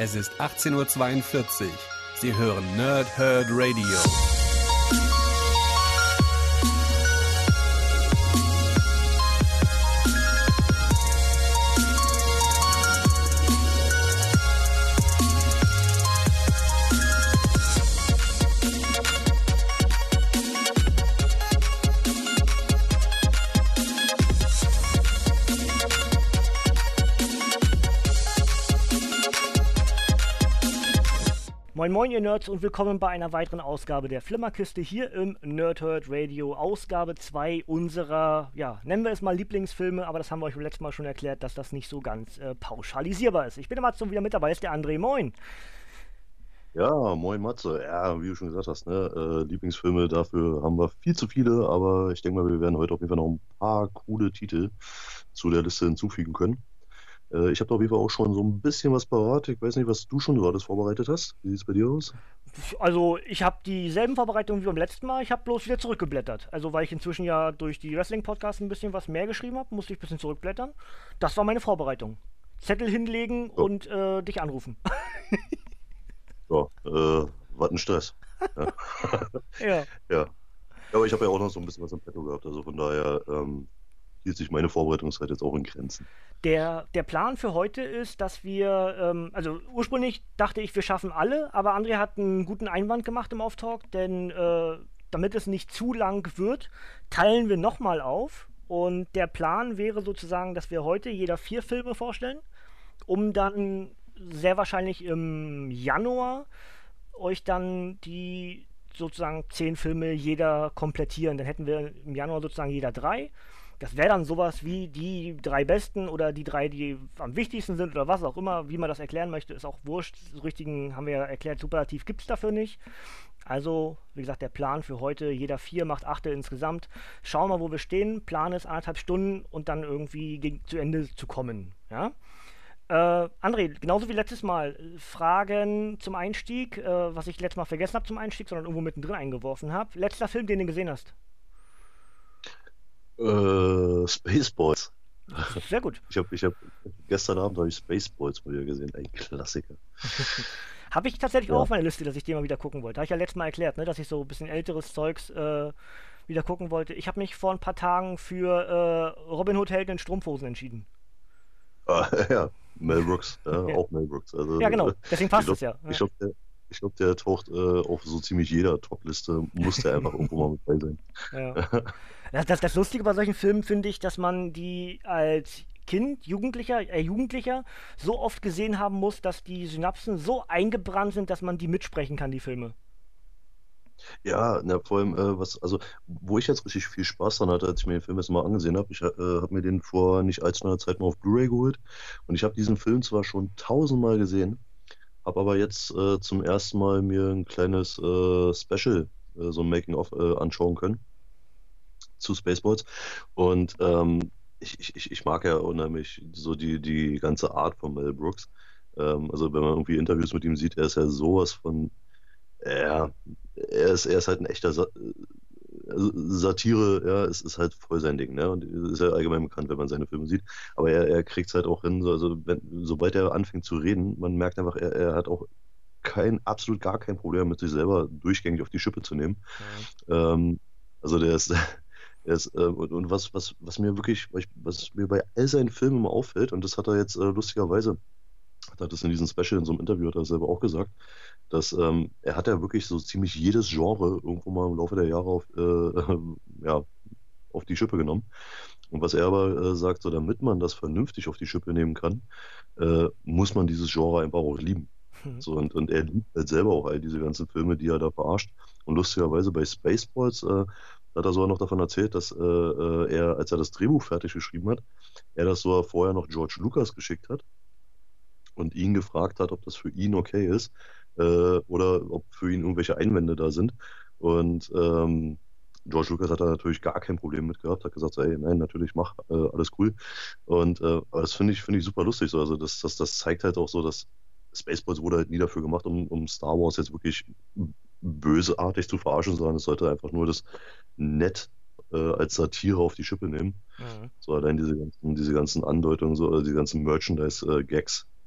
Es ist 18:42 Uhr. Sie hören Nerd Herd Radio. Moin Moin ihr Nerds und willkommen bei einer weiteren Ausgabe der Flimmerkiste hier im Nerd Herd Radio. Ausgabe 2 unserer, ja, nennen wir es mal Lieblingsfilme, aber das haben wir euch letztes Mal schon erklärt, dass das nicht so ganz pauschalisierbar ist. Ich bin der Matze und wieder mit dabei ist der André. Moin! Ja, moin Matze. Ja, wie du schon gesagt hast, ne, Lieblingsfilme, dafür haben wir viel zu viele, aber ich denke mal, wir werden heute auf jeden Fall noch ein paar coole Titel zu der Liste hinzufügen können. Ich habe da auf jeden Fall auch schon so ein bisschen was parat. Ich weiß nicht, was du schon gerade vorbereitet hast. Wie sieht es bei dir aus? Also, ich habe dieselben Vorbereitungen wie beim letzten Mal. Ich habe bloß wieder zurückgeblättert. Also, weil ich inzwischen ja durch die Wrestling-Podcasts ein bisschen was mehr geschrieben habe, musste ich ein bisschen zurückblättern. Das war meine Vorbereitung. Zettel hinlegen und dich anrufen. Ja, was ein Stress. Ja. Ja. Ja. Aber ich habe ja auch noch so ein bisschen was im Petto gehabt. Also von daher hielt sich meine Vorbereitungszeit jetzt auch in Grenzen. Der Plan für heute ist, dass wir, also ursprünglich dachte ich, wir schaffen alle, aber André hat einen guten Einwand gemacht im Off-Talk, denn damit es nicht zu lang wird, teilen wir nochmal auf. Und der Plan wäre sozusagen, dass wir heute jeder 4 Filme vorstellen, um dann sehr wahrscheinlich im Januar euch dann die sozusagen 10 Filme jeder komplettieren. Dann hätten wir im Januar sozusagen jeder 3. Das wäre dann sowas wie die 3 besten oder die 3, die am wichtigsten sind oder was auch immer, wie man das erklären möchte, ist auch wurscht. So richtigen, haben wir ja erklärt, Superlativ gibt es dafür nicht. Also, wie gesagt, der Plan für heute, jeder 4 macht 8 insgesamt. Schauen wir, wo wir stehen. Plan ist 1,5 Stunden und dann irgendwie zu Ende zu kommen. Ja? André, genauso wie letztes Mal, Fragen zum Einstieg, was ich letztes Mal vergessen habe zum Einstieg, sondern irgendwo mittendrin eingeworfen habe. Letzter Film, den du gesehen hast? Spaceballs. Sehr gut. Gestern Abend habe ich Spaceballs mal wieder gesehen. Ein Klassiker. Habe ich tatsächlich auch auf meiner Liste, dass ich den mal wieder gucken wollte. Habe ich ja letztes Mal erklärt, ne, dass ich so ein bisschen älteres Zeugs wieder gucken wollte. Ich habe mich vor ein paar Tagen für Robin Hood Helden in Strumpfhosen entschieden. Ja, Mel Brooks. Ja. Auch Mel Brooks. Also, ja, genau. Deswegen passt es ja. Ich glaube, der taucht auf so ziemlich jeder Top-Liste, muss der einfach irgendwo mal mit bei sein. Ja. Das Lustige bei solchen Filmen finde ich, dass man die als Kind, Jugendlicher so oft gesehen haben muss, dass die Synapsen so eingebrannt sind, dass man die mitsprechen kann, die Filme. Ja, vor allem, wo ich jetzt richtig viel Spaß dran hatte, als ich mir den Film jetzt mal angesehen habe, ich habe mir den vor nicht allzu langer Zeit mal auf Blu-ray geholt und ich habe diesen Film zwar schon 1000-mal gesehen, habe aber jetzt zum ersten Mal mir ein kleines Special, so ein Making-of anschauen können zu Spaceballs und ich mag ja unheimlich so die ganze Art von Mel Brooks. Also wenn man irgendwie Interviews mit ihm sieht, er ist ja sowas von, er ist halt ein echter Satire, ja, es ist halt voll sein Ding, ne? Und ist ja allgemein bekannt, wenn man seine Filme sieht. Aber er kriegt es halt auch hin, sobald er anfängt zu reden, man merkt einfach, er hat auch absolut gar kein Problem mit sich selber durchgängig auf die Schippe zu nehmen. Also der ist und was mir wirklich, was mir bei all seinen Filmen immer auffällt, und das hat er jetzt lustigerweise, hat er das in diesem Special, in so einem Interview, hat er selber auch gesagt, dass er hat ja wirklich so ziemlich jedes Genre irgendwo mal im Laufe der Jahre auf die Schippe genommen. Und was er aber sagt, so damit man das vernünftig auf die Schippe nehmen kann, muss man dieses Genre einfach auch lieben. So, und er liebt halt selber auch all diese ganzen Filme, die er da verarscht. Und lustigerweise bei Spaceballs hat er sogar noch davon erzählt, dass er, als er das Drehbuch fertig geschrieben hat, er das sogar vorher noch George Lucas geschickt hat und ihn gefragt hat, ob das für ihn okay ist oder ob für ihn irgendwelche Einwände da sind. Und George Lucas hat da natürlich gar kein Problem mit gehabt, hat gesagt, ey, nein, natürlich, mach, alles cool. Und aber das finde ich super lustig. So. Also das zeigt halt auch so, dass Spaceballs wurde halt nie dafür gemacht, um Star Wars jetzt wirklich bösartig zu verarschen, sondern es sollte einfach nur das nett als Satire auf die Schippe nehmen. So allein diese ganzen Andeutungen, so, die ganzen Merchandise-Gags,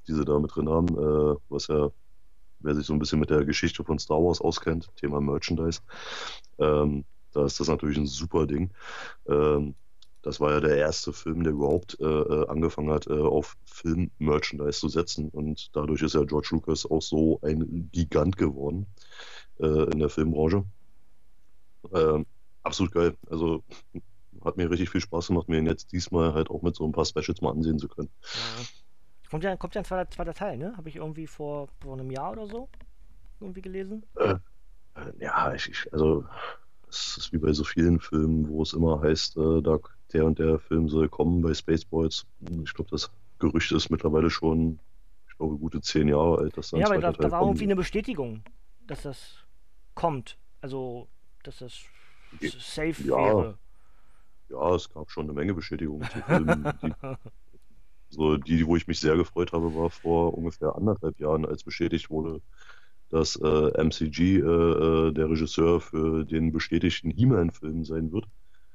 die sie da mit drin haben, was ja, wer sich so ein bisschen mit der Geschichte von Star Wars auskennt, Thema Merchandise, da ist das natürlich ein super Ding. Das war ja der erste Film, der überhaupt angefangen hat, auf Film-Merchandise zu setzen. Und dadurch ist ja George Lucas auch so ein Gigant geworden in der Filmbranche. Absolut geil. Also hat mir richtig viel Spaß gemacht, mir ihn jetzt diesmal halt auch mit so ein paar Specials mal ansehen zu können. Kommt ja ein zweiter Teil, ne? Habe ich irgendwie vor einem Jahr oder so irgendwie gelesen. Ja, also es ist wie bei so vielen Filmen, wo es immer heißt, der und der Film soll kommen bei Spaceballs. Ich glaube, das Gerücht ist mittlerweile schon, ich glaube, gute 10 Jahre alt, dass dann Ja, ein aber zweiter da Teil war kommen irgendwie wird. eine Bestätigung, dass das kommt. Also, dass das safe Ja, wäre. ja, es gab schon eine Menge Bestätigungen zu Filmen. Wo ich mich sehr gefreut habe, war vor ungefähr 1,5 Jahren, als bestätigt wurde, dass MCG der Regisseur für den bestätigten He-Man-Film sein wird,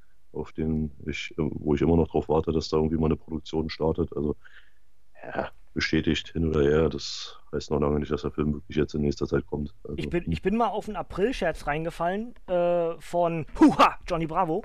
wo ich immer noch darauf warte, dass da irgendwie mal eine Produktion startet. Also ja, bestätigt hin oder her, das heißt noch lange nicht, dass der Film wirklich jetzt in nächster Zeit kommt. Also, Ich bin mal auf einen April-Scherz reingefallen von Johnny Bravo.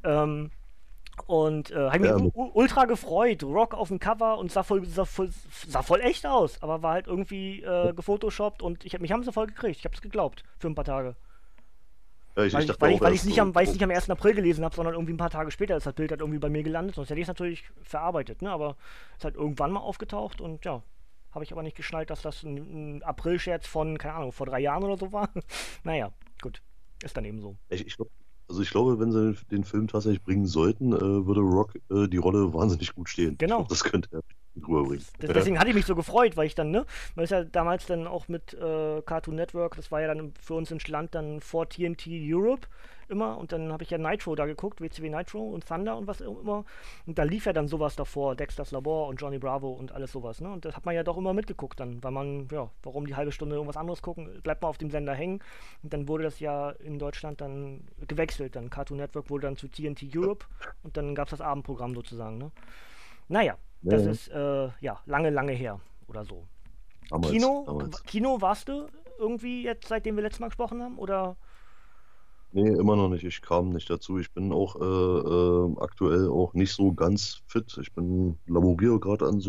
Und habe mich ja, ultra gefreut. Rock auf dem Cover und sah voll echt aus, aber war halt irgendwie gefotoshoppt und mich haben sie voll gekriegt. Ich habe es geglaubt für ein paar Tage. ich dachte auch Weil ich erst es nicht, so, nicht am 1. April gelesen habe, sondern irgendwie ein paar Tage später ist das Bild halt irgendwie bei mir gelandet. Sonst hätte ich es natürlich verarbeitet, ne? Aber es ist halt irgendwann mal aufgetaucht und ja, habe ich aber nicht geschnallt, dass das ein April-Scherz von, keine Ahnung, vor 3 Jahren oder so war. Naja, gut. Ist dann eben so. ich glaube, wenn sie den Film tatsächlich bringen sollten, würde Rock die Rolle wahnsinnig gut stehen. Ich Genau. glaube, das könnte er gut rüberbringen. Deswegen hatte ich mich so gefreut, weil ich dann, ne, man ist ja damals dann auch mit Cartoon Network, das war ja dann für uns ins Land dann vor TNT Europe immer und dann habe ich ja Nitro da geguckt, WCW Nitro und Thunder und was immer und da lief ja dann sowas davor, Dexter's Labor und Johnny Bravo und alles sowas, ne, und das hat man ja doch immer mitgeguckt dann, weil man, ja, warum die halbe Stunde irgendwas anderes gucken, bleibt man auf dem Sender hängen und dann wurde das ja in Deutschland dann gewechselt, dann Cartoon Network wurde dann zu TNT Europe und dann gab es das Abendprogramm sozusagen, ne. Naja, Ja, das ja, ist ja lange her oder so. damals. Kino warst du irgendwie jetzt, seitdem wir letztes Mal gesprochen haben? Oder? Nee, immer noch nicht. Ich kam nicht dazu. Ich bin auch aktuell auch nicht so ganz fit. Laboriere gerade an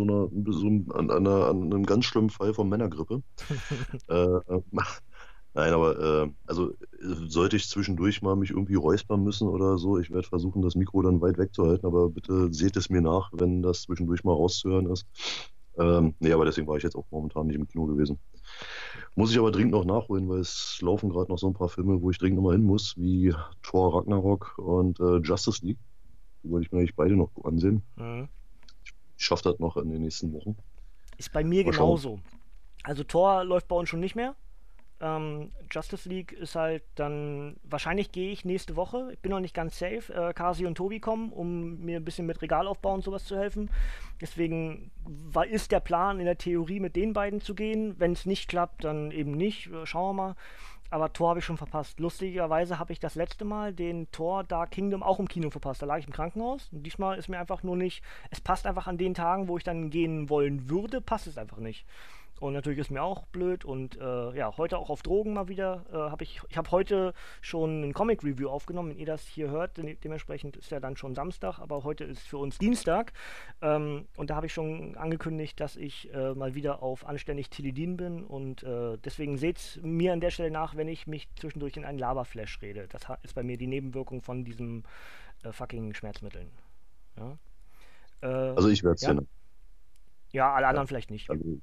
an einem ganz schlimmen Fall von Männergrippe. Äh, nein, aber also sollte ich zwischendurch mal mich irgendwie räuspern müssen oder so, ich werde versuchen, das Mikro dann weit wegzuhalten, aber bitte seht es mir nach, wenn das zwischendurch mal rauszuhören ist. Nee, aber deswegen war ich jetzt auch momentan nicht im Kino gewesen. Muss ich aber dringend noch nachholen, weil es laufen gerade noch so ein paar Filme, wo ich dringend nochmal hin muss, wie Thor Ragnarok und Justice League. Die wollte ich mir eigentlich beide noch ansehen. Mhm. Ich schaffe das noch in den nächsten Wochen. Ist bei mir Mal schauen. genauso. Also Thor läuft bei uns schon nicht mehr. Justice League ist halt dann, wahrscheinlich gehe ich nächste Woche, ich bin noch nicht ganz safe, Kasi und Tobi kommen, um mir ein bisschen mit Regalaufbau und sowas zu helfen. Deswegen ist der Plan in der Theorie mit den beiden zu gehen. Wenn es nicht klappt, dann eben nicht, schauen wir mal. Aber Thor habe ich schon verpasst. Lustigerweise habe ich das letzte Mal den Thor Dark Kingdom auch im Kino verpasst. Da lag ich im Krankenhaus und diesmal ist mir einfach nur nicht, es passt einfach an den Tagen, wo ich dann gehen wollen würde, passt es einfach nicht. Und natürlich ist mir auch blöd und ja, heute auch auf Drogen mal wieder. Ich habe heute schon ein Comic-Review aufgenommen, wenn ihr das hier hört. Dementsprechend ist ja dann schon Samstag, aber heute ist für uns Dienstag. Und da habe ich schon angekündigt, dass ich mal wieder auf anständig Tilidin bin. Und deswegen seht mir an der Stelle nach, wenn ich mich zwischendurch in einen Laberflash rede. Das ist bei mir die Nebenwirkung von diesen fucking Schmerzmitteln. Ja, Also ich werde es ja? sehen. Ja, alle anderen vielleicht nicht. Also,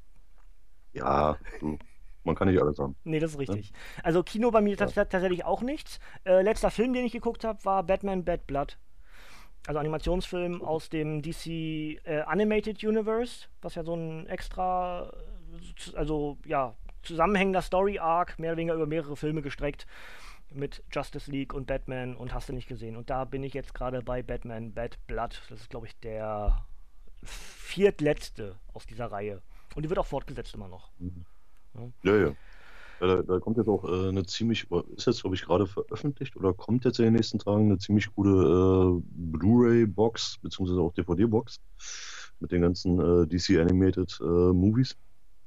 ja, man kann nicht alles haben. Nee, das ist Ne? richtig. Also Kino bei mir Ja. tatsächlich auch nichts. Letzter Film, den ich geguckt habe, war Batman Bad Blood. Also Animationsfilm aus dem DC Animated Universe, was ja so ein extra, also ja, zusammenhängender Story-Arc, mehr oder weniger über mehrere Filme gestreckt, mit Justice League und Batman und hast du nicht gesehen. Und da bin ich jetzt gerade bei Batman Bad Blood. Das ist, glaube ich, der viertletzte aus dieser Reihe. Und die wird auch fortgesetzt immer noch. Ja, ja. Ja, da kommt jetzt auch ist jetzt, glaube ich, gerade veröffentlicht oder kommt jetzt in den nächsten Tagen eine ziemlich gute Blu-ray-Box, beziehungsweise auch DVD-Box mit den ganzen DC Animated Movies.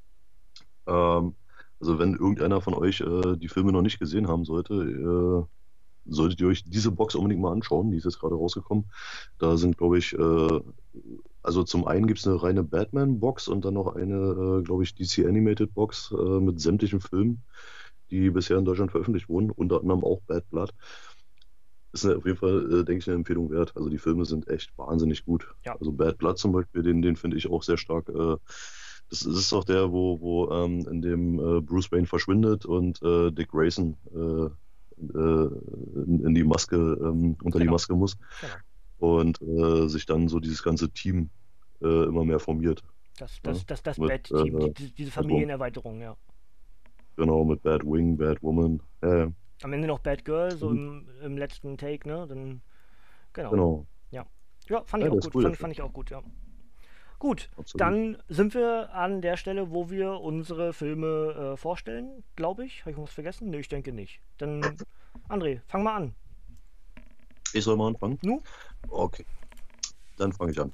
Also wenn irgendeiner von euch die Filme noch nicht gesehen haben sollte, solltet ihr euch diese Box unbedingt mal anschauen. Die ist jetzt gerade rausgekommen. Da sind, glaube ich, also zum einen gibt es eine reine Batman-Box und dann noch eine, glaube ich, DC Animated Box mit sämtlichen Filmen, die bisher in Deutschland veröffentlicht wurden, unter anderem auch Bad Blood. Ist auf jeden Fall, denke ich, eine Empfehlung wert. Also die Filme sind echt wahnsinnig gut. Ja. Also Bad Blood zum Beispiel, den finde ich auch sehr stark. Das ist auch der, wo in dem Bruce Wayne verschwindet und Dick Grayson in die Maske, unter die Genau. Maske muss. Genau. Und sich dann so dieses ganze Team immer mehr formiert. Das Mit, Bad-Team, diese Familienerweiterung, ja. Genau, mit Bad Wing, Bad Woman. Ja. Am Ende noch Bad Girl, so im letzten Take, ne? Dann, genau. Genau. Ja. Ja, fand ich Ja, auch das ist gut. cool, Fand ich auch gut, ja. Gut, absolut. dann sind wir an der Stelle, wo wir unsere Filme vorstellen, glaube ich. Habe ich was vergessen? Nee, ich denke nicht. Dann, André, fang mal an. Ich soll mal anfangen? Nu? Okay, dann fange ich an.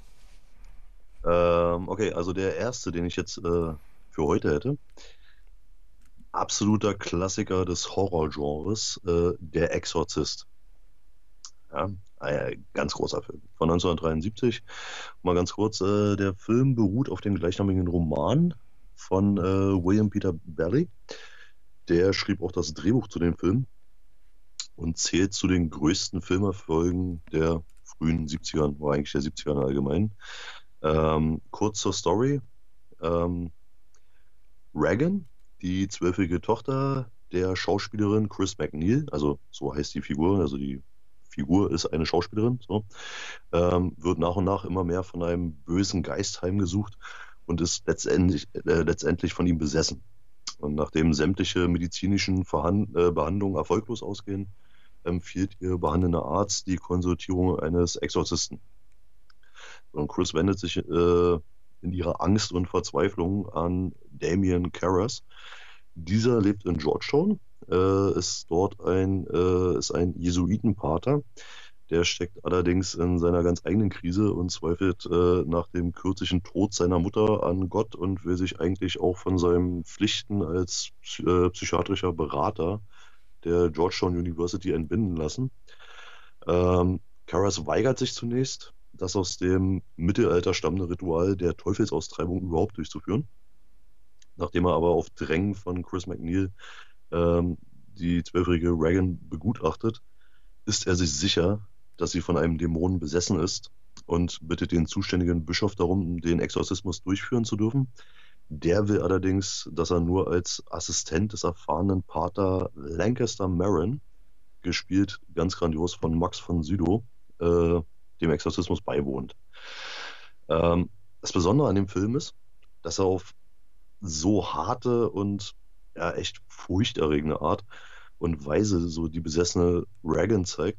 Okay, also der erste, den ich jetzt für heute hätte, absoluter Klassiker des Horrorgenres, Der Exorzist. Ja, ein ganz großer Film von 1973. Mal ganz kurz, der Film beruht auf dem gleichnamigen Roman von William Peter Bellamy. Der schrieb auch das Drehbuch zu dem Film und zählt zu den größten Filmerfolgen der frühen 70ern, war eigentlich der 70er allgemein. Kurz zur Story. Regan, die 12-jährige Tochter der Schauspielerin Chris MacNeil, also so heißt die Figur, also die Figur ist eine Schauspielerin, so, wird nach und nach immer mehr von einem bösen Geist heimgesucht und ist letztendlich von ihm besessen. Und nachdem sämtliche medizinischen Behandlungen erfolglos ausgehen, empfiehlt ihr behandelnder Arzt die Konsultierung eines Exorzisten. Und Chris wendet sich in ihrer Angst und Verzweiflung an Damien Karras. Dieser lebt in Georgetown, ist dort ist ein Jesuitenpater. Der steckt allerdings in seiner ganz eigenen Krise und zweifelt nach dem kürzlichen Tod seiner Mutter an Gott und will sich eigentlich auch von seinen Pflichten als psychiatrischer Berater der Georgetown University entbinden lassen. Karras weigert sich zunächst, das aus dem Mittelalter stammende Ritual der Teufelsaustreibung überhaupt durchzuführen. Nachdem er aber auf Drängen von Chris MacNeil die 12-jährige Regan begutachtet, ist er sich sicher, dass sie von einem Dämonen besessen ist und bittet den zuständigen Bischof darum, den Exorzismus durchführen zu dürfen. Der will allerdings, dass er nur als Assistent des erfahrenen Pater Lancaster Marin, gespielt ganz grandios von Max von Sydow, dem Exorzismus beiwohnt. Das Besondere an dem Film ist, dass er auf so harte und ja, echt furchterregende Art und Weise so die besessene Regan zeigt,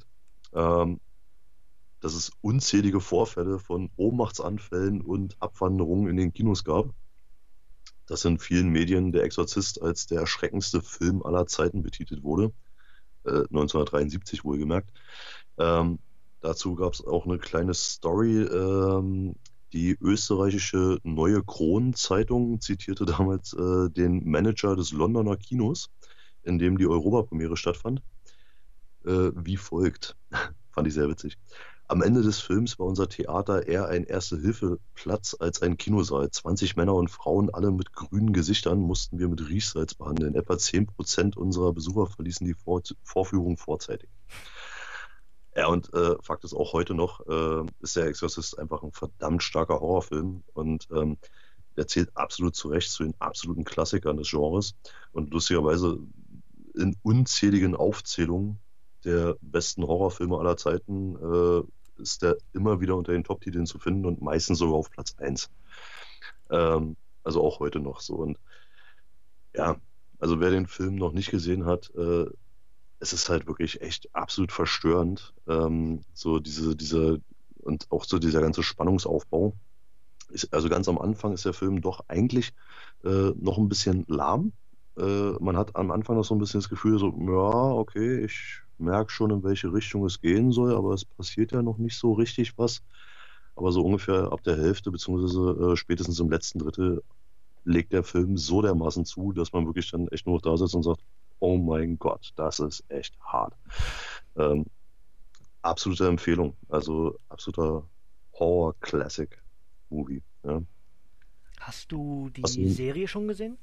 dass es unzählige Vorfälle von Ohnmachtsanfällen und Abwanderungen in den Kinos gab. Dass in vielen Medien Der Exorzist als der erschreckendste Film aller Zeiten betitelt wurde. 1973 wohlgemerkt. Dazu gab es auch eine kleine Story. Die österreichische Neue Kronenzeitung zitierte damals den Manager des Londoner Kinos, in dem die Europapremiere stattfand, wie folgt. Fand ich sehr witzig. Am Ende des Films war unser Theater eher ein Erste-Hilfe-Platz als ein Kinosaal. 20 Männer und Frauen, alle mit grünen Gesichtern, mussten wir mit Riechsalz behandeln. Etwa 10% unserer Besucher verließen die Vorführung vorzeitig. Ja, und Fakt ist auch heute noch, ist der Exorzist einfach ein verdammt starker Horrorfilm und der zählt absolut zu Recht zu den absoluten Klassikern des Genres und lustigerweise in unzähligen Aufzählungen der besten Horrorfilme aller Zeiten ist der immer wieder unter den Top-Titeln zu finden und meistens sogar auf Platz 1. Also auch heute noch so. Und ja, also wer den Film noch nicht gesehen hat, es ist halt wirklich echt absolut verstörend. So diese und auch so dieser ganze Spannungsaufbau. Also ganz am Anfang ist der Film doch eigentlich noch ein bisschen lahm. Man hat am Anfang noch so ein bisschen das Gefühl, so, ja, okay, ich merke schon, in welche Richtung es gehen soll, aber es passiert ja noch nicht so richtig was. aber so ungefähr ab der Hälfte, beziehungsweise spätestens im letzten Drittel, legt der Film so dermaßen zu, dass man wirklich dann echt nur noch da sitzt und sagt, oh mein Gott, das ist echt hart. Ähm, absolute Empfehlung, also absoluter Horror-Classic-Movie. Ja. Hast du Hast die du, Serie schon gesehen?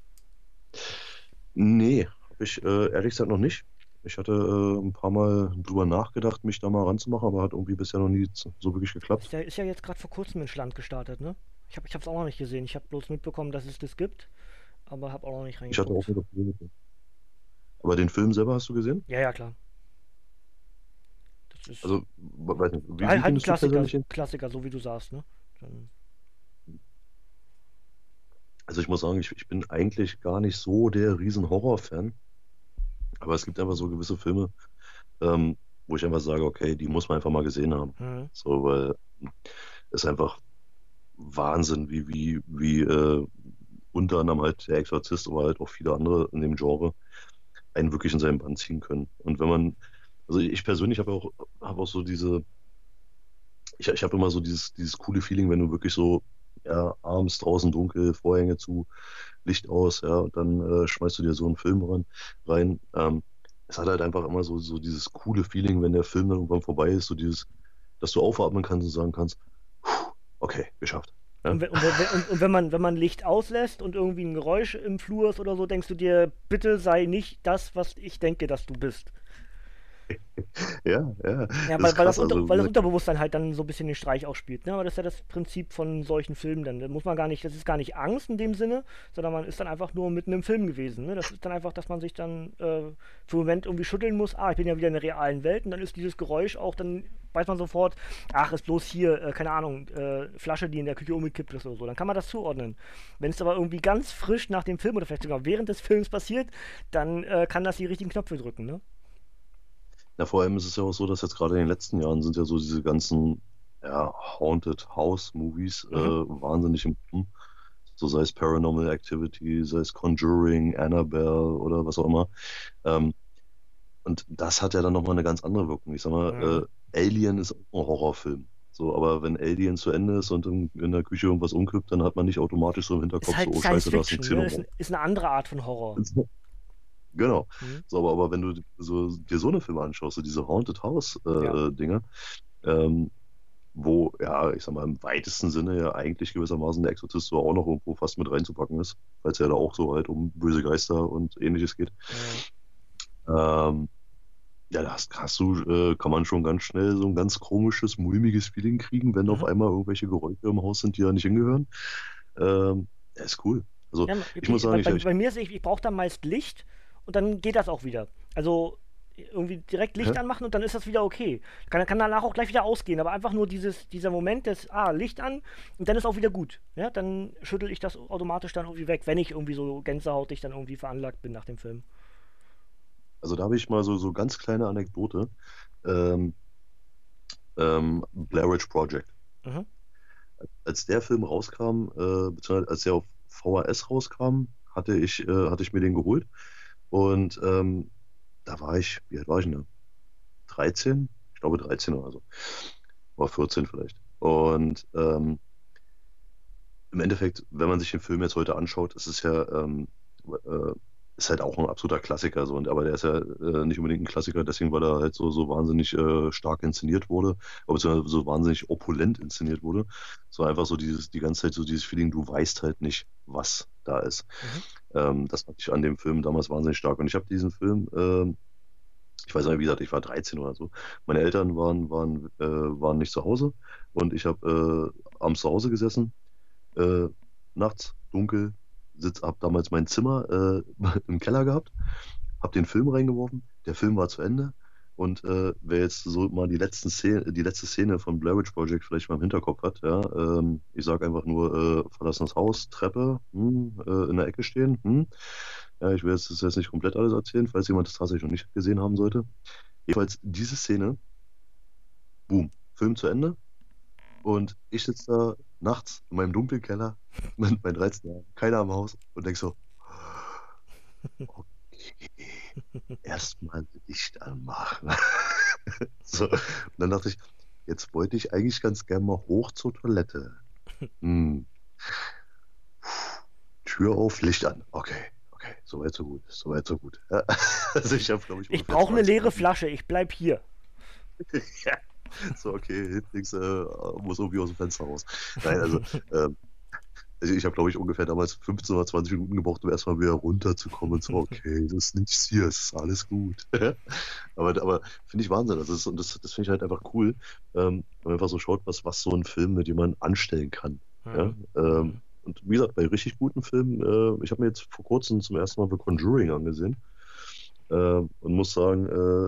nee, habe ich ehrlich gesagt noch nicht. Ich hatte ein paar Mal drüber nachgedacht, mich da mal ranzumachen, aber hat irgendwie bisher noch nie so wirklich geklappt. Ist ja jetzt gerade vor kurzem ins Land gestartet, ne? Ich hab's auch noch nicht gesehen. Ich habe bloß mitbekommen, dass es das gibt, aber habe auch noch nicht Ich hatte auch reingeguckt. nur das. Aber den Film selber hast du gesehen? Ja, ja, klar. Das ist Also, weiß nicht, wie halt ein findest du Klassiker, persönlich ihn? Klassiker, so wie du sagst, ne? Dann, Also ich muss sagen, ich bin eigentlich gar nicht so der riesen Horror-Fan, aber es gibt einfach so gewisse Filme, ähm, wo ich einfach sage, okay, die muss man einfach mal gesehen haben. hm. So, weil es einfach Wahnsinn, wie unter anderem halt der Exorzist, aber halt auch viele andere in dem Genre einen wirklich in seinen Bann ziehen können. Und wenn man, also ich persönlich habe auch so ich habe immer so dieses coole Feeling, wenn du wirklich so, ja, abends draußen dunkel, Vorhänge zu, Licht aus, ja, und dann schmeißt du dir so einen Film rein. Es hat halt einfach immer so dieses coole Feeling, wenn der Film dann irgendwann vorbei ist, so dieses, dass du aufatmen kannst und sagen kannst, "Puh, okay, geschafft." Ja? Und wenn man Licht auslässt und irgendwie ein Geräusch im Flur ist oder so, denkst du dir, bitte sei nicht das, was ich denke, dass du bist. Ja, ja, Ja, das ist krass. Also, weil wie das gesagt, Unterbewusstsein halt dann so ein bisschen den Streich auch spielt, ne? Aber das ist ja das Prinzip von solchen Filmen dann. Da muss man gar nicht, das ist gar nicht Angst in dem Sinne, sondern man ist dann einfach nur mitten im Film gewesen, ne? Das ist dann einfach, dass man sich dann für einen Moment irgendwie schütteln muss, ich bin ja wieder in der realen Welt und dann ist dieses Geräusch auch, dann weiß man sofort, ist bloß hier, keine Ahnung, Flasche, die in der Küche umgekippt ist oder so. Dann kann man das zuordnen. Wenn es aber irgendwie ganz frisch nach dem Film oder vielleicht sogar während des Films passiert, dann kann das die richtigen Knöpfe drücken, ne? na, vor allem ist es ja auch so, dass jetzt gerade in den letzten Jahren sind ja so diese ganzen, ja, Haunted House Movies Mhm. wahnsinnig im Kommen. So sei es Paranormal Activity, sei es Conjuring, Annabelle oder was auch immer. Ähm, Und das hat ja dann nochmal eine ganz andere Wirkung. Ich sag Mhm. mal, Alien ist auch ein Horrorfilm. So, aber wenn Alien zu Ende ist und in der Küche irgendwas umkippt, dann hat man nicht automatisch so im Ist Hinterkopf so, halt oh Science Scheiße, da ist ein Fiction, ne? Xenomorph. Ist eine andere Art von Horror. Genau. Mhm. So, aber wenn du dir so eine Filme anschaust, so diese Haunted House Ja. Dinge, ähm, wo, ja, ich sag mal, im weitesten Sinne ja eigentlich gewissermaßen der Exorzist so auch noch irgendwo fast mit reinzupacken ist, weil es ja da auch so halt um böse Geister und ähnliches geht. Mhm. Ähm, Ja, kann man schon ganz schnell so ein ganz komisches, mulmiges Feeling kriegen, wenn auf Mhm. einmal irgendwelche Geräusche im Haus sind, die da nicht hingehören. Ja, ist cool. Also Ja, ich muss sagen, bei mir ist ich brauche dann meist Licht und dann geht das auch wieder. Also irgendwie direkt Licht hä? anmachen und dann ist das wieder okay. Kann danach auch gleich wieder ausgehen, aber einfach nur dieser Moment des, Licht an und dann ist auch wieder gut. Ja, dann schüttel ich das automatisch dann irgendwie weg, wenn ich irgendwie so gänsehautig dann irgendwie veranlagt bin nach dem Film. Also da habe ich mal so ganz kleine Anekdote. Ähm, Blair Witch Project. Mhm. Als der Film rauskam, beziehungsweise als der auf VHS rauskam, hatte ich mir den geholt. Und da war ich, wie alt war ich denn da? 13? Ich glaube 13 oder so. War 14 vielleicht. Und im Endeffekt, wenn man sich den Film jetzt heute anschaut, ist es ja äh, ist halt auch ein absoluter Klassiker so, aber der ist ja nicht unbedingt ein Klassiker, deswegen, weil er halt so wahnsinnig stark inszeniert wurde, aber so wahnsinnig opulent inszeniert wurde. So einfach so die ganze Zeit so dieses Feeling, du weißt halt nicht, was da ist. Mhm. Das fand ich an dem Film damals wahnsinnig stark. Und ich habe diesen Film, ich weiß nicht, wie gesagt, ich war 13 oder so. Meine Eltern waren nicht zu Hause und ich habe abends zu Hause gesessen, äh, nachts, dunkel, hab damals mein Zimmer im Keller gehabt, hab den Film reingeworfen, der Film war zu Ende und wer jetzt so mal die letzte Szene von Blair Witch Project vielleicht mal im Hinterkopf hat, ja, ich sag einfach nur verlassenes Haus, Treppe, in der Ecke stehen, ja, ich will das jetzt nicht komplett alles erzählen, falls jemand das tatsächlich noch nicht gesehen haben sollte. Jedenfalls diese Szene, boom, Film zu Ende, und ich sitze da nachts in meinem dunklen Keller mit meinen 13 Jahren, keiner am Haus und denk so, okay, erstmal Licht anmachen. So, und dann dachte ich, jetzt wollte ich eigentlich ganz gern mal hoch zur Toilette. Hm. Tür auf, Licht an. Okay, soweit so gut, Ja. Also ich habe, glaube ich, Ich ungefähr brauche eine 20 leere Minuten. Flasche, ich bleib hier. Ja. So, okay, hilft nichts, muss irgendwie aus dem Fenster raus. Nein, ähm, also ich habe, glaube ich, ungefähr damals 15 oder 20 Minuten gebraucht, um erstmal wieder runterzukommen und so, okay, das ist nichts hier, es ist alles gut. Aber finde ich Wahnsinn. Und das finde ich halt einfach cool, wenn man einfach so schaut, was so ein Film mit jemandem anstellen kann. Ja? Mhm. Mhm. Und wie gesagt, bei richtig guten Filmen, ich habe mir jetzt vor kurzem zum ersten Mal The Conjuring angesehen und muss sagen,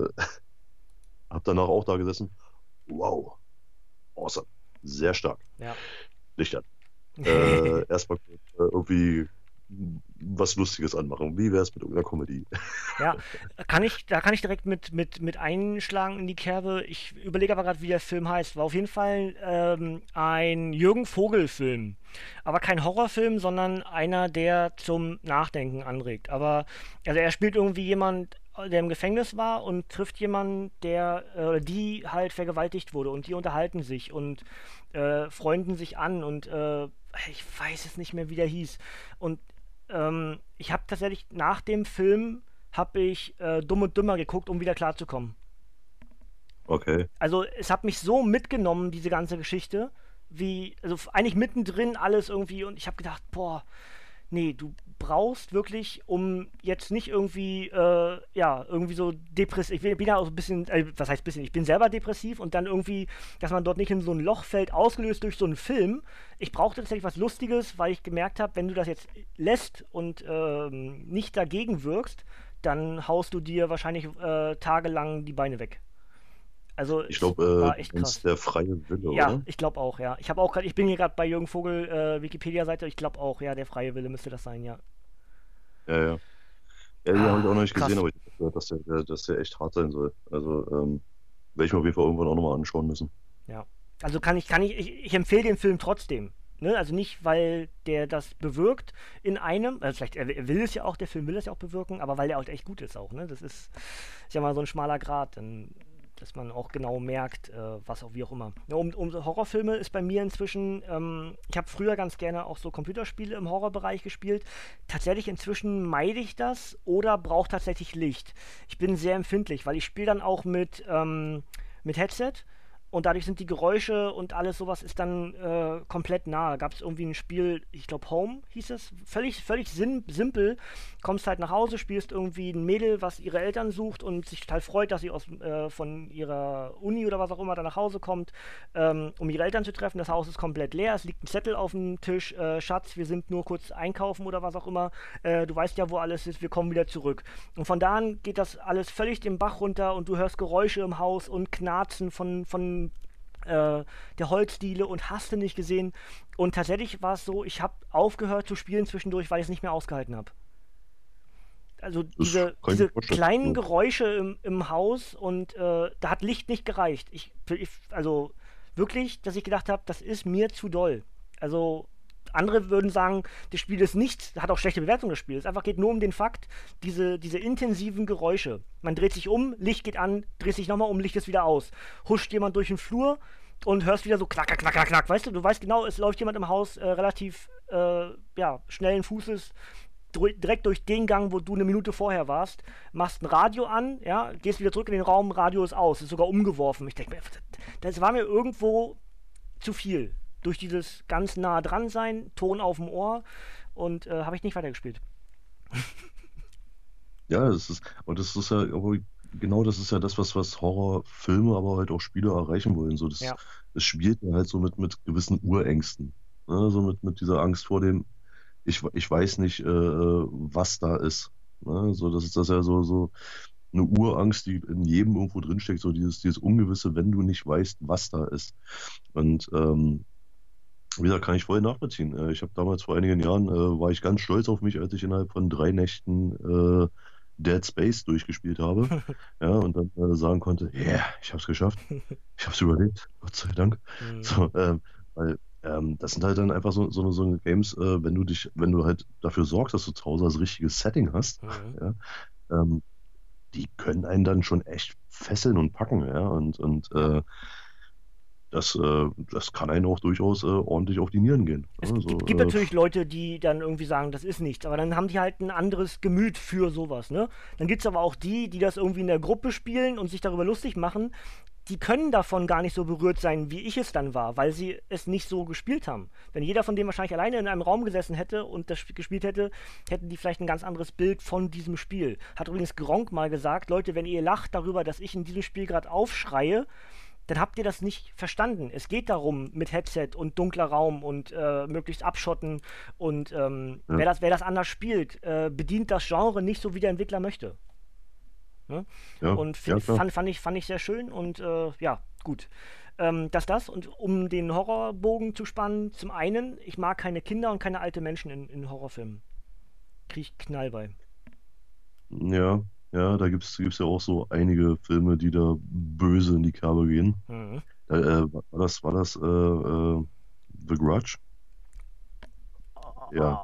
habe danach auch da gesessen, wow, awesome, sehr stark, Ja. Licht an. Erstmal irgendwie was Lustiges anmachen. Wie wäre es mit irgendeiner Comedy? Ja, da kann ich direkt mit einschlagen in die Kerbe. Ich überlege aber gerade, wie der Film heißt. War auf jeden Fall ein Jürgen Vogel-Film. Aber kein Horrorfilm, sondern einer, der zum Nachdenken anregt. Also er spielt irgendwie jemand, der im Gefängnis war und trifft jemanden, die halt vergewaltigt wurde und die unterhalten sich und freunden sich an und ich weiß jetzt nicht mehr, wie der hieß. Und ich habe tatsächlich nach dem Film habe ich Dumm und Dümmer geguckt, um wieder klarzukommen. Okay. Also es hat mich so mitgenommen, diese ganze Geschichte, also eigentlich mittendrin alles irgendwie und ich habe gedacht, boah, nee, du brauchst wirklich, um jetzt nicht irgendwie, irgendwie so depressiv, bin ja auch so ein bisschen, was heißt bisschen, ich bin selber depressiv und dann irgendwie, dass man dort nicht in so ein Loch fällt, ausgelöst durch so einen Film. Ich brauchte tatsächlich was Lustiges, weil ich gemerkt habe, wenn du das jetzt lässt und nicht dagegen wirkst, dann haust du dir wahrscheinlich tagelang die Beine weg. Also Ich es glaube, war du echt meinst krass. der freie Wille, Ja, oder? ich glaube auch, ja. Ich bin hier gerade bei Jürgen Vogel Wikipedia-Seite. Ich glaube auch, ja, der freie Wille müsste das sein, ja. Ja, ja. Ja, den habe ich auch noch Ah, nicht gesehen, krass. aber ich habe gehört, dass der echt hart sein soll. Also, werde ich mir auf jeden Fall irgendwann auch nochmal anschauen müssen. Ja. Also ich empfehle den Film trotzdem. Ne? Also nicht, weil der das bewirkt in einem, also vielleicht, er will es ja auch, der Film will es ja auch bewirken, aber weil der auch echt gut ist auch, ne? Das ist ja mal so ein schmaler Grat, dass man auch genau merkt, was auch wie auch immer. Ja, Horrorfilme ist bei mir inzwischen, ich habe früher ganz gerne auch so Computerspiele im Horrorbereich gespielt. Tatsächlich inzwischen meide ich das oder brauche tatsächlich Licht. Ich bin sehr empfindlich, weil ich spiele dann auch mit Headset und dadurch sind die Geräusche und alles sowas ist dann komplett nah. Da gab es irgendwie ein Spiel, ich glaube Home hieß es, völlig simpel. Kommst halt nach Hause, spielst irgendwie ein Mädel, was ihre Eltern sucht und sich total freut, dass sie von ihrer Uni oder was auch immer da nach Hause kommt, um ihre Eltern zu treffen. Das Haus ist komplett leer, es liegt ein Zettel auf dem Tisch, Schatz, wir sind nur kurz einkaufen oder was auch immer. Du weißt ja, wo alles ist, wir kommen wieder zurück. Und von da an geht das alles den Bach runter und du hörst Geräusche im Haus und Knarzen von der Holzdiele und hast du nicht gesehen. Und tatsächlich war es so, ich habe aufgehört zu spielen zwischendurch, weil ich es nicht mehr ausgehalten habe. Also Das kann ich mir diese vorstellen. kleinen Ja. Geräusche im Haus und da hat Licht nicht gereicht. Also wirklich, dass ich gedacht habe, das ist mir zu doll. Also andere würden sagen, das Spiel ist nichts, hat auch schlechte Bewertung des Spiels. Es einfach geht nur um den Fakt, diese intensiven Geräusche. Man dreht sich um, Licht geht an, dreht sich nochmal um, Licht ist wieder aus. Huscht jemand durch den Flur und hörst wieder so knack, knack, knack, knack. Weißt du weißt genau, es läuft jemand im Haus relativ schnellen Fußes direkt durch den Gang, wo du eine Minute vorher warst, machst ein Radio an, ja, gehst wieder zurück in den Raum, Radio ist aus, ist sogar umgeworfen. Ich denke mir, das war mir irgendwo zu viel. Durch dieses ganz nah dran sein, Ton auf dem Ohr und habe ich nicht weitergespielt. Ja, das ist ja, aber genau das ist ja das, was Horrorfilme, aber halt auch Spiele erreichen wollen. So, Ja. das spielt ja halt so mit gewissen Urängsten. Ne? So mit dieser Angst vor dem, ich weiß nicht, was da ist. Ne? So, das ist ja so eine Urangst, die in jedem irgendwo drinsteckt, so dieses Ungewisse, wenn du nicht weißt, was da ist. Und wie gesagt, kann ich voll nachvollziehen. Ich habe damals vor einigen Jahren, war ich ganz stolz auf mich, als ich innerhalb von 3 Nächten Dead Space durchgespielt habe. Ja, und dann sagen konnte, yeah, ich habe es geschafft. Ich habe es überlebt. Gott sei Dank. Mhm. So, weil das sind halt dann einfach so eine Games, wenn du halt dafür sorgst, dass du zu Hause das richtige Setting hast, Mhm. ja, ähm, die können einen dann schon echt fesseln und packen, ja. Und das kann einen auch durchaus ordentlich auf die Nieren gehen. Es Ne? gibt natürlich Leute, die dann irgendwie sagen, das ist nichts, aber dann haben die halt ein anderes Gemüt für sowas, ne? Dann gibt es aber auch die das irgendwie in der Gruppe spielen und sich darüber lustig machen. Die können davon gar nicht so berührt sein, wie ich es dann war, weil sie es nicht so gespielt haben. Wenn jeder von denen wahrscheinlich alleine in einem Raum gesessen hätte und das Spiel gespielt hätte, hätten die vielleicht ein ganz anderes Bild von diesem Spiel. Hat übrigens Gronkh mal gesagt, Leute, wenn ihr lacht darüber, dass ich in diesem Spiel gerade aufschreie, dann habt ihr das nicht verstanden. Es geht darum, mit Headset und dunkler Raum und möglichst abschotten und Ja, wer das anders spielt, bedient das Genre nicht so, wie der Entwickler möchte. Ne? ja, Und ja, klar. fand ich sehr schön und ja, gut. Das und um den Horrorbogen zu spannen, zum einen, ich mag keine Kinder und keine alte Menschen in Horrorfilmen. Krieg ich Knall bei. Ja, ja, da gibt's ja auch so einige Filme, die da böse in die Kerbe gehen. Mhm. War das The Grudge? Ja,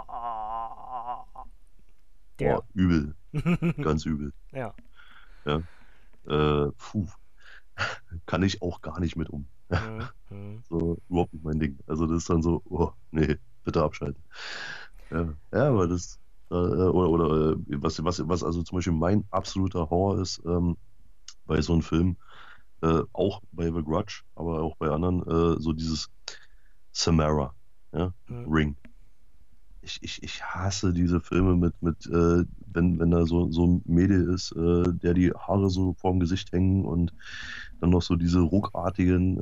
Der. boah, übel, ganz übel. Ja. Ja, puh, kann ich auch gar nicht mit um. Mhm. Mhm. So, überhaupt nicht mein Ding. Also das ist dann so, oh, nee, bitte abschalten. Ja, ja, aber was also zum Beispiel mein absoluter Horror ist, bei so einem Film, auch bei The Grudge, aber auch bei anderen, so dieses Samara, ja, Mhm. Ring. Ich hasse diese Filme wenn da so ein Mädel ist, der die Haare so vorm Gesicht hängen und dann noch so diese ruckartigen,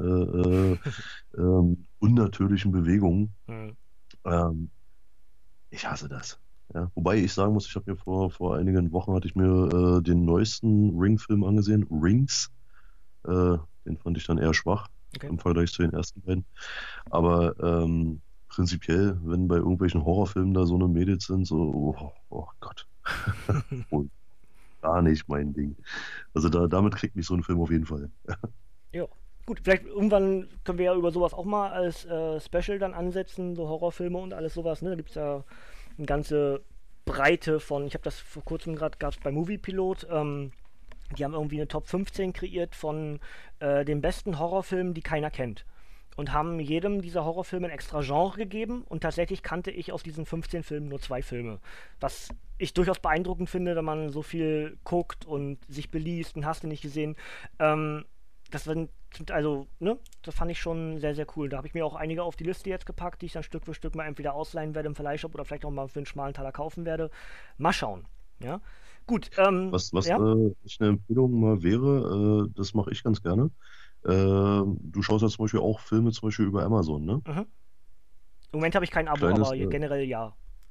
unnatürlichen Bewegungen. Mhm. Ähm, Ich hasse das. Ja, wobei ich sagen muss, ich habe mir vor einigen Wochen hatte ich mir den neuesten Ring-Film angesehen, Rings. Den fand ich dann eher schwach Okay. im Vergleich zu den ersten beiden. Aber prinzipiell, wenn bei irgendwelchen Horrorfilmen da so eine Mädels sind, so, oh Gott, wohl gar nicht mein Ding. Also damit kriegt mich so ein Film auf jeden Fall. Ja. Gut, vielleicht irgendwann können wir ja über sowas auch mal als Special dann ansetzen, so Horrorfilme und alles sowas, ne? Da gibt es ja eine ganze Breite von, ich habe das vor kurzem gerade, gab es bei Moviepilot, die haben irgendwie eine Top 15 kreiert von den besten Horrorfilmen, die keiner kennt. Und haben jedem dieser Horrorfilme ein extra Genre gegeben und tatsächlich kannte ich aus diesen 15 Filmen nur 2 Filme. Was ich durchaus beeindruckend finde, wenn man so viel guckt und sich beliest und hast du nicht gesehen. Das sind also, ne, das fand ich schon sehr, sehr cool. Da habe ich mir auch einige auf die Liste jetzt gepackt, die ich dann Stück für Stück mal entweder ausleihen werde im Verleihshop oder vielleicht auch mal für einen schmalen Taler kaufen werde. Mal schauen. Ja. Gut, Was ja. echt eine Empfehlung mal wäre, das mache ich ganz gerne. Du schaust ja zum Beispiel auch Filme zum Beispiel über Amazon, ne? Mhm. Im Moment habe ich kein Abo, Kleines, aber generell ja.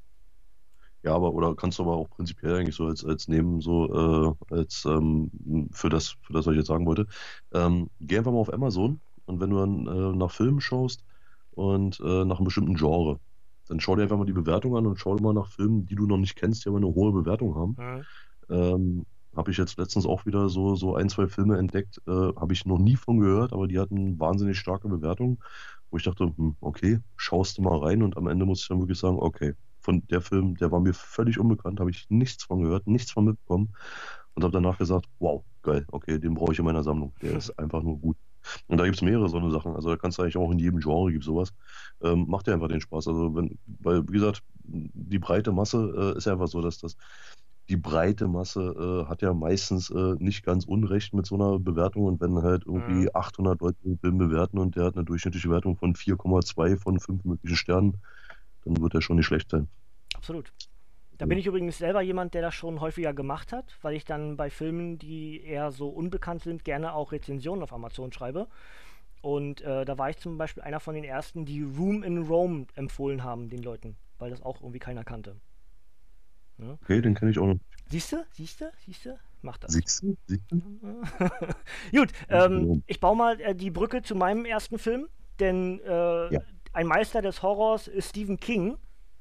ja, aber oder kannst du aber auch prinzipiell eigentlich so als neben so als für das, was ich jetzt sagen wollte. Geh einfach mal auf Amazon und wenn du dann nach Filmen schaust und nach einem bestimmten Genre, dann schau dir einfach mal die Bewertung an und schau dir mal nach Filmen, die du noch nicht kennst, die aber eine hohe Bewertung haben. Mhm. Habe ich jetzt letztens auch wieder so ein, zwei Filme entdeckt, habe ich noch nie von gehört, aber die hatten wahnsinnig starke Bewertungen, wo ich dachte, okay, schaust du mal rein und am Ende muss ich dann wirklich sagen, okay, von der Film, der war mir völlig unbekannt, habe ich nichts von gehört, nichts von mitbekommen und habe danach gesagt, wow, geil, okay, den brauche ich in meiner Sammlung, der ist einfach nur gut. Und da gibt es mehrere so eine Sachen, also da kannst du eigentlich auch in jedem Genre gibt sowas. Macht dir einfach den Spaß. Also weil, wie gesagt, die breite Masse ist ja einfach so, dass die breite Masse hat ja meistens nicht ganz Unrecht mit so einer Bewertung und wenn halt Mhm. irgendwie 800 Leute den Film bewerten und der hat eine durchschnittliche Wertung von 4,2 von 5 möglichen Sternen, dann wird er schon nicht schlecht sein. Absolut. Da bin Also, ich übrigens selber jemand, der das schon häufiger gemacht hat, weil ich dann bei Filmen, die eher so unbekannt sind, gerne auch Rezensionen auf Amazon schreibe. Und da war ich zum Beispiel einer von den ersten, die Room in Rome empfohlen haben, den Leuten, weil das auch irgendwie keiner kannte. Ja. okay, den kenne ich auch noch. Siehst du? Siehst du? Siehst du? Mach das. Siehst du? Siehst du? Gut, Also, ich baue mal die Brücke zu meinem ersten Film, denn ja, ein Meister des Horrors ist Stephen King.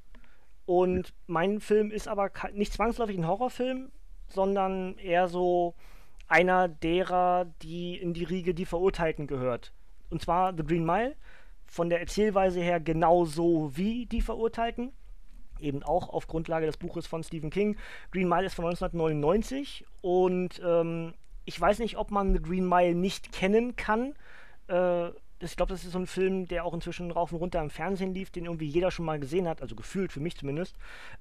Und mein Film ist aber nicht zwangsläufig ein Horrorfilm, sondern eher so einer derer, die in die Riege Die Verurteilten gehört. Und zwar The Green Mile, von der Erzählweise her genauso wie Die Verurteilten, eben auch auf Grundlage des Buches von Stephen King. Green Mile ist von 1999 und ich weiß nicht, ob man The Green Mile nicht kennen kann, ich glaube, das ist so ein Film, der auch inzwischen rauf und runter im Fernsehen lief, den irgendwie jeder schon mal gesehen hat, also gefühlt, für mich zumindest.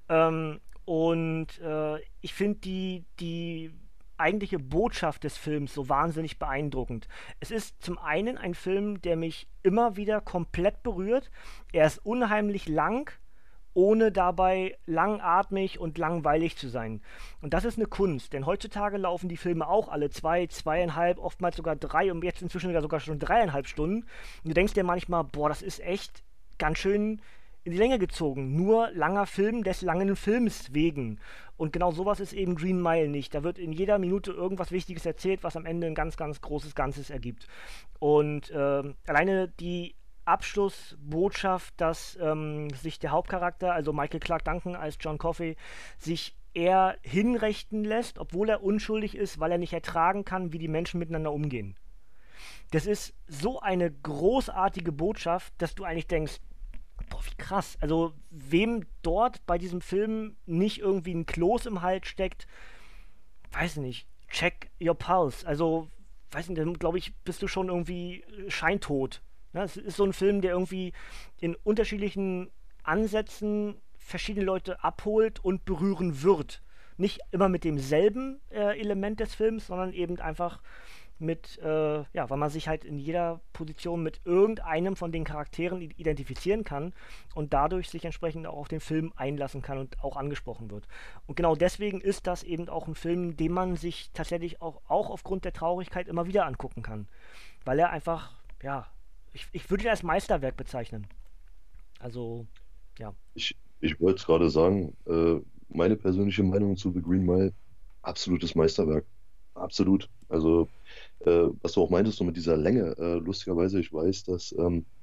Ich finde die eigentliche Botschaft des Films so wahnsinnig beeindruckend. Es ist zum einen ein Film, der mich immer wieder komplett berührt. Er ist unheimlich lang, ohne dabei langatmig und langweilig zu sein. Und das ist eine Kunst, denn heutzutage laufen die Filme auch alle 2,5, oftmals sogar 3 und jetzt inzwischen sogar schon 3,5 Stunden. Und du denkst dir manchmal, boah, das ist echt ganz schön in die Länge gezogen. Nur langer Film des langen Films wegen. Und genau sowas ist eben Green Mile nicht. Da wird in jeder Minute irgendwas Wichtiges erzählt, was am Ende ein ganz, ganz großes Ganzes ergibt. Und alleine die Abschlussbotschaft, dass sich der Hauptcharakter, also Michael Clarke Duncan als John Coffey, sich eher hinrichten lässt, obwohl er unschuldig ist, weil er nicht ertragen kann, wie die Menschen miteinander umgehen. Das ist so eine großartige Botschaft, dass du eigentlich denkst, boah, wie krass. Also, wem dort bei diesem Film nicht irgendwie ein Kloß im Hals steckt, weiß nicht, check your pulse. Also, weiß nicht, dann glaube ich, bist du schon irgendwie scheintot. Ja, es ist so ein Film, der irgendwie in unterschiedlichen Ansätzen verschiedene Leute abholt und berühren wird. Nicht immer mit demselben Element des Films, sondern eben einfach mit, weil man sich halt in jeder Position mit irgendeinem von den Charakteren identifizieren kann und dadurch sich entsprechend auch auf den Film einlassen kann und auch angesprochen wird. Und genau deswegen ist das eben auch ein Film, den man sich tatsächlich auch aufgrund der Traurigkeit immer wieder angucken kann. Weil er einfach, ja, ich würde ihn als Meisterwerk bezeichnen. Also, ja. Ich wollte es gerade sagen, meine persönliche Meinung zu The Green Mile, absolutes Meisterwerk. Absolut. Also, was du auch meintest, so mit dieser Länge, lustigerweise, ich weiß, dass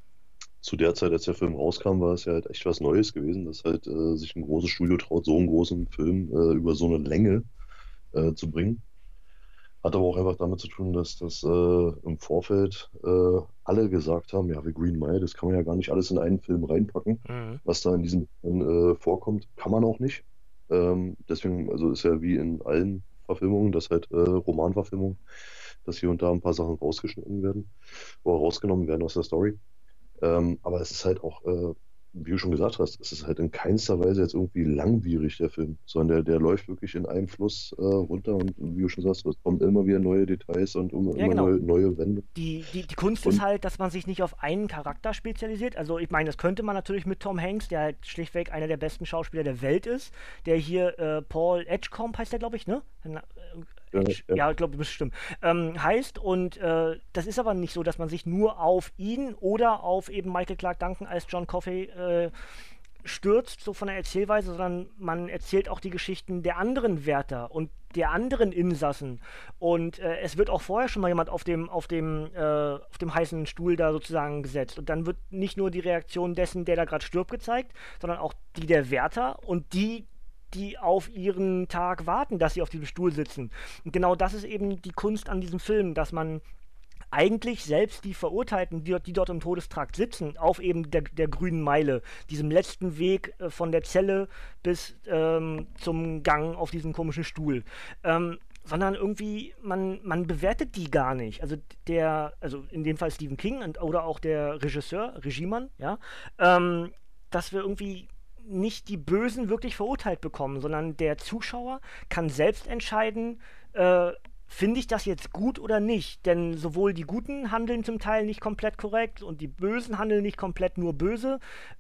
zu der Zeit, als der Film rauskam, war es ja halt echt was Neues gewesen, dass halt sich ein großes Studio traut, so einen großen Film über so eine Länge zu bringen. Hat aber auch einfach damit zu tun, dass das im Vorfeld alle gesagt haben, ja, wie Green Mile, das kann man ja gar nicht alles in einen Film reinpacken, Mhm. was da in diesem Film vorkommt. Kann man auch nicht. Deswegen, also ist ja wie in allen Verfilmungen, dass halt Romanverfilmungen, dass hier und da ein paar Sachen rausgeschnitten werden oder rausgenommen werden aus der Story. Aber es ist halt auch, wie du schon gesagt hast, es ist halt in keinster Weise jetzt irgendwie langwierig, der Film, sondern der läuft wirklich in einem Fluss runter und wie du schon sagst, es kommen immer wieder neue Details und Ja, immer genau. neue Wendungen. Die Kunst ist Und halt, dass man sich nicht auf einen Charakter spezialisiert. Also ich meine, das könnte man natürlich mit Tom Hanks, der halt schlichtweg einer der besten Schauspieler der Welt ist, der hier Paul Edgecombe heißt der, glaube ich, ne? ja, Ja, ich glaube, das müsste stimmen. Heißt und das ist aber nicht so, dass man sich nur auf ihn oder auf eben Michael Clarke Duncan als John Coffey stürzt, so von der Erzählweise, sondern man erzählt auch die Geschichten der anderen Wärter und der anderen Insassen. Und es wird auch vorher schon mal jemand auf dem heißen Stuhl da sozusagen gesetzt. Und dann wird nicht nur die Reaktion dessen, der da gerade stirbt, gezeigt, sondern auch die der Wärter und die auf ihren Tag warten, dass sie auf diesem Stuhl sitzen. Und genau das ist eben die Kunst an diesem Film, dass man eigentlich selbst die Verurteilten, die dort im Todestrakt sitzen, auf eben der grünen Meile, diesem letzten Weg von der Zelle bis zum Gang auf diesen komischen Stuhl. Sondern irgendwie, man bewertet die gar nicht. Also in dem Fall Stephen King oder auch der Regiemann, ja, dass wir irgendwie nicht die Bösen wirklich verurteilt bekommen, sondern der Zuschauer kann selbst entscheiden, finde ich das jetzt gut oder nicht? Denn sowohl die Guten handeln zum Teil nicht komplett korrekt und die Bösen handeln nicht komplett nur böse.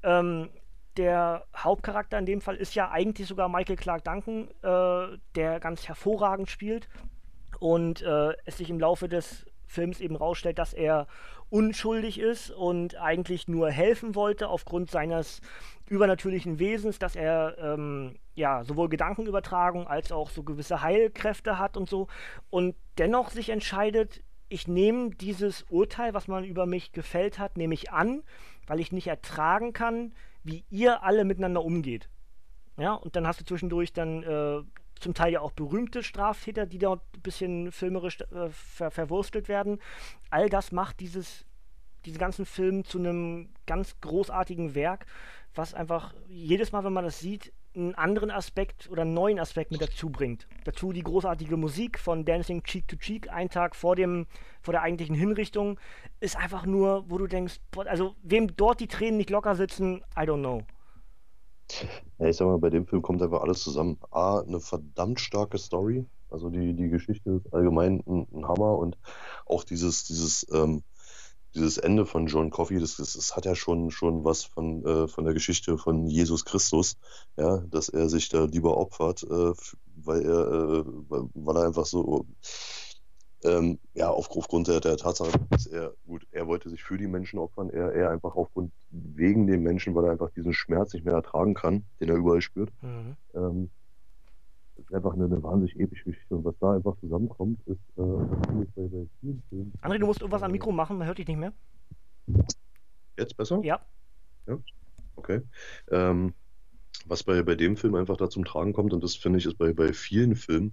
Der Hauptcharakter in dem Fall ist ja eigentlich sogar Michael Clarke Duncan, der ganz hervorragend spielt und es sich im Laufe des Films eben rausstellt, dass er unschuldig ist und eigentlich nur helfen wollte aufgrund seines übernatürlichen Wesens, dass er sowohl Gedankenübertragung als auch so gewisse Heilkräfte hat und so und dennoch sich entscheidet, ich nehme dieses Urteil, was man über mich gefällt hat, nehme ich an, weil ich nicht ertragen kann, wie ihr alle miteinander umgeht. Ja, und dann hast du zwischendurch dann zum Teil ja auch berühmte Straftäter, die dort ein bisschen filmerisch verwurstelt werden. All das macht diesen ganzen Film zu einem ganz großartigen Werk, was einfach jedes Mal, wenn man das sieht, einen anderen Aspekt oder einen neuen Aspekt mit dazu bringt. Dazu die großartige Musik von Dancing Cheek to Cheek, einen Tag vor der eigentlichen Hinrichtung, ist einfach nur, wo du denkst, boah, also wem dort die Tränen nicht locker sitzen, I don't know. Ja, ich sag mal, bei dem Film kommt einfach alles zusammen. A, eine verdammt starke Story. Also die Geschichte ist allgemein ein Hammer und auch dieses Ende von John Coffey, das hat ja schon was von der Geschichte von Jesus Christus, ja, dass er sich da lieber opfert, weil er einfach so, ja, aufgrund der Tatsache, dass er wollte sich für die Menschen opfern, er einfach wegen den Menschen, weil er einfach diesen Schmerz nicht mehr ertragen kann, den er überall spürt. Das ist einfach eine wahnsinnig epische Geschichte. Und was da einfach zusammenkommt, ist natürlich bei vielen Filmen. André, du musst irgendwas am Mikro machen, man hört dich nicht mehr. Jetzt besser? Ja. Ja? Okay. Was bei dem Film einfach da zum Tragen kommt, und das finde ich ist bei vielen Filmen,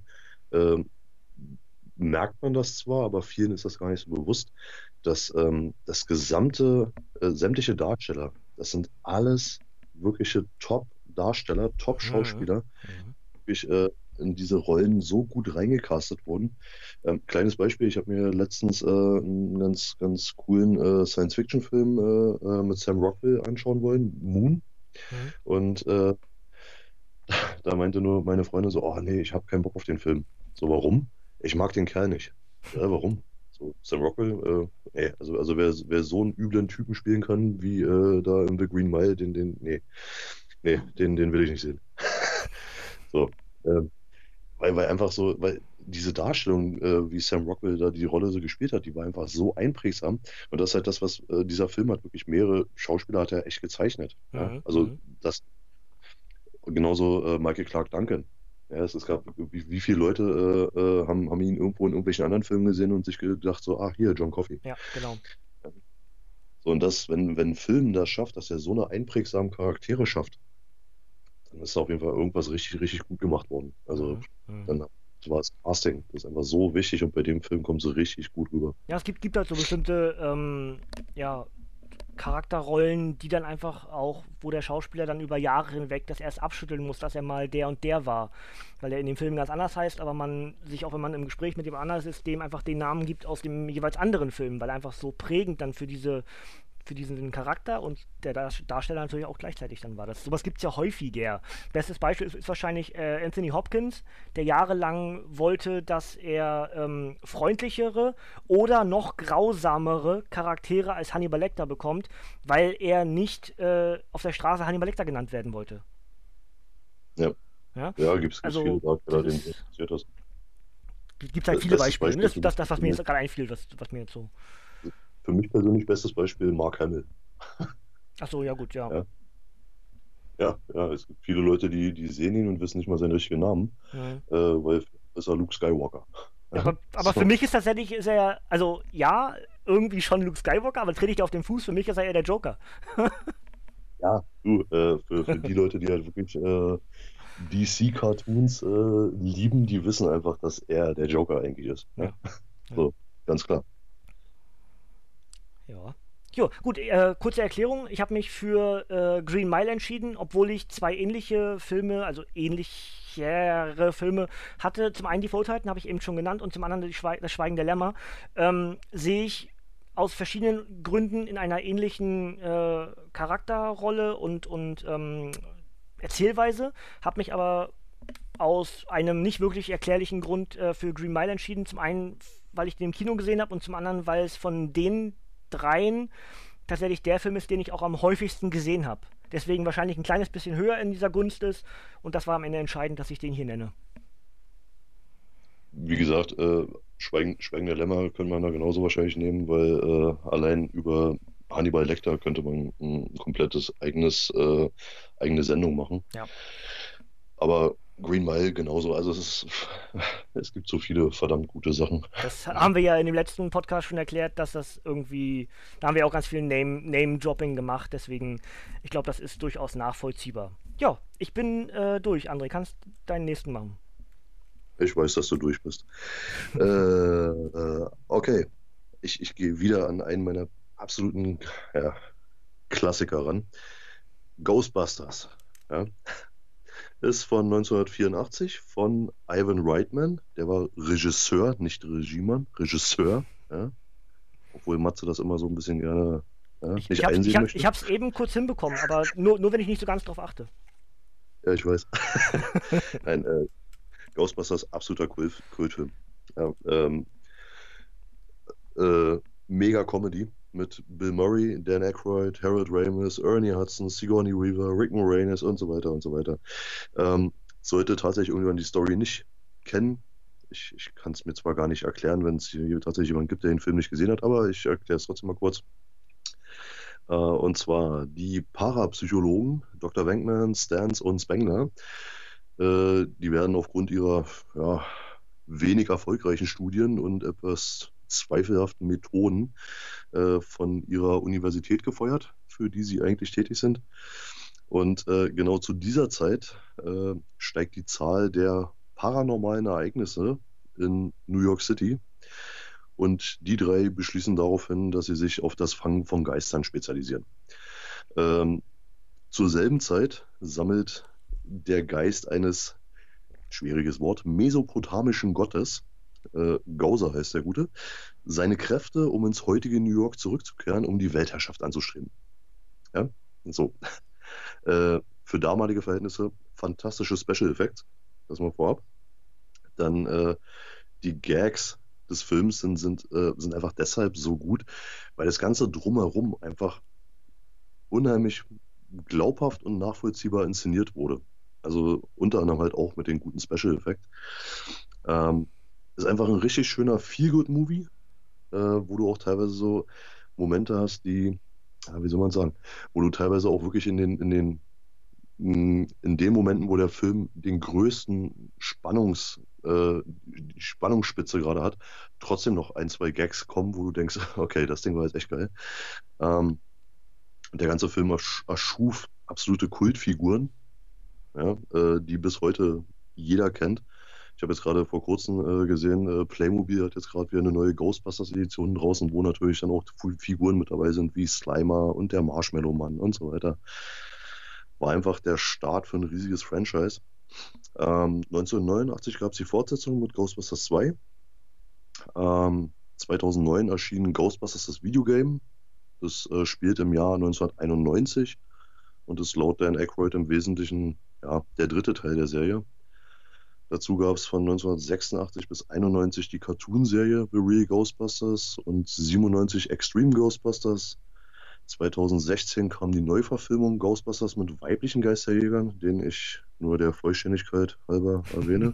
merkt man das zwar, aber vielen ist das gar nicht so bewusst, dass das sämtliche Darsteller, das sind alles wirkliche Top-Darsteller, Top-Schauspieler, wirklich in diese Rollen so gut reingecastet wurden. Kleines Beispiel, ich habe mir letztens einen ganz coolen Science-Fiction-Film mit Sam Rockwell anschauen wollen, Moon. Und da meinte nur meine Freundin so, oh nee, ich habe keinen Bock auf den Film. So, warum? Ich mag den Kerl nicht. Ja, warum? So, Sam Rockwell, nee, also wer so einen üblen Typen spielen kann, wie da in The Green Mile, den will ich nicht sehen. So, weil diese Darstellung, wie Sam Rockwell da die Rolle so gespielt hat, die war einfach so einprägsam. Und das ist halt das, was dieser Film hat, wirklich mehrere Schauspieler hat er echt gezeichnet. Ja? Also das genauso Michael Clarke Duncan. Ja, es gab, wie viele Leute haben ihn irgendwo in irgendwelchen anderen Filmen gesehen und sich gedacht, so, ach hier, John Coffey. Ja, genau. So, und wenn ein Film das schafft, dass er so eine einprägsamen Charaktere schafft, dann ist da auf jeden Fall irgendwas richtig, richtig gut gemacht worden. Also dann war das Casting, das ist einfach so wichtig und bei dem Film kommt so richtig gut rüber. Ja, es gibt halt so bestimmte Charakterrollen, die dann einfach auch, wo der Schauspieler dann über Jahre hinweg das erst abschütteln muss, dass er mal der und der war. Weil er in dem Film ganz anders heißt, aber man sich, auch wenn man im Gespräch mit dem anders ist, dem einfach den Namen gibt aus dem jeweils anderen Film, weil er einfach so prägend dann für diesen Charakter und der Darsteller natürlich auch gleichzeitig dann war. Sowas gibt es ja häufiger. Bestes Beispiel ist wahrscheinlich Anthony Hopkins, der jahrelang wollte, dass er freundlichere oder noch grausamere Charaktere als Hannibal Lecter bekommt, weil er nicht auf der Straße Hannibal Lecter genannt werden wollte. Ja. Ja, gibt es also, viele Darsteller, denen das passiert ist. Gibt halt viele Beispiele. Das, was mir jetzt gerade einfiel, was mir jetzt so... Für mich persönlich bestes Beispiel Mark Hamill. Ach so, ja gut, ja. Ja, es gibt viele Leute, die sehen ihn und wissen nicht mal seinen richtigen Namen, weil ist er Luke Skywalker. Ja, aber für mich ist tatsächlich, also ja, irgendwie schon Luke Skywalker, aber trete ich dir auf den Fuß, für mich ist er eher der Joker. Ja, für die Leute, die halt wirklich DC-Cartoons lieben, die wissen einfach, dass er der Joker eigentlich ist. Ja. So, ganz klar. Ja. Jo, gut, kurze Erklärung. Ich habe mich für Green Mile entschieden, obwohl ich zwei ähnliche Filme, also ähnlichere Filme hatte. Zum einen die Verurteilten, habe ich eben schon genannt, und zum anderen das Schweigen der Lämmer. Sehe ich aus verschiedenen Gründen in einer ähnlichen Charakterrolle und Erzählweise, habe mich aber aus einem nicht wirklich erklärlichen Grund für Green Mile entschieden. Zum einen, weil ich den im Kino gesehen habe und zum anderen, weil es von den dreien tatsächlich der Film ist, den ich auch am häufigsten gesehen habe. Deswegen wahrscheinlich ein kleines bisschen höher in dieser Gunst ist und das war am Ende entscheidend, dass ich den hier nenne. Wie gesagt, Schweigen der Lämmer könnte man da genauso wahrscheinlich nehmen, weil allein über Hannibal Lecter könnte man ein komplettes eigene Sendung machen. Ja. Aber Green Mile genauso. Also es gibt so viele verdammt gute Sachen. Das haben wir ja in dem letzten Podcast schon erklärt, dass das irgendwie, da haben wir auch ganz viel Name-Dropping gemacht, deswegen, ich glaube, das ist durchaus nachvollziehbar. Ja, ich bin durch, André, kannst deinen nächsten machen. Ich weiß, dass du durch bist. Okay, ich gehe wieder an einen meiner absoluten Klassiker ran. Ghostbusters. Ja? Ist von 1984 von Ivan Reitman. Der war Regisseur, nicht Regiemann, Regisseur. Ja? Obwohl Matze das immer so ein bisschen gerne nicht einsehen möchte. Ich hab's eben kurz hinbekommen, aber nur wenn ich nicht so ganz drauf achte. Ja, ich weiß. Nein, Ghostbusters, absoluter Kultfilm. Ja, mega Comedy mit Bill Murray, Dan Aykroyd, Harold Ramis, Ernie Hudson, Sigourney Weaver, Rick Moranis und so weiter und so weiter. Sollte tatsächlich irgendjemand die Story nicht kennen, ich kann es mir zwar gar nicht erklären, wenn es hier tatsächlich jemanden gibt, der den Film nicht gesehen hat, aber ich erkläre es trotzdem mal kurz. Und zwar die Parapsychologen Dr. Venkman, Stans und Spengler, die werden aufgrund ihrer wenig erfolgreichen Studien und etwas zweifelhaften Methoden von ihrer Universität gefeuert, für die sie eigentlich tätig sind. Und genau zu dieser Zeit steigt die Zahl der paranormalen Ereignisse in New York City. Und die drei beschließen daraufhin, dass sie sich auf das Fangen von Geistern spezialisieren. Zur selben Zeit sammelt der Geist eines, schwieriges Wort, mesopotamischen Gottes, Gauser heißt der Gute, seine Kräfte, um ins heutige New York zurückzukehren, um die Weltherrschaft anzustreben. Ja, so. Für damalige Verhältnisse fantastische Special Effects, das mal vorab. Dann die Gags des Films sind einfach deshalb so gut, weil das Ganze drumherum einfach unheimlich glaubhaft und nachvollziehbar inszeniert wurde. Also unter anderem halt auch mit den guten Special Effects. Ist einfach ein richtig schöner Feel-Good-Movie, wo du auch teilweise so Momente hast, die, wie soll man sagen, wo du teilweise auch wirklich in den Momenten, wo der Film den größten die Spannungsspitze gerade hat, trotzdem noch ein, zwei Gags kommen, wo du denkst, okay, das Ding war jetzt echt geil. Der ganze Film erschuf absolute Kultfiguren, ja, die bis heute jeder kennt. Ich habe jetzt gerade vor kurzem gesehen, Playmobil hat jetzt gerade wieder eine neue Ghostbusters-Edition draußen, wo natürlich dann auch Figuren mit dabei sind, wie Slimer und der Marshmallow-Mann und so weiter. War einfach der Start für ein riesiges Franchise. 1989 gab es die Fortsetzung mit Ghostbusters 2. 2009 erschien Ghostbusters das Videogame. Das spielt im Jahr 1991 und ist laut Dan Aykroyd im Wesentlichen der dritte Teil der Serie. Dazu gab es von 1986 bis 91 die Cartoon-Serie The Real Ghostbusters und 97 Extreme Ghostbusters. 2016 kam die Neuverfilmung Ghostbusters mit weiblichen Geisterjägern, den ich nur der Vollständigkeit halber erwähne.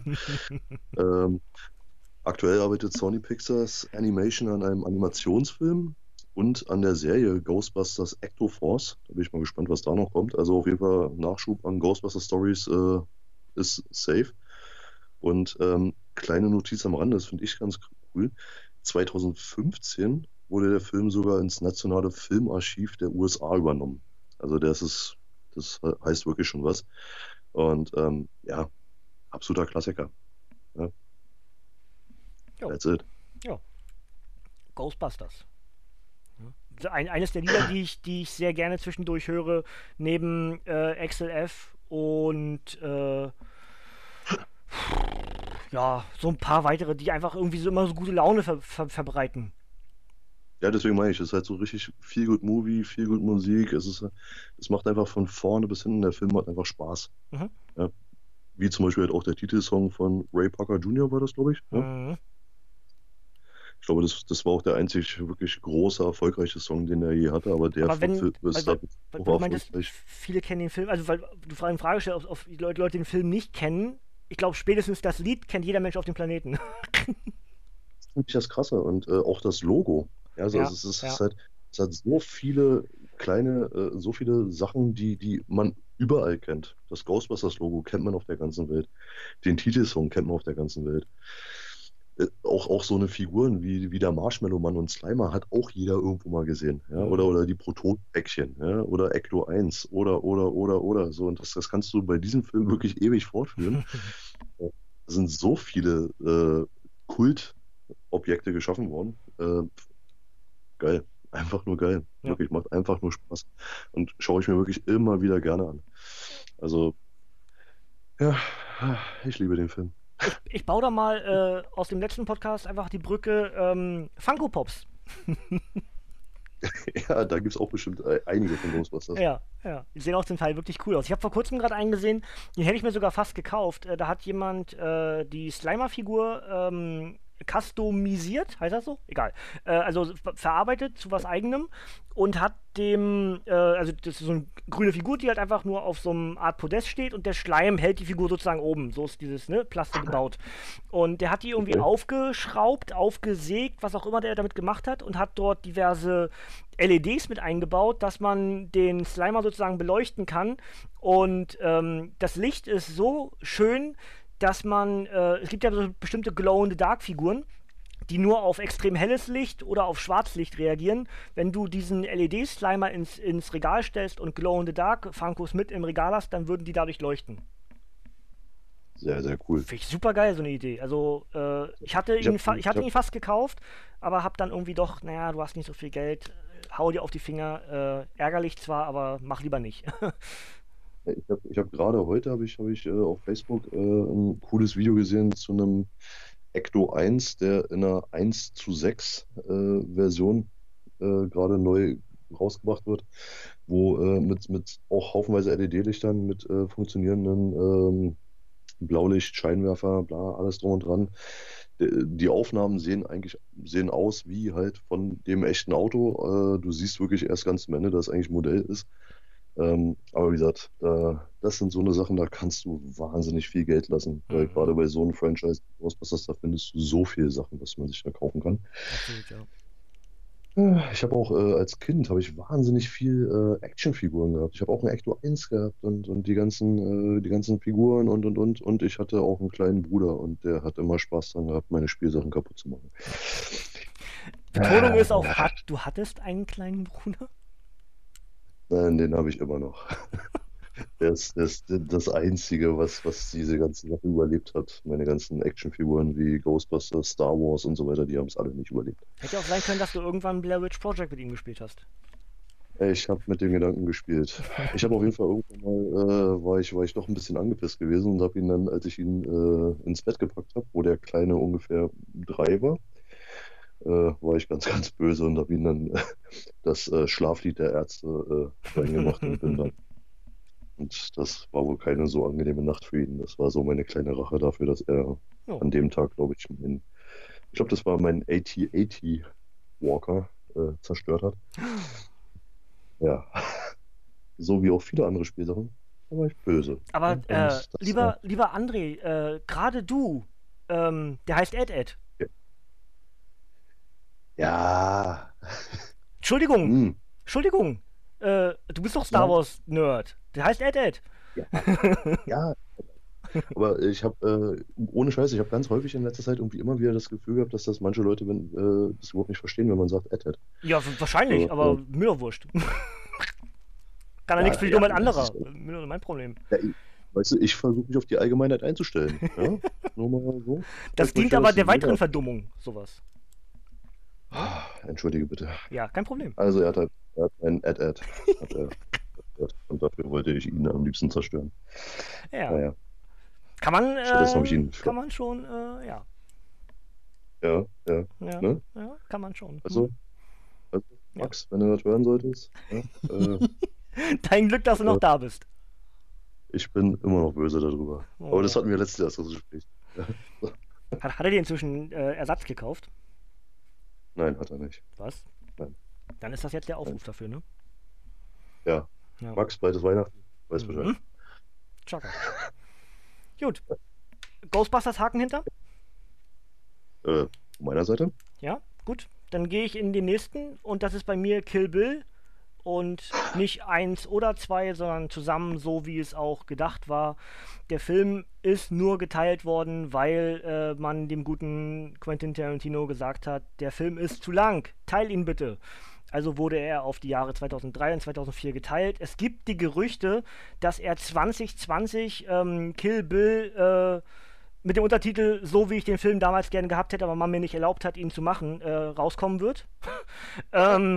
Aktuell arbeitet Sony Pictures Animation an einem Animationsfilm und an der Serie Ghostbusters Ecto-Force. Da bin ich mal gespannt, was da noch kommt. Also auf jeden Fall Nachschub an Ghostbusters Stories ist safe. Und kleine Notiz am Rande, das finde ich ganz cool. 2015 wurde der Film sogar ins nationale Filmarchiv der USA übernommen. Also das heißt wirklich schon was. Und absoluter Klassiker. Ja. That's it. Ja. Ghostbusters. Eines der Lieder, die ich sehr gerne zwischendurch höre, neben XLF und so ein paar weitere, die einfach irgendwie so immer so gute Laune verbreiten. Ja, deswegen meine ich, es ist halt so richtig viel gut Movie, viel gut Musik. Es macht einfach von vorne bis hinten, der Film hat einfach Spaß. Mhm. Ja. Wie zum Beispiel halt auch der Titelsong von Ray Parker Jr. war das, glaube ich. Ja? Mhm. Ich glaube, das war auch der einzig wirklich große, erfolgreiche Song, den er je hatte, aber der Film ist weil du meintest, viele kennen den Film, also weil du in Frage stellst, ob die Leute den Film nicht kennen. Ich glaube, spätestens das Lied kennt jeder Mensch auf dem Planeten. Das ist nämlich das Krasse und auch das Logo. Ja, also es hat so viele so viele Sachen, die man überall kennt. Das Ghostbusters-Logo kennt man auf der ganzen Welt. Den Titelsong kennt man auf der ganzen Welt. Auch so eine Figuren wie der Marshmallow-Mann und Slimer hat auch jeder irgendwo mal gesehen. Ja? Oder die Proton-Päckchen, ja? Oder Ecto 1 oder. So. Und das kannst du bei diesem Film wirklich ewig fortführen. Es sind so viele Kultobjekte geschaffen worden. Geil. Einfach nur geil. Ja. Wirklich, macht einfach nur Spaß. Und schaue ich mir wirklich immer wieder gerne an. Also Ja, ich liebe den Film. Ich baue da mal aus dem letzten Podcast einfach die Brücke Funko Pops. Ja, da gibt es auch bestimmt einige von Ghostbusters. Ja, ja. Die sehen auch zum Teil wirklich cool aus. Ich habe vor kurzem gerade einen gesehen, den hätte ich mir sogar fast gekauft. Da hat jemand die Slimer-Figur customisiert, heißt das so? Egal. Also verarbeitet zu was Eigenem und hat dem, also das ist so eine grüne Figur, die halt einfach nur auf so einem Art Podest steht und der Schleim hält die Figur sozusagen oben. So ist dieses Plastik gebaut. Und der hat die irgendwie Okay. aufgeschraubt, aufgesägt, was auch immer der damit gemacht hat und hat dort diverse LEDs mit eingebaut, dass man den Slimer sozusagen beleuchten kann. Und das Licht ist so schön, dass man, es gibt ja so bestimmte Glow-in-the-Dark-Figuren, die nur auf extrem helles Licht oder auf Schwarzlicht reagieren. Wenn du diesen LED-Slimer ins Regal stellst und Glow-in-the-Dark-Funkos mit im Regal hast, dann würden die dadurch leuchten. Sehr, sehr cool. Finde ich super geil, so eine Idee. Also, ich hatte Ich ihn, hab, ich ich hatte hab, ihn fast gekauft, aber hab dann irgendwie doch, naja, du hast nicht so viel Geld, hau dir auf die Finger, ärgerlich zwar, aber mach lieber nicht. ich hab gerade heute hab ich auf Facebook ein cooles Video gesehen zu einem Ecto 1, der in einer 1:6 Version gerade neu rausgebracht wird, wo mit auch haufenweise LED-Lichtern, mit funktionierenden Blaulicht, Scheinwerfer, bla, alles drum und dran. Die Aufnahmen sehen aus wie halt von dem echten Auto. Du siehst wirklich erst ganz am Ende, dass es eigentlich ein Modell ist. Aber wie gesagt, das sind so eine Sachen, da kannst du wahnsinnig viel Geld lassen. Weil Mhm, gerade bei so einem Franchise, Ghostbusters, da findest du so viele Sachen, was man sich da kaufen kann. absolut, ja. Ich habe auch als Kind habe ich wahnsinnig viel Actionfiguren gehabt. Ich habe auch ein Ecto 1 gehabt und die ganzen Figuren und ich hatte auch einen kleinen Bruder und der hat immer Spaß dran gehabt, meine Spielsachen kaputt zu machen. Betonung ist auf hat, du hattest einen kleinen Bruder? Nein, den habe ich immer noch. Der ist das Einzige, was diese ganzen Sachen überlebt hat. Meine ganzen Actionfiguren wie Ghostbusters, Star Wars und so weiter, die haben es alle nicht überlebt. Hätte ja auch sein können, dass du irgendwann Blair Witch Project mit ihm gespielt hast. Ich habe mit dem Gedanken gespielt. Ich habe auf jeden Fall irgendwann mal, war ich doch ein bisschen angepisst gewesen und habe ihn dann, als ich ihn ins Bett gepackt habe, wo der Kleine ungefähr 3 war, war ich ganz, ganz böse und habe ihm dann das Schlaflied der Ärzte reingemacht und bin dann. Und das war wohl keine so angenehme Nacht für ihn. Das war so meine kleine Rache dafür, dass er Oh. an dem Tag, glaube ich glaube, das war mein AT-AT Walker zerstört hat. Ja, so wie auch viele andere Spielsachen, da war ich böse. Aber Und das, lieber André, gerade du, der heißt Ed. ja, Entschuldigung, hm, Entschuldigung. Du bist doch Star ja, Wars Nerd. Der heißt Ed. ja, ja. Aber ich habe, ohne Scheiß, ich habe ganz häufig in letzter Zeit irgendwie immer wieder das Gefühl gehabt, dass das manche Leute das überhaupt nicht verstehen, wenn man sagt Ed. Ja, wahrscheinlich, So, aber mir doch wurscht. Kann ja nichts für die ja, Dummheit das anderer. ist, Mir doch mein Problem. ja, weißt du, ich versuche mich auf die Allgemeinheit einzustellen. Ja? Nur mal so. Das Ich dient möchte, aber dass der weiteren jeder. Verdummung, sowas. Entschuldige bitte. Ja, kein Problem. Also er hat ein Ad, hat er. Und dafür wollte ich ihn am liebsten zerstören. Ja. Naja, Kann man, stattdessen habe ich ihn. kann man schon, ja. Ja, ja, Ja, ne? ja, kann man schon. Also, also Ja. Max, wenn du das hören solltest, ja, Dein Glück, dass du noch äh, da bist. ich bin immer noch böse darüber. Aber das Oh. hatten wir letztes Jahr, das Gespräch. Ja. Hat er dir inzwischen Ersatz gekauft? Nein, hat er nicht. Was? Nein. Dann ist das jetzt der Nein. Aufruf dafür, ne? Ja, Ja. Max, bald ist Weihnachten, weiß Bescheid. Mhm. Chaka. Gut. Ghostbusters Haken hinter? Von meiner Seite? Ja, gut. Dann gehe ich in den nächsten und das ist bei mir Kill Bill. Und nicht 1 oder 2, sondern zusammen, so wie es auch gedacht war. Der Film ist nur geteilt worden, weil man dem guten Quentin Tarantino gesagt hat, der Film ist zu lang, teil ihn bitte. Also wurde er auf die Jahre 2003 und 2004 geteilt. Es gibt die Gerüchte, dass er 2020 Kill Bill mit dem Untertitel So wie ich den Film damals gerne gehabt hätte, aber man mir nicht erlaubt hat, ihn zu machen, rauskommen wird.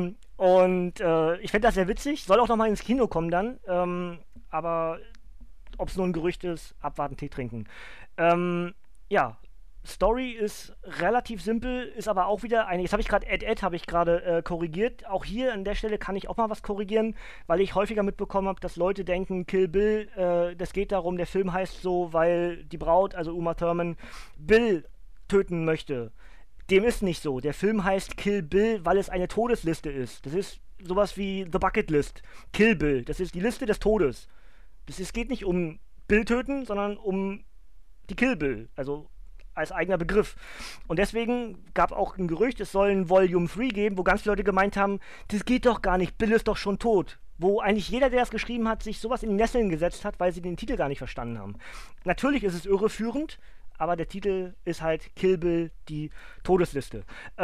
Und ich fände das sehr witzig. Soll auch nochmal ins Kino kommen dann. Aber ob es nur ein Gerücht ist, abwarten, Tee trinken. Ja, Story ist relativ simpel, ist aber auch wieder eine. Jetzt habe ich gerade habe ich gerade korrigiert. Auch hier an der Stelle kann ich auch mal was korrigieren, weil ich häufiger mitbekommen habe, dass Leute denken, Kill Bill, das geht darum, der Film heißt so, weil die Braut, also Uma Thurman, Bill töten möchte. Dem ist nicht so. Der Film heißt Kill Bill, weil es eine Todesliste ist. Das ist sowas wie The Bucket List. Kill Bill, das ist die Liste des Todes. Es geht nicht um Bill töten, sondern um die Kill Bill, also als eigener Begriff. Und deswegen gab auch ein Gerücht, es soll ein Volume 3 geben, wo ganz viele Leute gemeint haben, das geht doch gar nicht, Bill ist doch schon tot. Wo eigentlich jeder, der das geschrieben hat, sich sowas in die Nesseln gesetzt hat, weil sie den Titel gar nicht verstanden haben. Natürlich ist es irreführend, aber der Titel ist halt Kill Bill, die Todesliste.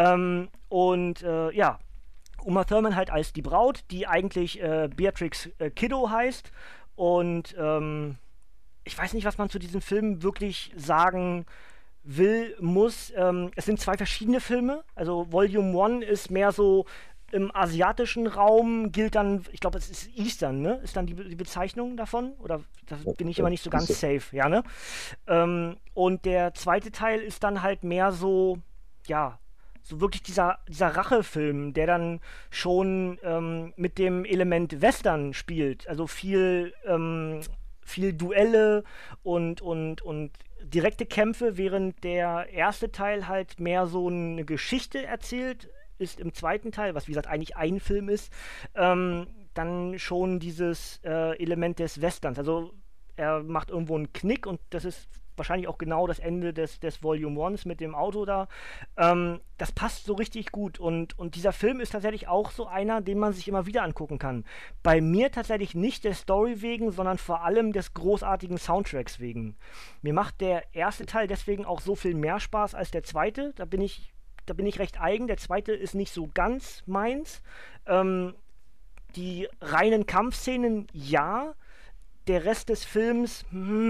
Ja, Uma Thurman halt als die Braut, die eigentlich Beatrix Kiddo heißt. Und ich weiß nicht, was man zu diesem Film wirklich sagen will, muss. Es sind zwei verschiedene Filme. Also Volume 1 ist mehr so im asiatischen Raum, gilt dann, ich glaube, es ist Eastern, ne? Ist dann die Bezeichnung davon? Oder da bin ich immer nicht so ganz safe, ja, ne? Und der zweite Teil ist dann halt mehr so, ja, so wirklich dieser Rachefilm, der dann schon mit dem Element Western spielt. Also viel Duelle und direkte Kämpfe, während der erste Teil halt mehr so eine Geschichte erzählt, ist im zweiten Teil, was wie gesagt eigentlich ein Film ist, dann schon dieses Element des Westerns. Also er macht irgendwo einen Knick und das ist wahrscheinlich auch genau das Ende des Volume 1 mit dem Auto da. Das passt so richtig gut und dieser Film ist tatsächlich auch so einer, den man sich immer wieder angucken kann. Bei mir tatsächlich nicht der Story wegen, sondern vor allem des großartigen Soundtracks wegen. Mir macht der erste Teil deswegen auch so viel mehr Spaß als der zweite. Da bin ich recht eigen. Der zweite ist nicht so ganz meins. Die reinen Kampfszenen, ja. Der Rest des Films,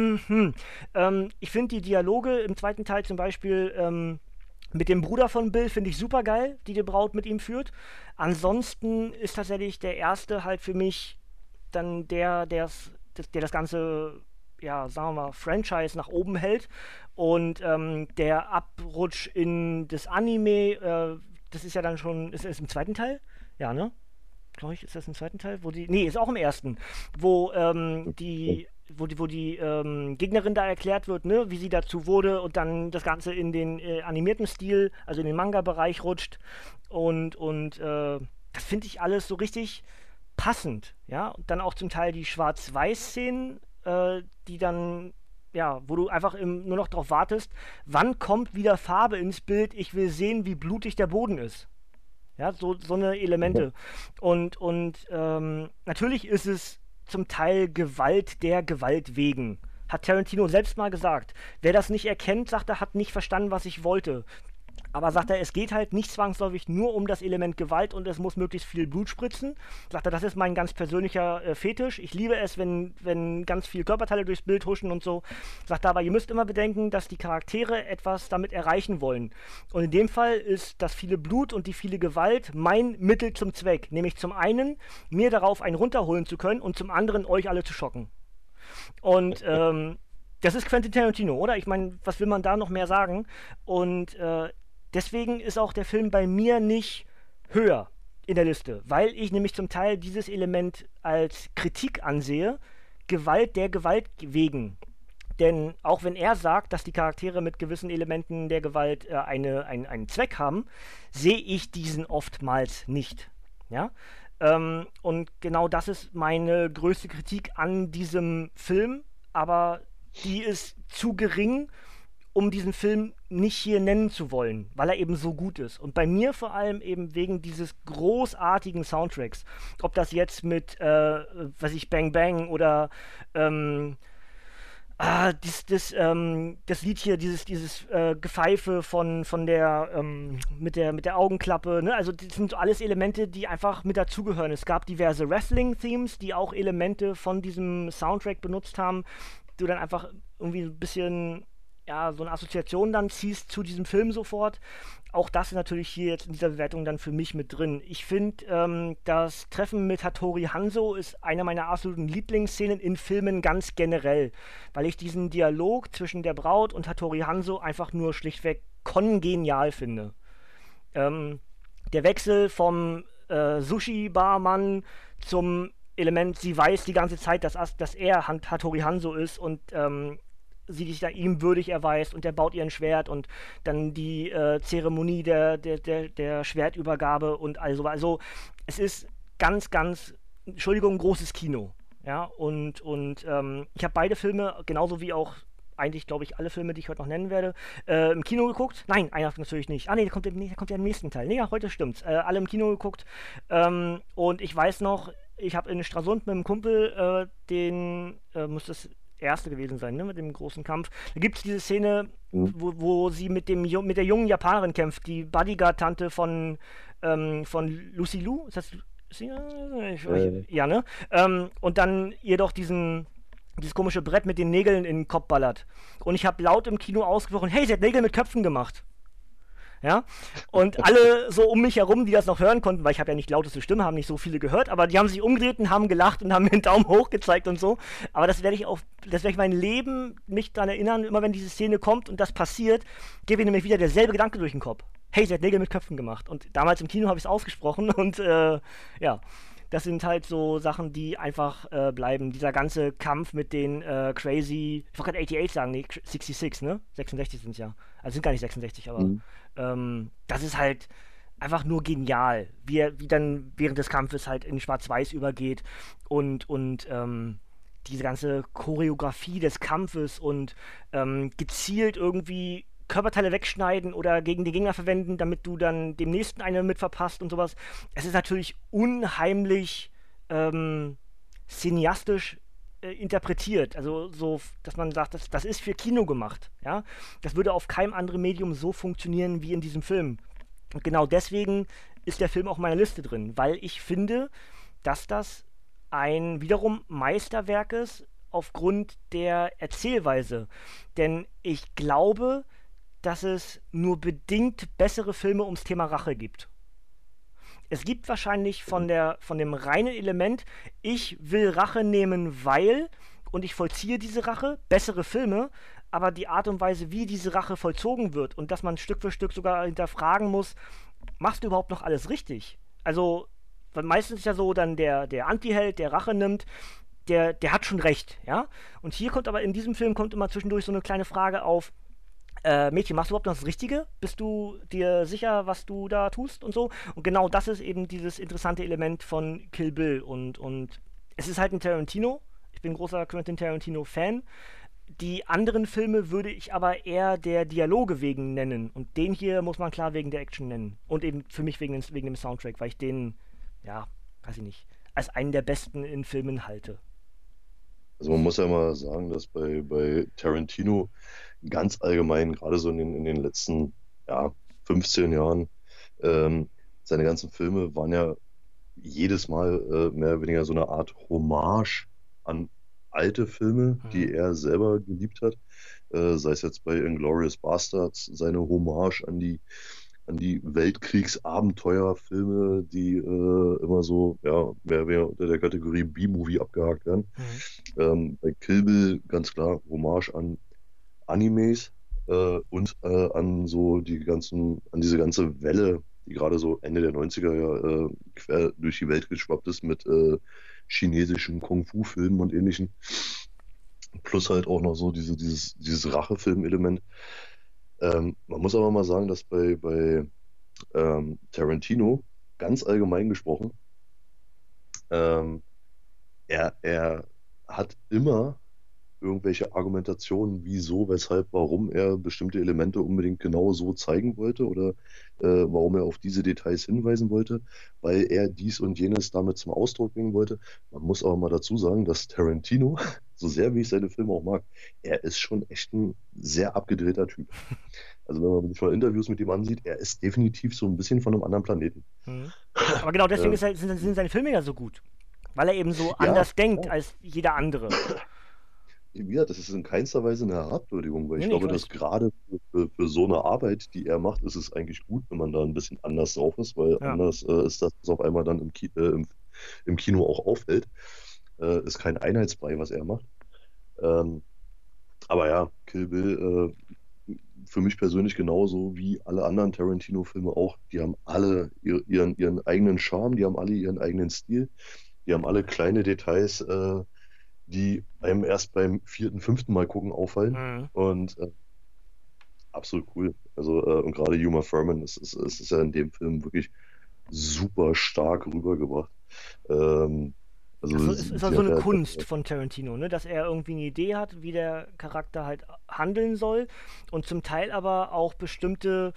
ich finde die Dialoge im zweiten Teil zum Beispiel mit dem Bruder von Bill finde ich super geil, die Braut mit ihm führt. Ansonsten ist tatsächlich der erste halt für mich dann der das ganze, ja, sagen wir mal, Franchise nach oben hält. Und der Abrutsch in das Anime, das ist ja dann schon, ist es im zweiten Teil? Ja, ne? Glaube ich, ist das im zweiten Teil? Nee, ist auch im ersten. Wo die Gegnerin da erklärt wird, ne, wie sie dazu wurde und dann das Ganze in den animierten Stil, also in den Manga-Bereich rutscht. Und das finde ich alles so richtig passend, ja. Und dann auch zum Teil die Schwarz-Weiß-Szenen, die dann, ja, wo du einfach nur noch drauf wartest, wann kommt wieder Farbe ins Bild, ich will sehen, wie blutig der Boden ist. Ja, so eine Elemente. Und natürlich ist es zum Teil Gewalt der Gewalt wegen. Hat Tarantino selbst mal gesagt. Wer das nicht erkennt, sagt er, hat nicht verstanden, was ich wollte. Aber sagt er, es geht halt nicht zwangsläufig nur um das Element Gewalt und es muss möglichst viel Blut spritzen. Sagt er, das ist mein ganz persönlicher Fetisch. Ich liebe es, wenn ganz viele Körperteile durchs Bild huschen und so. Sagt er, aber ihr müsst immer bedenken, dass die Charaktere etwas damit erreichen wollen. Und in dem Fall ist das viele Blut und die viele Gewalt mein Mittel zum Zweck. Nämlich zum einen, mir darauf einen runterholen zu können und zum anderen, euch alle zu schocken. Und das ist Quentin Tarantino, oder? Ich meine, was will man da noch mehr sagen? Und deswegen ist auch der Film bei mir nicht höher in der Liste, weil ich nämlich zum Teil dieses Element als Kritik ansehe, Gewalt der Gewalt wegen. Denn auch wenn er sagt, dass die Charaktere mit gewissen Elementen der Gewalt einen Zweck haben, sehe ich diesen oftmals nicht. Ja? Und genau das ist meine größte Kritik an diesem Film, aber die ist zu gering, um diesen Film nicht hier nennen zu wollen, weil er eben so gut ist. Und bei mir vor allem eben wegen dieses großartigen Soundtracks. Ob das jetzt mit, Bang Bang oder das Lied hier, dieses Gepfeife von der mit der Augenklappe, ne? Also das sind so alles Elemente, die einfach mit dazugehören. Es gab diverse Wrestling-Themes, die auch Elemente von diesem Soundtrack benutzt haben, die dann einfach irgendwie ein bisschen, ja, so eine Assoziation dann ziehst zu diesem Film sofort. Auch das ist natürlich hier jetzt in dieser Bewertung dann für mich mit drin. Ich finde, das Treffen mit Hattori Hanzo ist eine meiner absoluten Lieblingsszenen in Filmen ganz generell, weil ich diesen Dialog zwischen der Braut und Hattori Hanzo einfach nur schlichtweg kongenial finde. Der Wechsel vom Sushi-Barmann zum Element, sie weiß die ganze Zeit, dass er Hattori Hanzo ist und sie sich da ihm würdig erweist und der baut ihr ein Schwert und dann die Zeremonie der Schwertübergabe und also es ist ganz, ganz, Entschuldigung, großes Kino. Ja, und ich habe beide Filme, genauso wie auch eigentlich, glaube ich, alle Filme, die ich heute noch nennen werde, im Kino geguckt. Nein, einer natürlich nicht. Ah, nee, der kommt ja im nächsten Teil. Nee, ja, heute stimmt's. Alle im Kino geguckt. Und ich weiß noch, ich habe in Stralsund mit einem Kumpel muss das erste gewesen sein, ne, mit dem großen Kampf. Da gibt es diese Szene, wo sie mit der jungen Japanerin kämpft, die Bodyguard-Tante von Lucy Liu. Ist das Lucy? Ja, ne? Und dann ihr doch dieses komische Brett mit den Nägeln in den Kopf ballert. Und ich habe laut im Kino ausgesprochen, hey, sie hat Nägel mit Köpfen gemacht. Ja, und alle so um mich herum, die das noch hören konnten, weil ich habe ja nicht lauteste Stimme, haben nicht so viele gehört, aber die haben sich umgedreht und haben gelacht und haben mir einen Daumen hoch gezeigt und so. Aber das werde ich mein Leben mich daran erinnern, immer wenn diese Szene kommt und das passiert, geht mir nämlich wieder derselbe Gedanke durch den Kopf. Hey, sie hat Nägel mit Köpfen gemacht. Und damals im Kino habe ich es ausgesprochen und ja, das sind halt so Sachen, die einfach bleiben. Dieser ganze Kampf mit den crazy, ich wollte gerade 88 sagen, nee, 66, ne? 66 sind es ja. Also sind gar nicht 66, aber das ist halt einfach nur genial, wie dann während des Kampfes halt in Schwarz-Weiß übergeht und diese ganze Choreografie des Kampfes und gezielt irgendwie Körperteile wegschneiden oder gegen die Gegner verwenden, damit du dann dem nächsten eine mit verpasst und sowas. Es ist natürlich unheimlich cineastisch interpretiert. Also so, dass man sagt, das ist für Kino gemacht. Ja? Das würde auf keinem anderen Medium so funktionieren wie in diesem Film. Und genau deswegen ist der Film auch in meiner Liste drin, weil ich finde, dass das ein wiederum Meisterwerk ist aufgrund der Erzählweise. Denn ich glaube, dass es nur bedingt bessere Filme ums Thema Rache gibt. Es gibt wahrscheinlich von dem reinen Element, ich will Rache nehmen, weil, und ich vollziehe diese Rache, bessere Filme, aber die Art und Weise, wie diese Rache vollzogen wird und dass man Stück für Stück sogar hinterfragen muss, machst du überhaupt noch alles richtig? Also, weil meistens ist ja so dann der Anti-Held, der Rache nimmt, der hat schon recht, ja? Und hier kommt aber in diesem Film kommt immer zwischendurch so eine kleine Frage auf, Mädchen, machst du überhaupt noch das Richtige? Bist du dir sicher, was du da tust und so? Und genau das ist eben dieses interessante Element von Kill Bill. Und es ist halt ein Tarantino. Ich bin ein großer Quentin Tarantino-Fan. Die anderen Filme würde ich aber eher der Dialoge wegen nennen. Und den hier muss man klar wegen der Action nennen. Und eben für mich wegen dem Soundtrack, weil ich den, ja, weiß ich nicht, als einen der besten in Filmen halte. Also man muss ja mal sagen, dass bei Tarantino ganz allgemein, gerade so in den letzten 15 Jahren, seine ganzen Filme waren ja jedes Mal mehr oder weniger so eine Art Hommage an alte Filme, die er selber geliebt hat. Sei es jetzt bei Inglourious Basterds, seine Hommage an die Weltkriegsabenteuerfilme, die immer so, mehr unter der Kategorie B-Movie abgehakt werden. Bei Kill Bill ganz klar Hommage an Animes und an so an diese ganze Welle, die gerade so Ende der 90er quer durch die Welt geschwappt ist mit chinesischen Kung-Fu-Filmen und ähnlichen. Plus halt auch noch so dieses Rachefilm-Element. Man muss aber mal sagen, dass bei Tarantino, ganz allgemein gesprochen, er hat immer irgendwelche Argumentationen, wieso, weshalb, warum er bestimmte Elemente unbedingt genau so zeigen wollte oder warum er auf diese Details hinweisen wollte, weil er dies und jenes damit zum Ausdruck bringen wollte. Man muss aber mal dazu sagen, dass Tarantino, so sehr wie ich seine Filme auch mag, er ist schon echt ein sehr abgedrehter Typ. Also wenn man sich mal Interviews mit ihm ansieht, er ist definitiv so ein bisschen von einem anderen Planeten. Aber genau deswegen sind seine Filme ja so gut. Weil er eben so anders denkt als jeder andere. Ja, das ist in keinster Weise eine Herabwürdigung, weil Nee, ich nee, ich glaube, dass weiß. gerade für so eine Arbeit, die er macht, ist es eigentlich gut, wenn man da ein bisschen anders drauf ist, weil Ja. anders ist das, was auf einmal dann im Kino auch auffällt, ist kein Einheitsbrei, was er macht. Ähm, aber ja, Kill Bill, für mich persönlich genauso wie alle anderen Tarantino-Filme auch, die haben alle ihren eigenen Charme, die haben alle ihren eigenen Stil, die haben alle kleine Details, die einem erst beim vierten, fünften Mal gucken auffallen. Mhm. Und absolut cool. Also, und gerade Uma Thurman ist ja in dem Film wirklich super stark rübergebracht. Ähm, also, Es ist also sie so hat eine ja, Kunst von Tarantino, ne? Dass er irgendwie eine Idee hat, wie der Charakter halt handeln soll und zum Teil aber auch bestimmte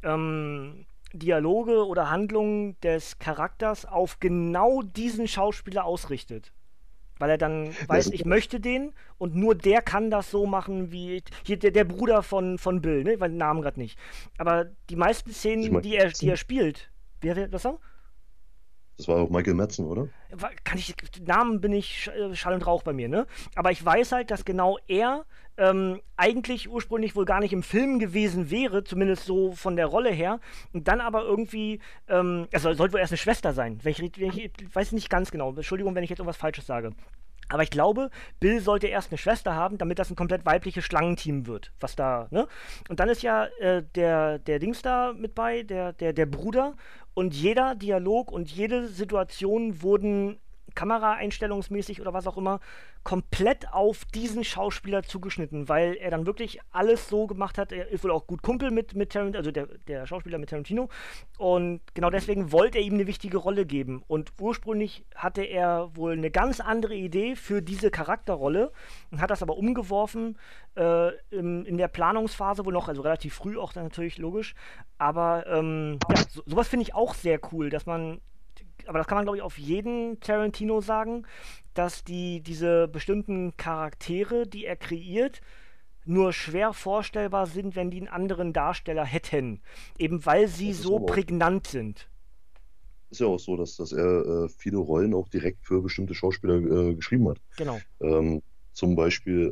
Dialoge oder Handlungen des Charakters auf genau diesen Schauspieler ausrichtet. Weil er dann ja, weiß, ich möchte den und nur der kann das so machen wie hier der Bruder von Bill, ne? Ich weiß den Namen gerade nicht. Aber die meisten ich Szenen, mein, die er spielt, was sagen? das war auch Michael Madsen, oder? Namen bin ich Schall und Rauch bei mir, ne? Aber ich weiß halt, dass genau er eigentlich ursprünglich wohl gar nicht im Film gewesen wäre, zumindest so von der Rolle her. Und dann aber irgendwie, also sollte wohl erst eine Schwester sein. Ich weiß nicht ganz genau. Entschuldigung, wenn ich jetzt irgendwas Falsches sage. Aber ich glaube, Bill sollte erst eine Schwester haben, damit das ein komplett weibliches Schlangenteam wird. Was da, ne? Und dann ist ja der Dings da mit bei, der Bruder. Und jeder Dialog und jede Situation wurden kameraeinstellungsmäßig oder was auch immer komplett auf diesen Schauspieler zugeschnitten, weil er dann wirklich alles so gemacht hat. Er ist wohl auch gut Kumpel mit Tarantino, also der Schauspieler mit Tarantino. Und genau deswegen wollte er ihm eine wichtige Rolle geben. Und ursprünglich hatte er wohl eine ganz andere Idee für diese Charakterrolle und hat das aber umgeworfen in der Planungsphase wohl noch, also relativ früh auch dann natürlich logisch. Aber ja, sowas finde ich auch sehr cool, dass man, aber das kann man glaube ich auf jeden Tarantino sagen, dass diese bestimmten Charaktere, die er kreiert, nur schwer vorstellbar sind, wenn die einen anderen Darsteller hätten. Eben weil sie Das so prägnant sind. ist ja auch so, dass er viele Rollen auch direkt für bestimmte Schauspieler geschrieben hat. Genau. Zum Beispiel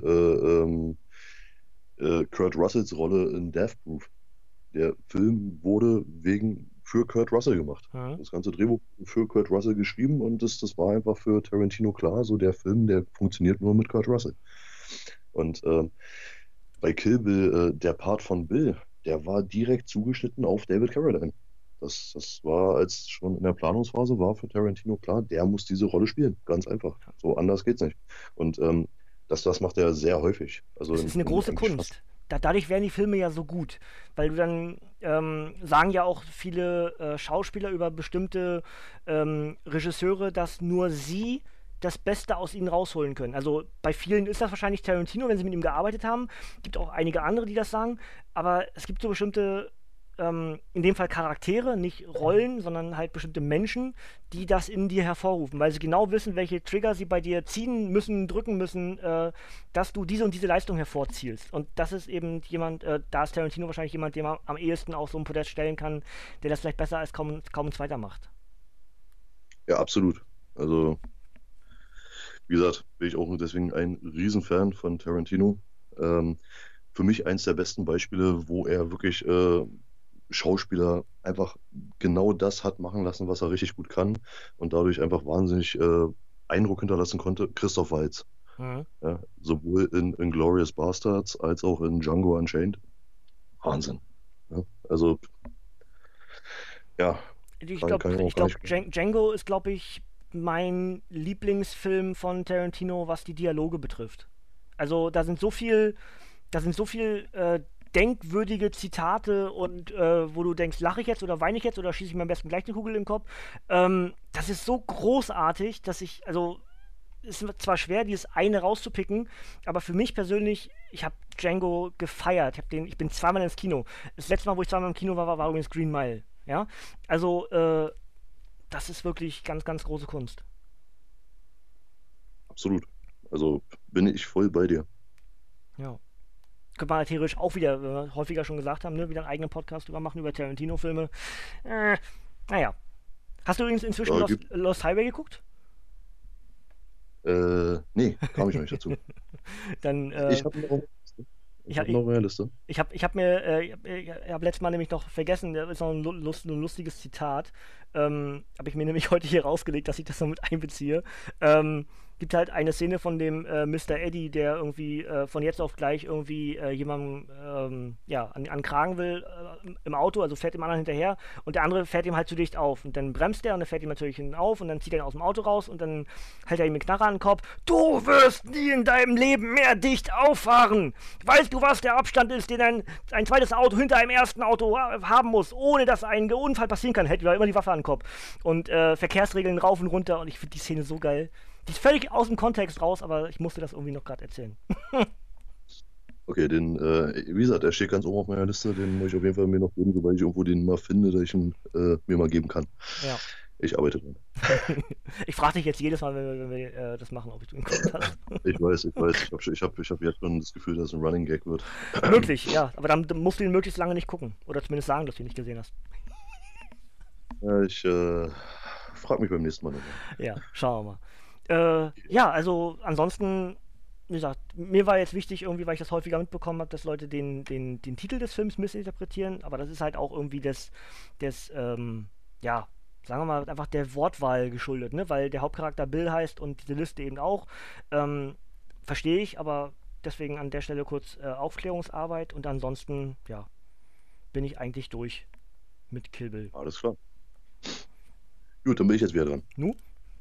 Kurt Russells Rolle in Death Proof. Der Film wurde für Kurt Russell gemacht. Mhm. Das ganze Drehbuch wurde für Kurt Russell geschrieben und das war einfach für Tarantino klar, so der Film, der funktioniert nur mit Kurt Russell. Und bei Kill Bill, der Part von Bill, der war direkt zugeschnitten auf David Carradine. Das war, als schon in der Planungsphase war für Tarantino klar, der muss diese Rolle spielen. Ganz einfach. So anders geht's nicht. Und das macht er sehr häufig. Also Es ist eine große eigentlich fast. Kunst. Dadurch werden die Filme ja so gut. Weil du dann, sagen ja auch viele Schauspieler über bestimmte Regisseure, dass nur sie das Beste aus ihnen rausholen können. Also bei vielen ist das wahrscheinlich Tarantino, wenn sie mit ihm gearbeitet haben. Gibt auch einige andere, die das sagen. Aber es gibt so bestimmte in dem Fall Charaktere, nicht Rollen, sondern halt bestimmte Menschen, die das in dir hervorrufen, weil sie genau wissen, welche Trigger sie bei dir ziehen müssen, drücken müssen, dass du diese und diese Leistung hervorzielst. Und das ist eben jemand, da ist Tarantino wahrscheinlich jemand, den man am ehesten auf so ein Podest stellen kann, der das vielleicht besser als kaum ein zweiter macht. Ja, absolut. Also, wie gesagt, bin ich auch deswegen ein Riesenfan von Tarantino. Ähm, für mich eins der besten Beispiele, wo er wirklich Schauspieler einfach genau das hat machen lassen, was er richtig gut kann und dadurch einfach wahnsinnig Eindruck hinterlassen konnte, Christoph Waltz. Mhm. Ja, sowohl in Inglourious Basterds als auch in Django Unchained. Wahnsinn. Ja, also, ja, Ich kann, glaube, kann ich auch ich gar glaub, nicht. Django ist, glaube ich, mein Lieblingsfilm von Tarantino, was die Dialoge betrifft. Also da sind so viel denkwürdige Zitate und wo du denkst, lache ich jetzt oder weine ich jetzt oder schieße ich mir am besten gleich eine Kugel im Kopf. Das ist so großartig, dass also es ist zwar schwer, dieses eine rauszupicken, aber für mich persönlich, ich habe Django gefeiert. Ich bin zweimal ins Kino. Das letzte Mal, wo ich zweimal im Kino war übrigens Green Mile. Ja, also das ist wirklich ganz, ganz große Kunst. Absolut. Also bin ich voll bei dir. Ja. Könnte man theoretisch auch wieder, wie wir häufiger schon gesagt haben, ne, wieder einen eigenen Podcast drüber machen, über Tarantino-Filme. Naja. Hast du übrigens inzwischen Ja, Lost Highway geguckt? Nee, kam ich noch nicht dazu. Dann, Ich habe noch, ich, ich hab- hab noch mehr Liste. ich hab letztes Mal nämlich noch vergessen, da ist noch ein lustiges Zitat. Habe ich mir nämlich heute hier rausgelegt, dass ich das noch mit einbeziehe. Gibt halt eine Szene von dem Mr. Eddie, der irgendwie von jetzt auf gleich irgendwie jemandem ja, an den Kragen will im Auto, also fährt dem anderen hinterher und der andere fährt ihm halt zu dicht auf. Und dann bremst er und er fährt ihm natürlich hinten auf und dann zieht er ihn aus dem Auto raus und dann hält er ihm eine Knarre an den Kopf. Du wirst nie in deinem Leben mehr dicht auffahren! Weißt du, was der Abstand ist, den ein zweites Auto hinter einem ersten Auto haben muss, ohne dass ein Unfall passieren kann? Hält immer die Waffe an den Kopf. Und Verkehrsregeln rauf und runter und ich finde die Szene so geil. Die ist völlig aus dem Kontext raus, aber ich musste das irgendwie noch gerade erzählen. Okay, wie gesagt, der steht ganz oben auf meiner Liste, den muss ich auf jeden Fall mir noch geben, sobald ich irgendwo den mal finde, dass ich ihn mir mal geben kann. Ja. Ich arbeite dran. Ich frage dich jetzt jedes Mal, wenn wir das machen, ob du ihn geguckt hast. Ich weiß. Ich hab jetzt schon das Gefühl, dass es ein Running Gag wird. Möglich, ja. Aber dann musst du ihn möglichst lange nicht gucken. Oder zumindest sagen, dass du ihn nicht gesehen hast. Ich frage mich beim nächsten Mal nochmal. Ja, schauen wir mal. Ja, also ansonsten, wie gesagt, mir war jetzt wichtig, irgendwie, weil ich das häufiger mitbekommen habe, dass Leute den Titel des Films missinterpretieren, aber das ist halt auch irgendwie ja, sagen wir mal, einfach der Wortwahl geschuldet, ne? Weil der Hauptcharakter Bill heißt und diese Liste eben auch. Verstehe ich, aber deswegen an der Stelle kurz Aufklärungsarbeit und ansonsten, ja, bin ich eigentlich durch mit Kill Bill. Alles klar. Gut, dann bin ich jetzt wieder dran. Nu?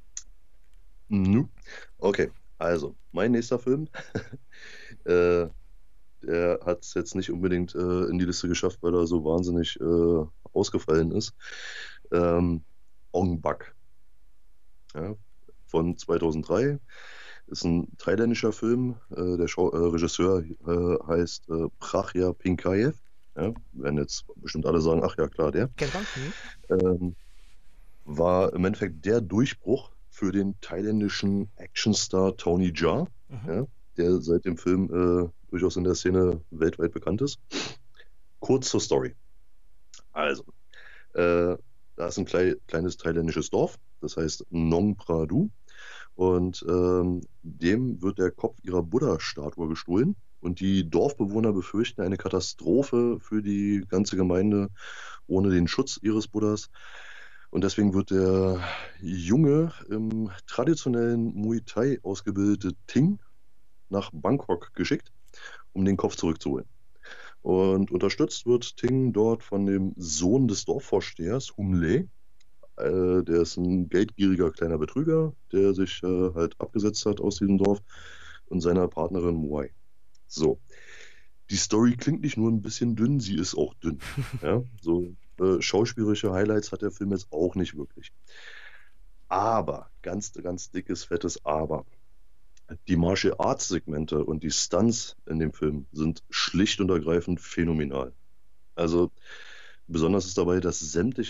Okay, also, mein nächster Film, äh, der hat es jetzt nicht unbedingt in die Liste geschafft, weil er so wahnsinnig ausgefallen ist. Ong Bak, ja, von 2003. Ist ein thailändischer Film. Der Regisseur heißt Prachya Pinkaev. Ja, werden jetzt bestimmt alle sagen, ach ja, klar, der. Kennt man? Ähm, war im Endeffekt der Durchbruch für den thailändischen Actionstar Tony Jaa, Mhm. ja, der seit dem Film durchaus in der Szene weltweit bekannt ist. Kurz zur Story. Also, da ist ein kleines thailändisches Dorf, das heißt Nong Pradu, und dem wird der Kopf ihrer Buddha-Statue gestohlen. Und die Dorfbewohner befürchten eine Katastrophe für die ganze Gemeinde ohne den Schutz ihres Buddhas. Und deswegen wird der junge, im traditionellen Muay Thai ausgebildete Ting nach Bangkok geschickt, um den Kopf zurückzuholen. Und unterstützt wird Ting dort von dem Sohn des Dorfvorstehers, Hum Le. Der ist ein geldgieriger kleiner Betrüger, der sich halt abgesetzt hat aus diesem Dorf und seiner Partnerin Muay. So, die Story klingt nicht nur ein bisschen dünn, sie ist auch dünn. Ja? So schauspielerische Highlights hat der Film jetzt auch nicht wirklich. Aber, ganz, ganz dickes, fettes Aber. Die Martial Arts Segmente und die Stunts in dem Film sind schlicht und ergreifend phänomenal. Also, besonders ist dabei, dass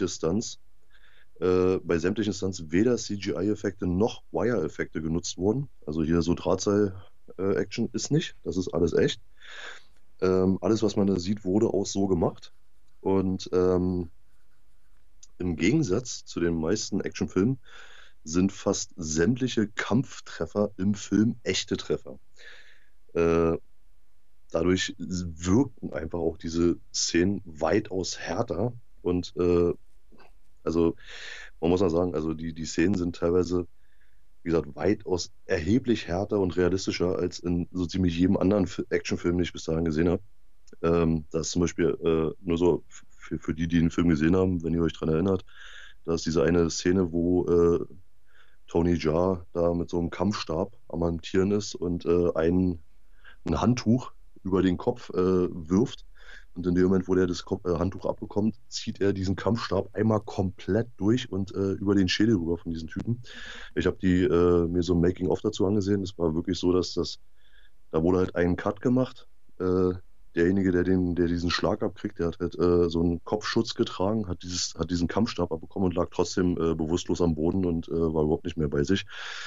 bei sämtlichen Stunts weder CGI-Effekte noch Wire-Effekte genutzt wurden. Also hier so Drahtseil-Action ist nicht, das ist alles echt. Alles, was man da sieht, wurde auch so gemacht. Und im Gegensatz zu den meisten Actionfilmen sind fast sämtliche Kampftreffer im Film echte Treffer. Dadurch wirkten einfach auch diese Szenen weitaus härter und also man muss mal sagen, also die Szenen sind teilweise, wie gesagt, weitaus erheblich härter und realistischer als in so ziemlich jedem anderen Actionfilm, den ich bis dahin gesehen habe. Da ist zum Beispiel nur so für die den Film gesehen haben, wenn ihr euch daran erinnert, da ist diese eine Szene, wo Tony Jaa da mit so einem Kampfstab am Hantieren ist und ein Handtuch über den Kopf wirft. Und in dem Moment, wo der das Handtuch abbekommt, zieht er diesen Kampfstab einmal komplett durch und über den Schädel rüber von diesen Typen. Ich habe mir so ein Making-of dazu angesehen. Es war wirklich so, dass da wurde halt ein Cut gemacht. Derjenige, der diesen Schlag abkriegt, der hat halt so einen Kopfschutz getragen, hat diesen Kampfstab abbekommen und lag trotzdem bewusstlos am Boden und war überhaupt nicht mehr bei sich.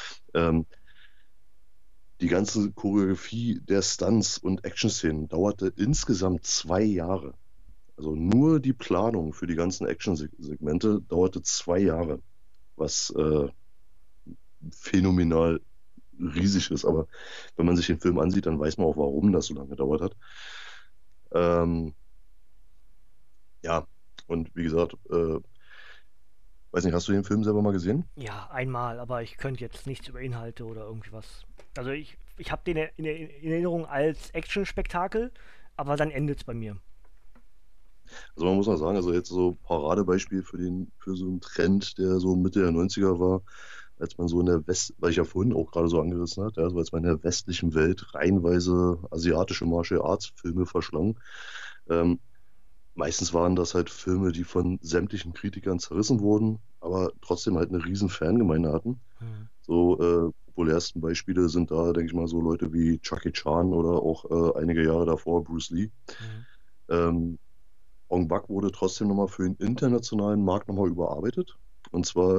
Die ganze Choreografie der Stunts und Action-Szenen dauerte insgesamt 2 Jahre. Also nur die Planung für die ganzen Action-Segmente dauerte 2 Jahre, was phänomenal riesig ist. Aber wenn man sich den Film ansieht, dann weiß man auch, warum das so lange gedauert hat. Ähm, ja, und wie gesagt, weiß nicht, hast du den Film selber mal gesehen? Ja, einmal, aber ich könnte jetzt nichts über Inhalte oder irgendwie was. Also ich habe den in Erinnerung als Action-Spektakel, aber dann endet es bei mir. Also man muss mal sagen, also jetzt so Paradebeispiel für so einen Trend, der so Mitte der 90er war, als man so in der weil ich ja vorhin auch gerade so angerissen hat, ja, also als man in der westlichen Welt reihenweise asiatische Martial Arts Filme verschlang. Ähm, Meistens waren das halt Filme, die von sämtlichen Kritikern zerrissen wurden, aber trotzdem halt eine riesen Fangemeinde hatten. Hm. So populärsten Beispiele sind da, denke ich mal, so Leute wie Jackie Chan oder auch einige Jahre davor Bruce Lee. Hm. Ähm, Ong Bak wurde trotzdem nochmal für den internationalen Markt nochmal überarbeitet. Und zwar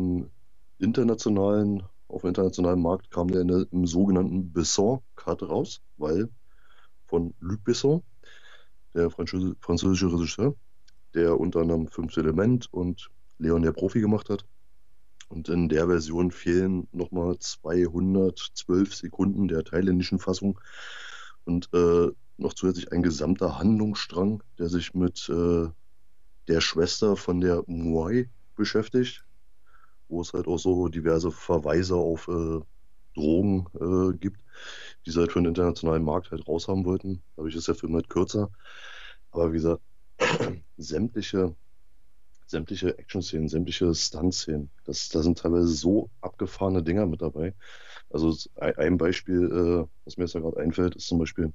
auf dem internationalen Markt kam der im sogenannten Besson-Cut raus, weil von Luc Besson, der französische Regisseur, der unter anderem Fünftes Element und Leon der Profi gemacht hat. Und in der Version fehlen nochmal 212 Sekunden der thailändischen Fassung und noch zusätzlich ein gesamter Handlungsstrang, der sich mit der Schwester von der Muay beschäftigt, wo es halt auch so diverse Verweise auf Drogen gibt, die sie halt für den internationalen Markt halt raushaben wollten. Dadurch ist der Film halt kürzer. Aber wie gesagt, sämtliche, sämtliche Action-Szenen, sämtliche Stunt-Szenen, da sind teilweise so abgefahrene Dinger mit dabei. Also ein Beispiel, was mir jetzt da gerade einfällt, ist zum Beispiel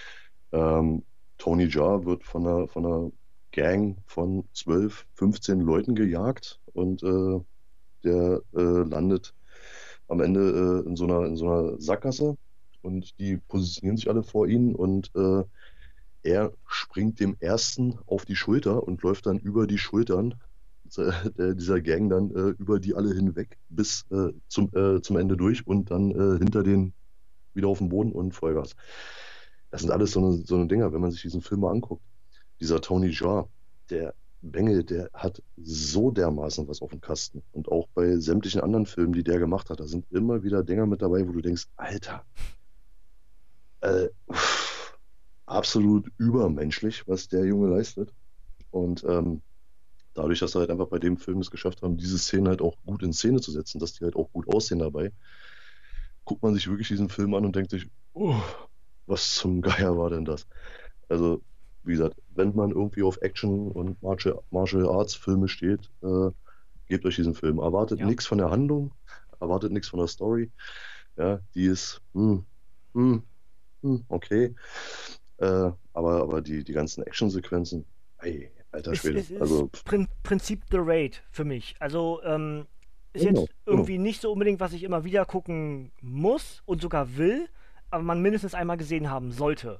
Tony Jaa wird von einer Gang von 12, 15 Leuten gejagt und der landet am Ende in so einer Sackgasse und die positionieren sich alle vor ihn und er springt dem ersten auf die Schulter und läuft dann über die Schultern dieser Gang dann über die alle hinweg bis zum Ende durch und dann hinter denen wieder auf den Boden und Vollgas. Das sind alles so eine Dinger, wenn man sich diesen Film mal anguckt. Dieser Tony Jaa, der Bengel, der hat so dermaßen was auf dem Kasten. Und auch bei sämtlichen anderen Filmen, die der gemacht hat, da sind immer wieder Dinger mit dabei, wo du denkst, Alter, absolut übermenschlich, was der Junge leistet. Und dadurch, dass er halt einfach bei dem Film es geschafft haben, diese Szenen halt auch gut in Szene zu setzen, dass die halt auch gut aussehen dabei, guckt man sich wirklich diesen Film an und denkt sich, oh, was zum Geier war denn das? Also, wie gesagt, wenn man irgendwie auf Action und Martial Arts Filme steht, gebt euch diesen Film. Erwartet Ja. nichts von der Handlung, erwartet nichts von der Story. Ja, die ist hm, okay. Aber die ganzen Actionsequenzen, ey, alter Schwede. Es ist Also, Prinzip The Raid für mich. Also ist genau, jetzt genau. irgendwie nicht so unbedingt, was ich immer wieder gucken muss und sogar will, aber man mindestens einmal gesehen haben sollte.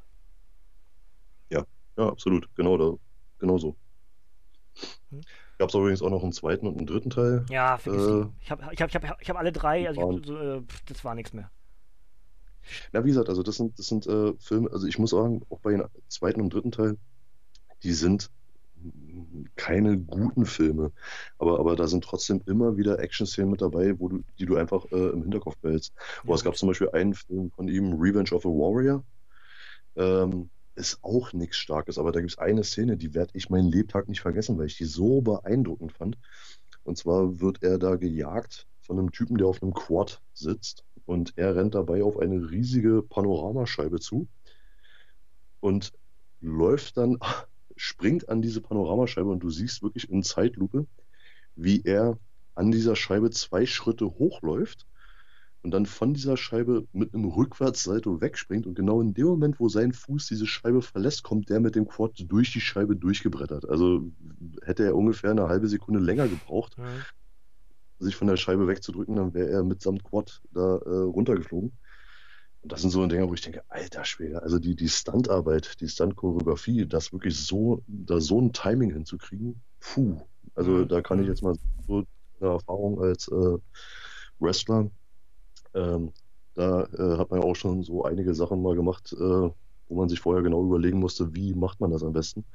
Ja, ja, absolut. Genau so. Hm? Gab es übrigens auch noch einen zweiten und einen dritten Teil. Ja, vergiss die. Äh, Ich hab alle drei, die also waren das war nichts mehr. Na, wie gesagt, also das sind Filme, also ich muss sagen, auch bei den zweiten und dritten Teil, die sind keine guten Filme, aber da sind trotzdem immer wieder Action-Szenen mit dabei, die du einfach im Hinterkopf behältst. Ja, Oder es gab gut. zum Beispiel einen Film von ihm, Revenge of a Warrior, ist auch nichts Starkes, aber da gibt es eine Szene, die werde ich meinen Lebtag nicht vergessen, weil ich die so beeindruckend fand. Und zwar wird er da gejagt von einem Typen, der auf einem Quad sitzt und er rennt dabei auf eine riesige Panoramascheibe zu und läuft dann, springt an diese Panoramascheibe und du siehst wirklich in Zeitlupe, wie er an dieser Scheibe 2 Schritte hochläuft und dann von dieser Scheibe mit einem Rückwärtssalto wegspringt und genau in dem Moment, wo sein Fuß diese Scheibe verlässt, kommt der mit dem Quad durch die Scheibe durchgebrettert. Also hätte er ungefähr eine halbe Sekunde länger gebraucht, Mhm. sich von der Scheibe wegzudrücken, dann wäre er mitsamt Quad da runtergeflogen. Und das sind so Dinger, wo ich denke, alter Schwede, also die Stuntarbeit, die Stunt-Choreografie, das wirklich da so ein Timing hinzukriegen, puh. Also Mhm. da kann ich Mhm. jetzt mal so eine Erfahrung als Wrestler, ähm, da hat man ja auch schon so einige Sachen mal gemacht, wo man sich vorher genau überlegen musste, wie macht man das am besten.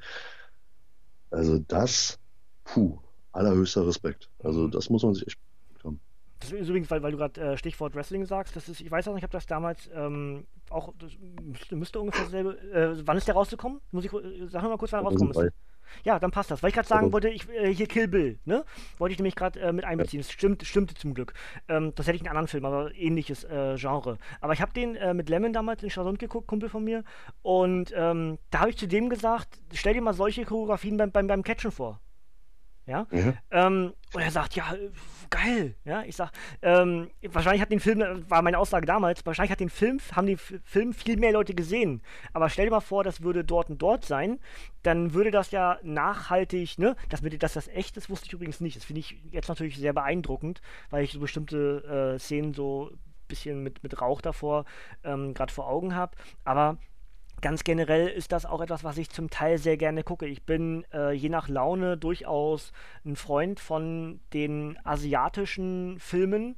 Also das, puh, allerhöchster Respekt. Also Mhm. das muss man sich echt haben. Das ist übrigens, weil du gerade Stichwort Wrestling sagst, das ist, ich weiß auch nicht, ich habe das damals auch, das müsste ungefähr dasselbe, wann ist der rausgekommen? Sag noch mal kurz, wann er rausgekommen ist. Ja, dann passt das. Weil ich gerade sagen wollte, hier Kill Bill, ne? Wollte ich nämlich gerade mit einbeziehen. Das stimmte zum Glück. Das hätte ich einen anderen Film, aber ähnliches Genre. Aber ich habe den mit Lemon damals in Stralsund geguckt, Kumpel von mir. Und da habe ich zu dem gesagt, stell dir mal solche Choreografien beim Catchen vor. Ja? Und er sagt, ja, geil. Ja, ich sag, wahrscheinlich hat den Film, war meine Aussage damals, wahrscheinlich haben den Film viel mehr Leute gesehen. Aber stell dir mal vor, das würde dort und dort sein, dann würde das ja nachhaltig, ne, dass das echt ist, wusste ich übrigens nicht. Das finde ich jetzt natürlich sehr beeindruckend, weil ich so bestimmte Szenen so ein bisschen mit Rauch davor gerade vor Augen habe. Aber ganz generell ist das auch etwas, was ich zum Teil sehr gerne gucke. Ich bin je nach Laune durchaus ein Freund von den asiatischen Filmen.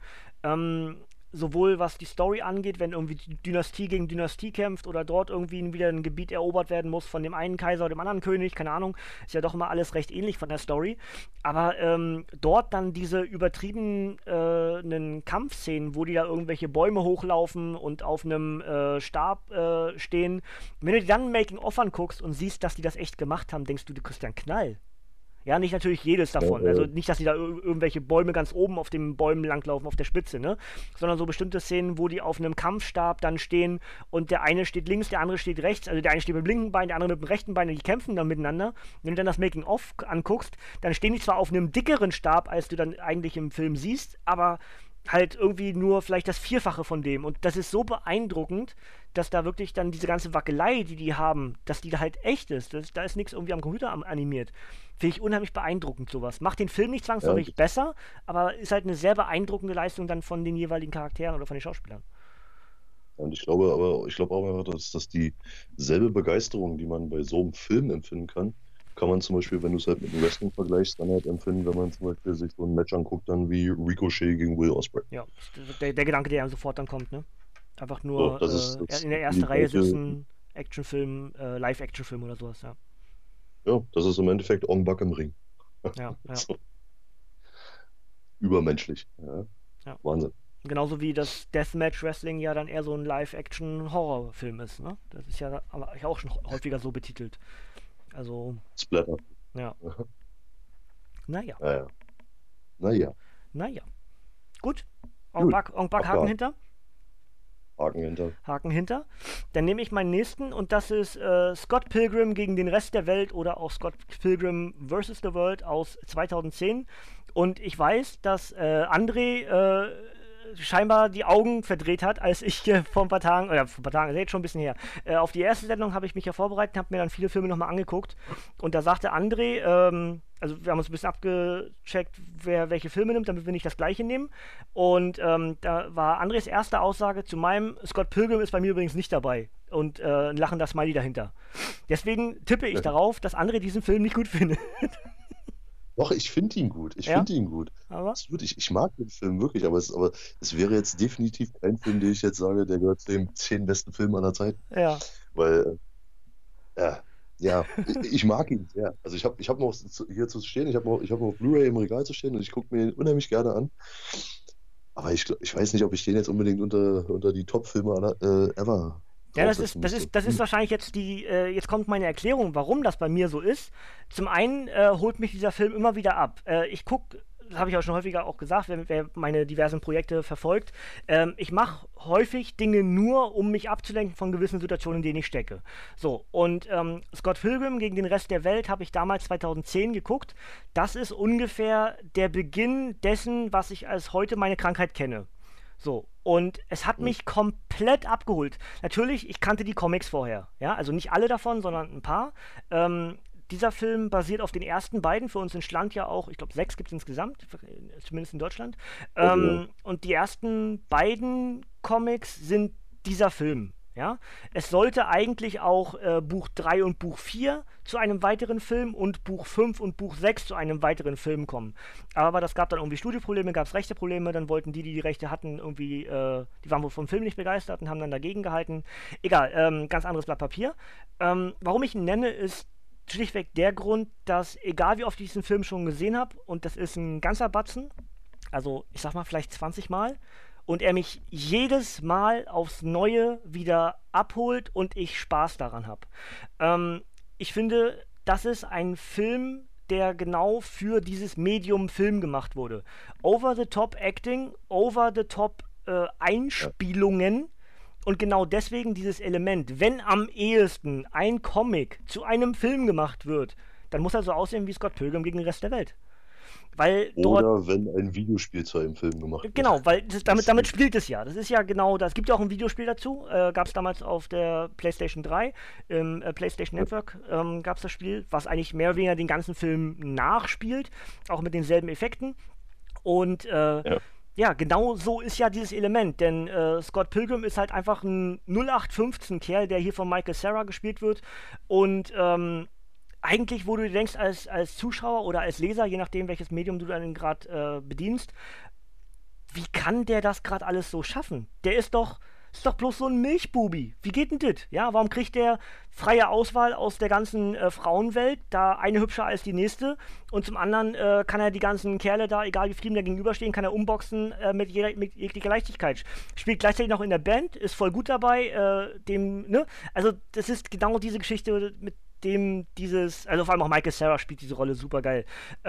Sowohl was die Story angeht, wenn irgendwie Dynastie gegen Dynastie kämpft oder dort irgendwie wieder ein Gebiet erobert werden muss von dem einen Kaiser oder dem anderen König, keine Ahnung, ist ja doch immer alles recht ähnlich von der Story. Aber dort dann diese übertriebenen Kampfszenen, wo die da irgendwelche Bäume hochlaufen und auf einem Stab stehen, wenn du dir dann ein Making-of anguckst und siehst, dass die das echt gemacht haben, denkst du kriegst ja einen Knall. Ja, nicht natürlich jedes davon. Also nicht, dass die da irgendwelche Bäume ganz oben auf den Bäumen langlaufen, auf der Spitze, ne? Sondern so bestimmte Szenen, wo die auf einem Kampfstab dann stehen und der eine steht links, der andere steht rechts. Also der eine steht mit dem linken Bein, der andere mit dem rechten Bein und die kämpfen dann miteinander. Wenn du dann das Making-of anguckst, dann stehen die zwar auf einem dickeren Stab, als du dann eigentlich im Film siehst, aber halt irgendwie nur vielleicht das Vierfache von dem. Und das ist so beeindruckend, dass da wirklich dann diese ganze Wackelei, die haben, dass die da halt echt ist. Da ist nichts irgendwie am Computer animiert. Finde ich unheimlich beeindruckend, sowas. Macht den Film nicht zwangsläufig besser, aber ist halt eine sehr beeindruckende Leistung dann von den jeweiligen Charakteren oder von den Schauspielern. Und ich glaube auch, dass dieselbe Begeisterung, die man bei so einem Film empfinden kann man zum Beispiel, wenn du es halt mit dem Wrestling vergleichst, dann halt empfinden, wenn man zum Beispiel sich so ein Match anguckt, dann wie Ricochet gegen Will Ospreay. Ja, der Gedanke, der einem sofort dann kommt, ne? Einfach nur so, in der ersten Reihe sitzen, Actionfilm, Live-Actionfilm oder sowas, ja. Ja, das ist im Endeffekt Ong Bak im Ring. Ja. So. Übermenschlich. Ja. Wahnsinn. Genauso wie das Deathmatch-Wrestling ja dann eher so ein Live-Action-Horrorfilm ist, ne? Das ist ja aber auch schon häufiger so betitelt. Also. Splatter. Ja. Naja. Naja. Gut. Ong Bak, Haken hinter. Haken hinter. Dann nehme ich meinen nächsten und das ist Scott Pilgrim gegen den Rest der Welt oder auch Scott Pilgrim vs. The World aus 2010. Und ich weiß, dass André scheinbar die Augen verdreht hat, als ich vor ein paar Tagen, ist jetzt schon ein bisschen her, auf die erste Sendung habe ich mich ja vorbereitet, habe mir dann viele Filme nochmal angeguckt und da sagte André, also wir haben uns ein bisschen abgecheckt, wer welche Filme nimmt, damit wir nicht das gleiche nehmen und da war Andres erste Aussage zu meinem Scott Pilgrim ist bei mir übrigens nicht dabei und ein lachender Smiley dahinter. Deswegen tippe ich darauf, dass André diesen Film nicht gut findet. Doch, ich finde ihn gut. Aber? Absolut. Ich mag den Film wirklich, aber es wäre jetzt definitiv kein Film, den ich jetzt sage, der gehört zu den 10 besten Filmen aller Zeiten. Ja. Weil, ich mag ihn sehr. Also ich hab noch hier zu stehen, ich hab noch Blu-ray im Regal zu stehen und ich gucke mir ihn unheimlich gerne an. Aber ich weiß nicht, ob ich den jetzt unbedingt unter die Top-Filme ever. Ja, das ist wahrscheinlich jetzt jetzt kommt meine Erklärung, warum das bei mir so ist. Zum einen holt mich dieser Film immer wieder ab. Ich gucke, das habe ich auch schon häufiger auch gesagt, wer meine diversen Projekte verfolgt, ich mache häufig Dinge nur, um mich abzulenken von gewissen Situationen, in denen ich stecke. So, und Scott Pilgrim gegen den Rest der Welt habe ich damals 2010 geguckt. Das ist ungefähr der Beginn dessen, was ich als heute meine Krankheit kenne. So, und es hat mich komplett abgeholt. Natürlich, ich kannte die Comics vorher, ja, also nicht alle davon, sondern ein paar. Dieser Film basiert auf den ersten beiden, für uns in Schland ja auch, ich glaube 6 gibt es insgesamt, zumindest in Deutschland. Und die ersten beiden Comics sind dieser Film. Ja, es sollte eigentlich auch Buch 3 und Buch 4 zu einem weiteren Film und Buch 5 und Buch 6 zu einem weiteren Film kommen. Aber das gab dann irgendwie Studioprobleme, gab es Rechteprobleme, dann wollten die Rechte hatten, irgendwie, die waren wohl vom Film nicht begeistert und haben dann dagegen gehalten. Egal, ganz anderes Blatt Papier. Warum ich ihn nenne, ist schlichtweg der Grund, dass, egal wie oft ich diesen Film schon gesehen habe, und das ist ein ganzer Batzen, Also ich sag mal vielleicht 20 Mal. Und er mich jedes Mal aufs Neue wieder abholt und ich Spaß daran habe. Ich finde, das ist ein Film, der genau für dieses Medium Film gemacht wurde. Over-the-top Acting, over-the-top Einspielungen und genau deswegen dieses Element. Wenn am ehesten ein Comic zu einem Film gemacht wird, dann muss er so aussehen wie Scott Pilgrim gegen den Rest der Welt. Weil dort, Oder wenn ein Videospiel zu einem Film gemacht wird. genau, weil damit spielt es ja. Das ist ja genau das. Es gibt ja auch ein Videospiel dazu. Gab es damals auf der PlayStation 3, im PlayStation Network gab es das Spiel, was eigentlich mehr oder weniger den ganzen Film nachspielt, auch mit denselben Effekten. Und ja, genau so ist ja dieses Element, denn Scott Pilgrim ist halt einfach ein 0815-Kerl, der hier von Michael Cera gespielt wird und eigentlich, wo du dir denkst, als Zuschauer oder als Leser, je nachdem, welches Medium du dann gerade bedienst, wie kann der das gerade alles so schaffen? Der ist doch bloß so ein Milchbubi. Wie geht denn das? Ja, warum kriegt der freie Auswahl aus der ganzen Frauenwelt, da eine hübscher als die nächste und zum anderen kann er die ganzen Kerle da, egal wie viele ihm da gegenüberstehen, kann er umboxen mit jeglicher Leichtigkeit. Spielt gleichzeitig noch in der Band, ist voll gut dabei, ne? Also das ist genau diese Geschichte, mit dem also vor allem auch Michael Cera spielt diese Rolle super geil.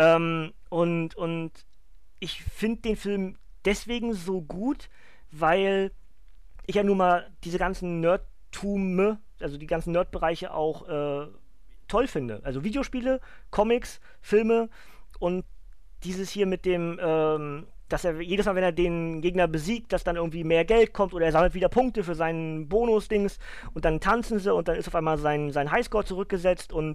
Und ich finde den Film deswegen so gut, weil ich ja nun mal diese ganzen Nerdtume, also die ganzen Nerdbereiche auch toll finde. Also Videospiele, Comics, Filme und dieses hier mit dem, dass er jedes Mal, wenn er den Gegner besiegt, dass dann irgendwie mehr Geld kommt oder er sammelt wieder Punkte für seinen Bonus-Dings und dann tanzen sie und dann ist auf einmal sein Highscore zurückgesetzt und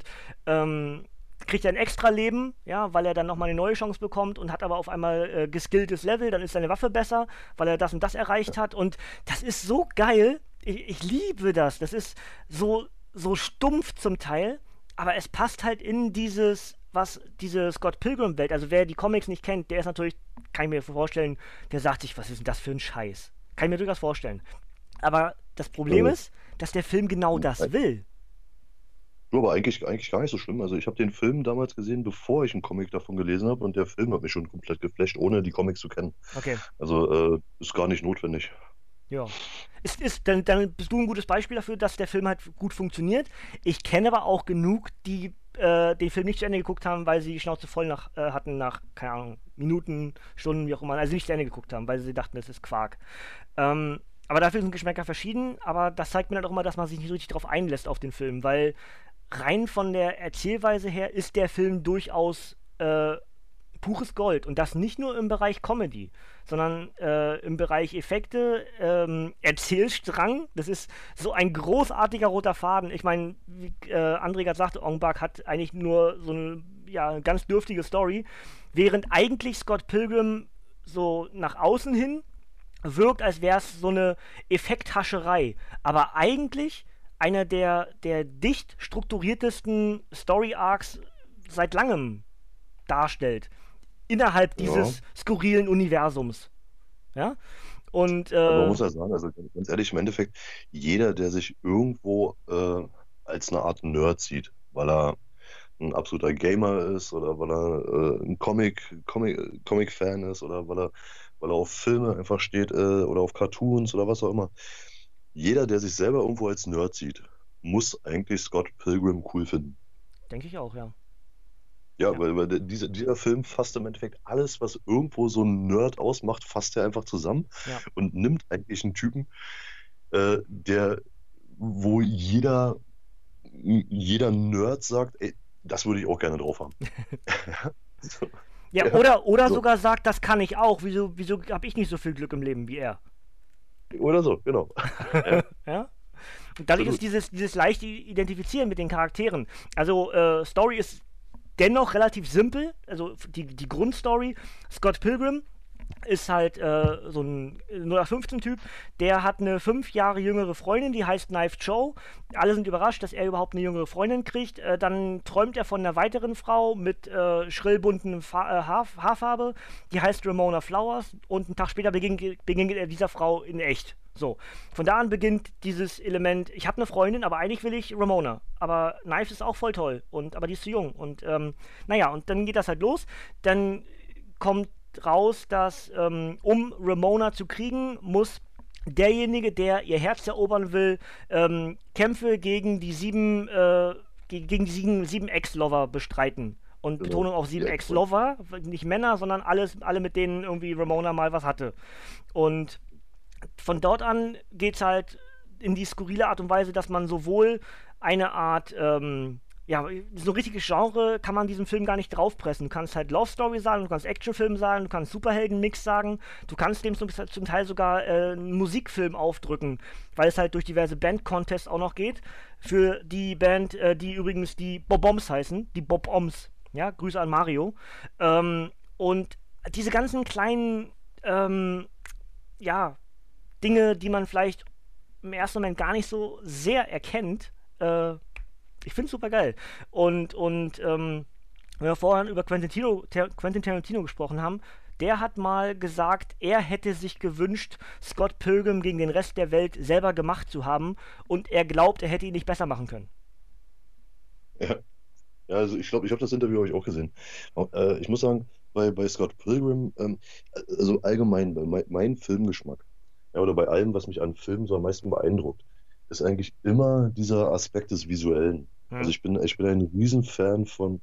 kriegt er ein extra Leben, ja, weil er dann nochmal eine neue Chance bekommt und hat aber auf einmal geskilltes Level, dann ist seine Waffe besser, weil er das und das erreicht hat und das ist so geil, ich liebe das, das ist so stumpf zum Teil, aber es passt halt in diese Scott Pilgrim-Welt, also wer die Comics nicht kennt, der ist natürlich, kann ich mir vorstellen, der sagt sich, was ist denn das für ein Scheiß? Kann ich mir durchaus vorstellen. Aber das Problem ist, dass der Film genau das will. Du, aber eigentlich gar nicht so schlimm. Also ich habe den Film damals gesehen, bevor ich einen Comic davon gelesen habe und der Film hat mich schon komplett geflasht, ohne die Comics zu kennen. Okay. Also ist gar nicht notwendig. Ja. Dann bist du ein gutes Beispiel dafür, dass der Film halt gut funktioniert. Ich kenne aber auch genug, die den Film nicht zu Ende geguckt haben, weil sie die Schnauze voll hatten nach, keine Ahnung, Minuten, Stunden, wie auch immer. Also nicht zu Ende geguckt haben, weil sie dachten, das ist Quark. Aber dafür sind Geschmäcker verschieden, aber das zeigt mir dann auch immer, dass man sich nicht so richtig drauf einlässt auf den Film, weil rein von der Erzählweise her ist der Film durchaus pures Gold. Und das nicht nur im Bereich Comedy, sondern im Bereich Effekte, Erzählstrang. Das ist so ein großartiger roter Faden. Ich meine, wie André gerade sagte, Ong Bak hat eigentlich nur so eine ganz dürftige Story, während eigentlich Scott Pilgrim so nach außen hin wirkt, als wäre es so eine Effekthascherei. Aber eigentlich einer der dicht strukturiertesten Story-Arcs seit langem darstellt. Innerhalb dieses skurrilen Universums. Ja? Und man muss ja sagen, also ganz ehrlich, im Endeffekt, jeder, der sich irgendwo als eine Art Nerd sieht, weil er ein absoluter Gamer ist oder weil er ein Comic-Fan ist oder weil er auf Filme einfach steht oder auf Cartoons oder was auch immer. Jeder, der sich selber irgendwo als Nerd sieht, muss eigentlich Scott Pilgrim cool finden. denke ich auch, ja. Ja, Ja. weil dieser Film fasst im Endeffekt alles, was irgendwo so ein Nerd ausmacht, fasst er einfach zusammen Ja. und nimmt eigentlich einen Typen, wo jeder Nerd sagt, ey, das würde ich auch gerne drauf haben. So. Ja, Ja, oder so. sogar sagt, das kann ich auch. Wieso habe ich nicht so viel Glück im Leben wie er? Oder so, genau. Ja? Und dadurch Absolut. ist dieses leichte Identifizieren mit den Charakteren. Also, Story ist dennoch relativ simpel. Also, die Grundstory. Scott Pilgrim ist halt so ein 0815-Typ, der hat eine 5 Jahre jüngere Freundin, die heißt Knife Joe. Alle sind überrascht, dass er überhaupt eine jüngere Freundin kriegt. Dann träumt er von einer weiteren Frau mit schrillbunten Haarfarbe, die heißt Ramona Flowers und einen Tag später begegnet er dieser Frau in echt. So, von da an beginnt dieses Element, ich habe eine Freundin, aber eigentlich will ich Ramona. Aber Knife ist auch voll toll, aber die ist zu jung. Und naja, und dann geht das halt los. Dann kommt raus, dass um Ramona zu kriegen, muss derjenige, der ihr Herz erobern will, Kämpfe gegen die sieben Ex-Lover bestreiten. Und Betonung auf 7 Ex-Lover, nicht Männer, sondern alle, mit denen irgendwie Ramona mal was hatte. Und von dort an geht's halt in die skurrile Art und Weise, dass man sowohl eine Art, so ein richtiges Genre kann man diesem Film gar nicht draufpressen. Du kannst halt Love Story sagen, du kannst Actionfilm sagen, du kannst Superhelden-Mix sagen, du kannst dem zum Teil sogar einen Musikfilm aufdrücken, weil es halt durch diverse Band-Contests auch noch geht. Für die Band, die übrigens die Bob-Oms heißen, die Bob-Oms. Ja, Grüße an Mario. Und diese ganzen kleinen, Dinge, die man vielleicht im ersten Moment gar nicht so sehr erkennt, ich finde es super geil. Und wenn wir vorhin über Quentin Tarantino gesprochen haben, der hat mal gesagt, er hätte sich gewünscht, Scott Pilgrim gegen den Rest der Welt selber gemacht zu haben und er glaubt, er hätte ihn nicht besser machen können. Ja, ja, also ich glaube, ich habe das Interview auch gesehen. Ich muss sagen, bei Scott Pilgrim, also allgemein bei meinem Filmgeschmack, ja, oder bei allem, was mich an Filmen so am meisten beeindruckt, ist eigentlich immer dieser Aspekt des Visuellen. Also ich bin ein Riesenfan von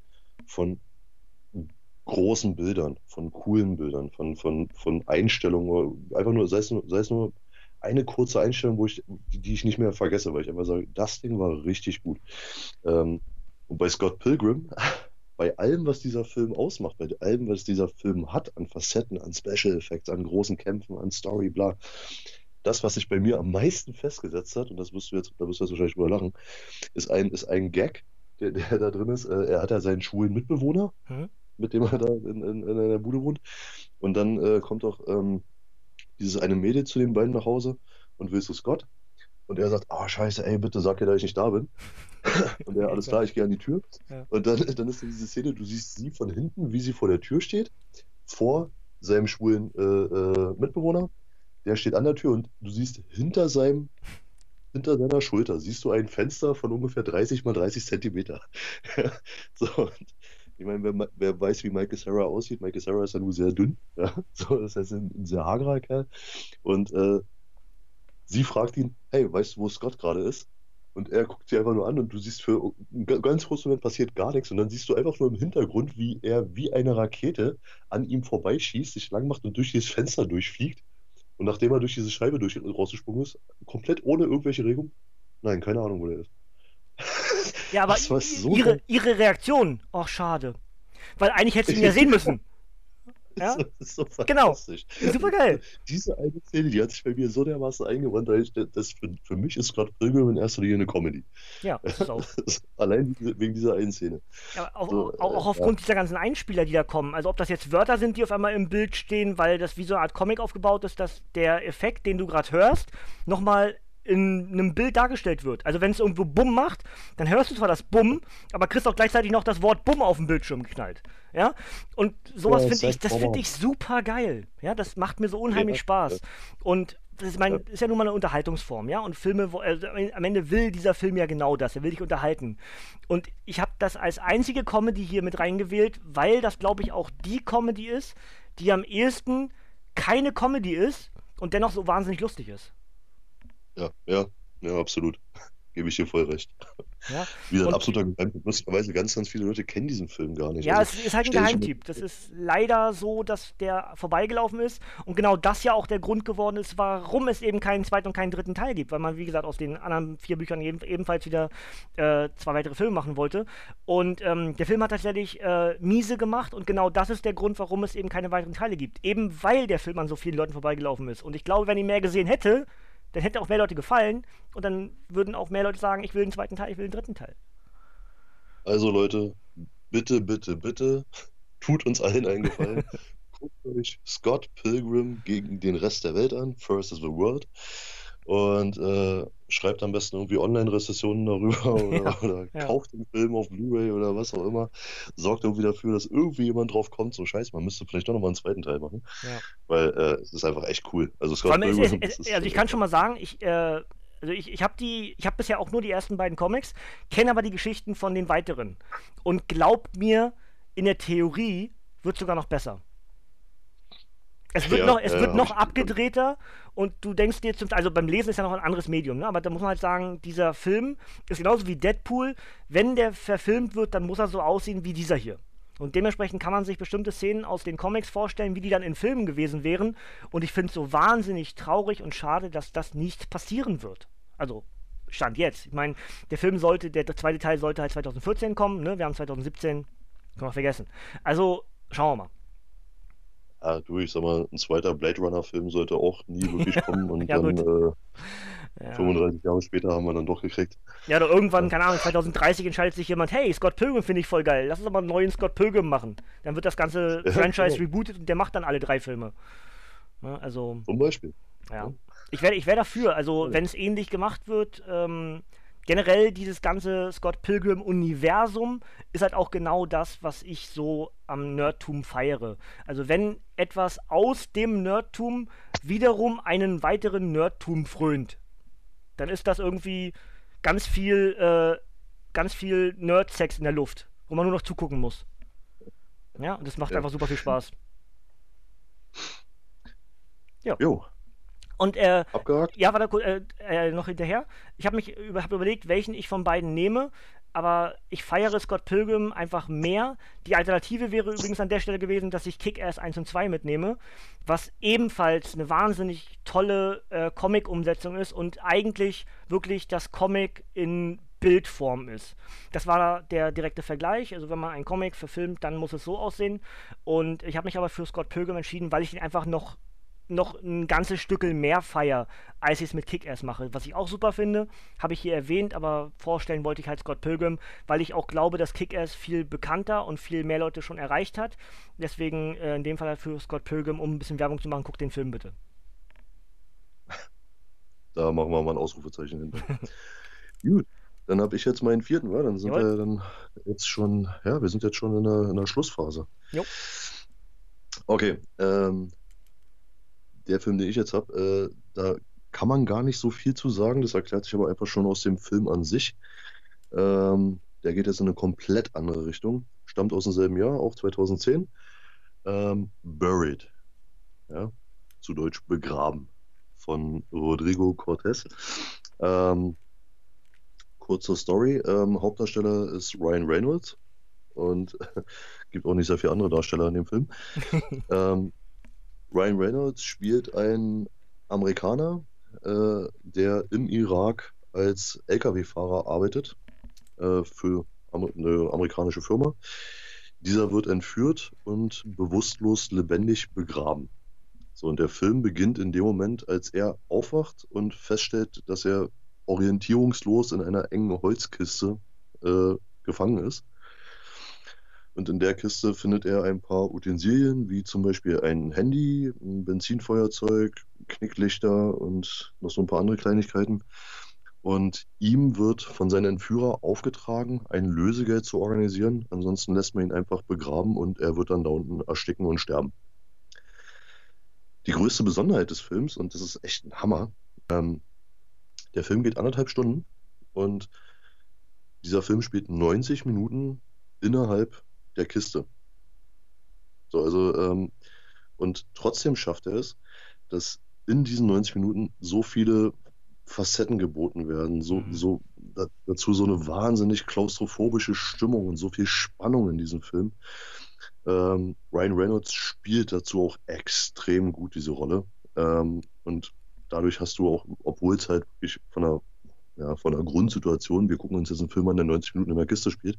großen Bildern, von coolen Bildern, von Einstellungen, einfach nur, sei es nur eine kurze Einstellung, die ich nicht mehr vergesse, weil ich einfach sage, das Ding war richtig gut. Und bei Scott Pilgrim, bei allem, was dieser Film ausmacht, bei allem, was dieser Film hat, an Facetten, an Special Effects, an großen Kämpfen, an Story, bla, das, was sich bei mir am meisten festgesetzt hat, und da wirst du jetzt wahrscheinlich drüber lachen, ist ein Gag, der da drin ist. Er hat ja seinen schwulen Mitbewohner, mit dem er da in einer Bude wohnt. Und dann kommt auch dieses eine Mädel zu den beiden nach Hause und willst du Scott? Und er sagt, scheiße, ey, bitte sag ihr, dass ich nicht da bin. Und er, alles klar, ich gehe an die Tür. Ja. Und dann ist diese Szene, du siehst sie von hinten, wie sie vor der Tür steht, vor seinem schwulen Mitbewohner. Der steht an der Tür und du siehst hinter seiner Schulter, siehst du ein Fenster von ungefähr 30 mal 30 Zentimeter. So, und ich meine, wer weiß, wie Michael Cera aussieht, Michael Cera ist ja nur sehr dünn. Ja? So, das heißt, ein sehr hagerer Kerl. Und sie fragt ihn, hey, weißt du, wo Scott gerade ist? Und er guckt sie einfach nur an und du siehst für einen ganz kurzen Moment passiert gar nichts und dann siehst du einfach nur im Hintergrund, wie er wie eine Rakete an ihm vorbeischießt, sich lang macht und durch dieses Fenster durchfliegt. Und nachdem er durch diese Scheibe rausgesprungen ist, komplett ohne irgendwelche Regung, nein, keine Ahnung, wo der ist. Ja, aber ihre Reaktion, schade. Weil eigentlich hättest du ihn ja sehen müssen. Ja? Das ist so fantastisch. Genau, super geil. Diese eine Szene, die hat sich bei mir so dermaßen eingebrannt, für mich ist Scott Pilgrim in erster Linie eine Comedy. Ja, das ist auch. Allein wegen dieser einen Szene. Ja, auch aufgrund dieser ganzen Einspieler, die da kommen. Also ob das jetzt Wörter sind, die auf einmal im Bild stehen, weil das wie so eine Art Comic aufgebaut ist, dass der Effekt, den du gerade hörst, nochmal in einem Bild dargestellt wird. Also wenn es irgendwo Bumm macht, dann hörst du zwar das Bumm, aber kriegst auch gleichzeitig noch das Wort Bumm auf dem Bildschirm geknallt. Ja? Und sowas finde ich super geil. Ja, das macht mir so unheimlich Spaß. Und das ist ja nun mal eine Unterhaltungsform, ja. Und Filme, am Ende will dieser Film ja genau das. Er will dich unterhalten. Und ich habe das als einzige Comedy hier mit reingewählt, weil das, glaube ich, auch die Comedy ist, die am ehesten keine Comedy ist und dennoch so wahnsinnig lustig ist. Ja, absolut. Gebe ich dir voll recht. Ja. Wie ein absoluter Geheimtipp. Lustigerweise, ganz, ganz viele Leute kennen diesen Film gar nicht. Ja, also, es ist halt ein Geheimtipp. Das ist leider so, dass der vorbeigelaufen ist und genau das ja auch der Grund geworden ist, warum es eben keinen zweiten und keinen dritten Teil gibt, weil man, wie gesagt, aus den anderen 4 Büchern ebenfalls wieder 2 weitere Filme machen wollte. Und der Film hat tatsächlich miese gemacht und genau das ist der Grund, warum es eben keine weiteren Teile gibt. Eben weil der Film an so vielen Leuten vorbeigelaufen ist. Und ich glaube, wenn ich mehr gesehen hätte, dann hätte auch mehr Leute gefallen und dann würden auch mehr Leute sagen, ich will den zweiten Teil, ich will den dritten Teil. Also Leute, bitte, bitte, bitte, tut uns allen einen Gefallen. Guckt euch Scott Pilgrim gegen den Rest der Welt an, First is the World. Und schreibt am besten irgendwie Online-Rezessionen darüber oder kauft den Film auf Blu-ray oder was auch immer. Sorgt irgendwie dafür, dass irgendwie jemand drauf kommt, so scheiße, man müsste vielleicht doch nochmal einen zweiten Teil machen. Ja. Weil es ist einfach echt cool. Also Scott Pilgrim also ich kann schon mal sagen, ich habe bisher auch nur die ersten beiden Comics, kenne aber die Geschichten von den weiteren. Und glaubt mir, in der Theorie wird es sogar noch besser. Es wird noch abgedrehter und du denkst dir also beim Lesen ist ja noch ein anderes Medium, ne? Aber da muss man halt sagen, dieser Film ist genauso wie Deadpool. Wenn der verfilmt wird, dann muss er so aussehen wie dieser hier. Und dementsprechend kann man sich bestimmte Szenen aus den Comics vorstellen, wie die dann in Filmen gewesen wären. Und ich finde es so wahnsinnig traurig und schade, dass das nicht passieren wird. Also, Stand jetzt. Ich meine, der zweite Teil sollte halt 2014 kommen, ne? Wir haben 2017, können wir vergessen. Also, schauen wir mal. Ja, du, ich sag mal, ein zweiter Blade Runner-Film sollte auch nie wirklich kommen und Ja, dann Ja. 35 Jahre später haben wir dann doch gekriegt. Ja, oder irgendwann, keine Ahnung, 2030 entscheidet sich jemand, hey, Scott Pilgrim finde ich voll geil, lass uns doch mal einen neuen Scott Pilgrim machen. Dann wird das ganze Franchise rebootet und der macht dann alle 3 Filme. Ne, also, Zum Beispiel. ja. Ich wär dafür, also wenn es ähnlich gemacht wird, generell dieses ganze Scott Pilgrim-Universum ist halt auch genau das, was ich so am Nerdtum feiere. Also wenn etwas aus dem Nerdtum wiederum einen weiteren Nerdtum frönt, dann ist das irgendwie ganz viel Nerd-Sex in der Luft, wo man nur noch zugucken muss. Ja, und das macht einfach super viel Spaß. Ja. Jo. Und abgehakt? Ja, warte kurz, noch hinterher. Ich habe hab überlegt, welchen ich von beiden nehme, aber ich feiere Scott Pilgrim einfach mehr. Die Alternative wäre übrigens an der Stelle gewesen, dass ich Kick-Ass 1 und 2 mitnehme, was ebenfalls eine wahnsinnig tolle Comic-Umsetzung ist und eigentlich wirklich das Comic in Bildform ist. Das war der direkte Vergleich. Also wenn man einen Comic verfilmt, dann muss es so aussehen. Und ich habe mich aber für Scott Pilgrim entschieden, weil ich ihn einfach noch ein ganzes Stückel mehr feier, als ich es mit Kick-Ass mache. Was ich auch super finde, habe ich hier erwähnt, aber vorstellen wollte ich halt Scott Pilgrim, weil ich auch glaube, dass Kick-Ass viel bekannter und viel mehr Leute schon erreicht hat. Deswegen in dem Fall halt für Scott Pilgrim, um ein bisschen Werbung zu machen, guckt den Film bitte. Da machen wir mal ein Ausrufezeichen hinter. Gut, dann habe ich jetzt meinen 4. Dann sind wir dann jetzt schon, ja, wir sind jetzt schon in der Schlussphase. Jo. Okay, der Film, den ich jetzt habe, da kann man gar nicht so viel zu sagen. Das erklärt sich aber einfach schon aus dem Film an sich. Der geht jetzt in eine komplett andere Richtung. Stammt aus demselben Jahr, auch 2010. Buried. Ja, zu Deutsch begraben. Von Rodrigo Cortés. Kurze Story. Hauptdarsteller ist Ryan Reynolds. Und gibt auch nicht sehr viele andere Darsteller in dem Film. Ryan Reynolds spielt einen Amerikaner, der im Irak als LKW-Fahrer arbeitet für eine amerikanische Firma. Dieser wird entführt und bewusstlos lebendig begraben. So, und der Film beginnt in dem Moment, als er aufwacht und feststellt, dass er orientierungslos in einer engen Holzkiste gefangen ist. Und in der Kiste findet er ein paar Utensilien, wie zum Beispiel ein Handy, ein Benzinfeuerzeug, Knicklichter und noch so ein paar andere Kleinigkeiten. Und ihm wird von seinem Entführer aufgetragen, ein Lösegeld zu organisieren. Ansonsten lässt man ihn einfach begraben und er wird dann da unten ersticken und sterben. Die größte Besonderheit des Films, und das ist echt ein Hammer, der Film geht 1,5 Stunden und dieser Film spielt 90 Minuten innerhalb der Kiste. So, also, und trotzdem schafft er es, dass in diesen 90 Minuten so viele Facetten geboten werden, dazu so eine wahnsinnig klaustrophobische Stimmung und so viel Spannung in diesem Film. Ryan Reynolds spielt dazu auch extrem gut diese Rolle. Und dadurch hast du auch, obwohl es halt wirklich von der Grundsituation, wir gucken uns jetzt einen Film an, der 90 Minuten in der Kiste spielt,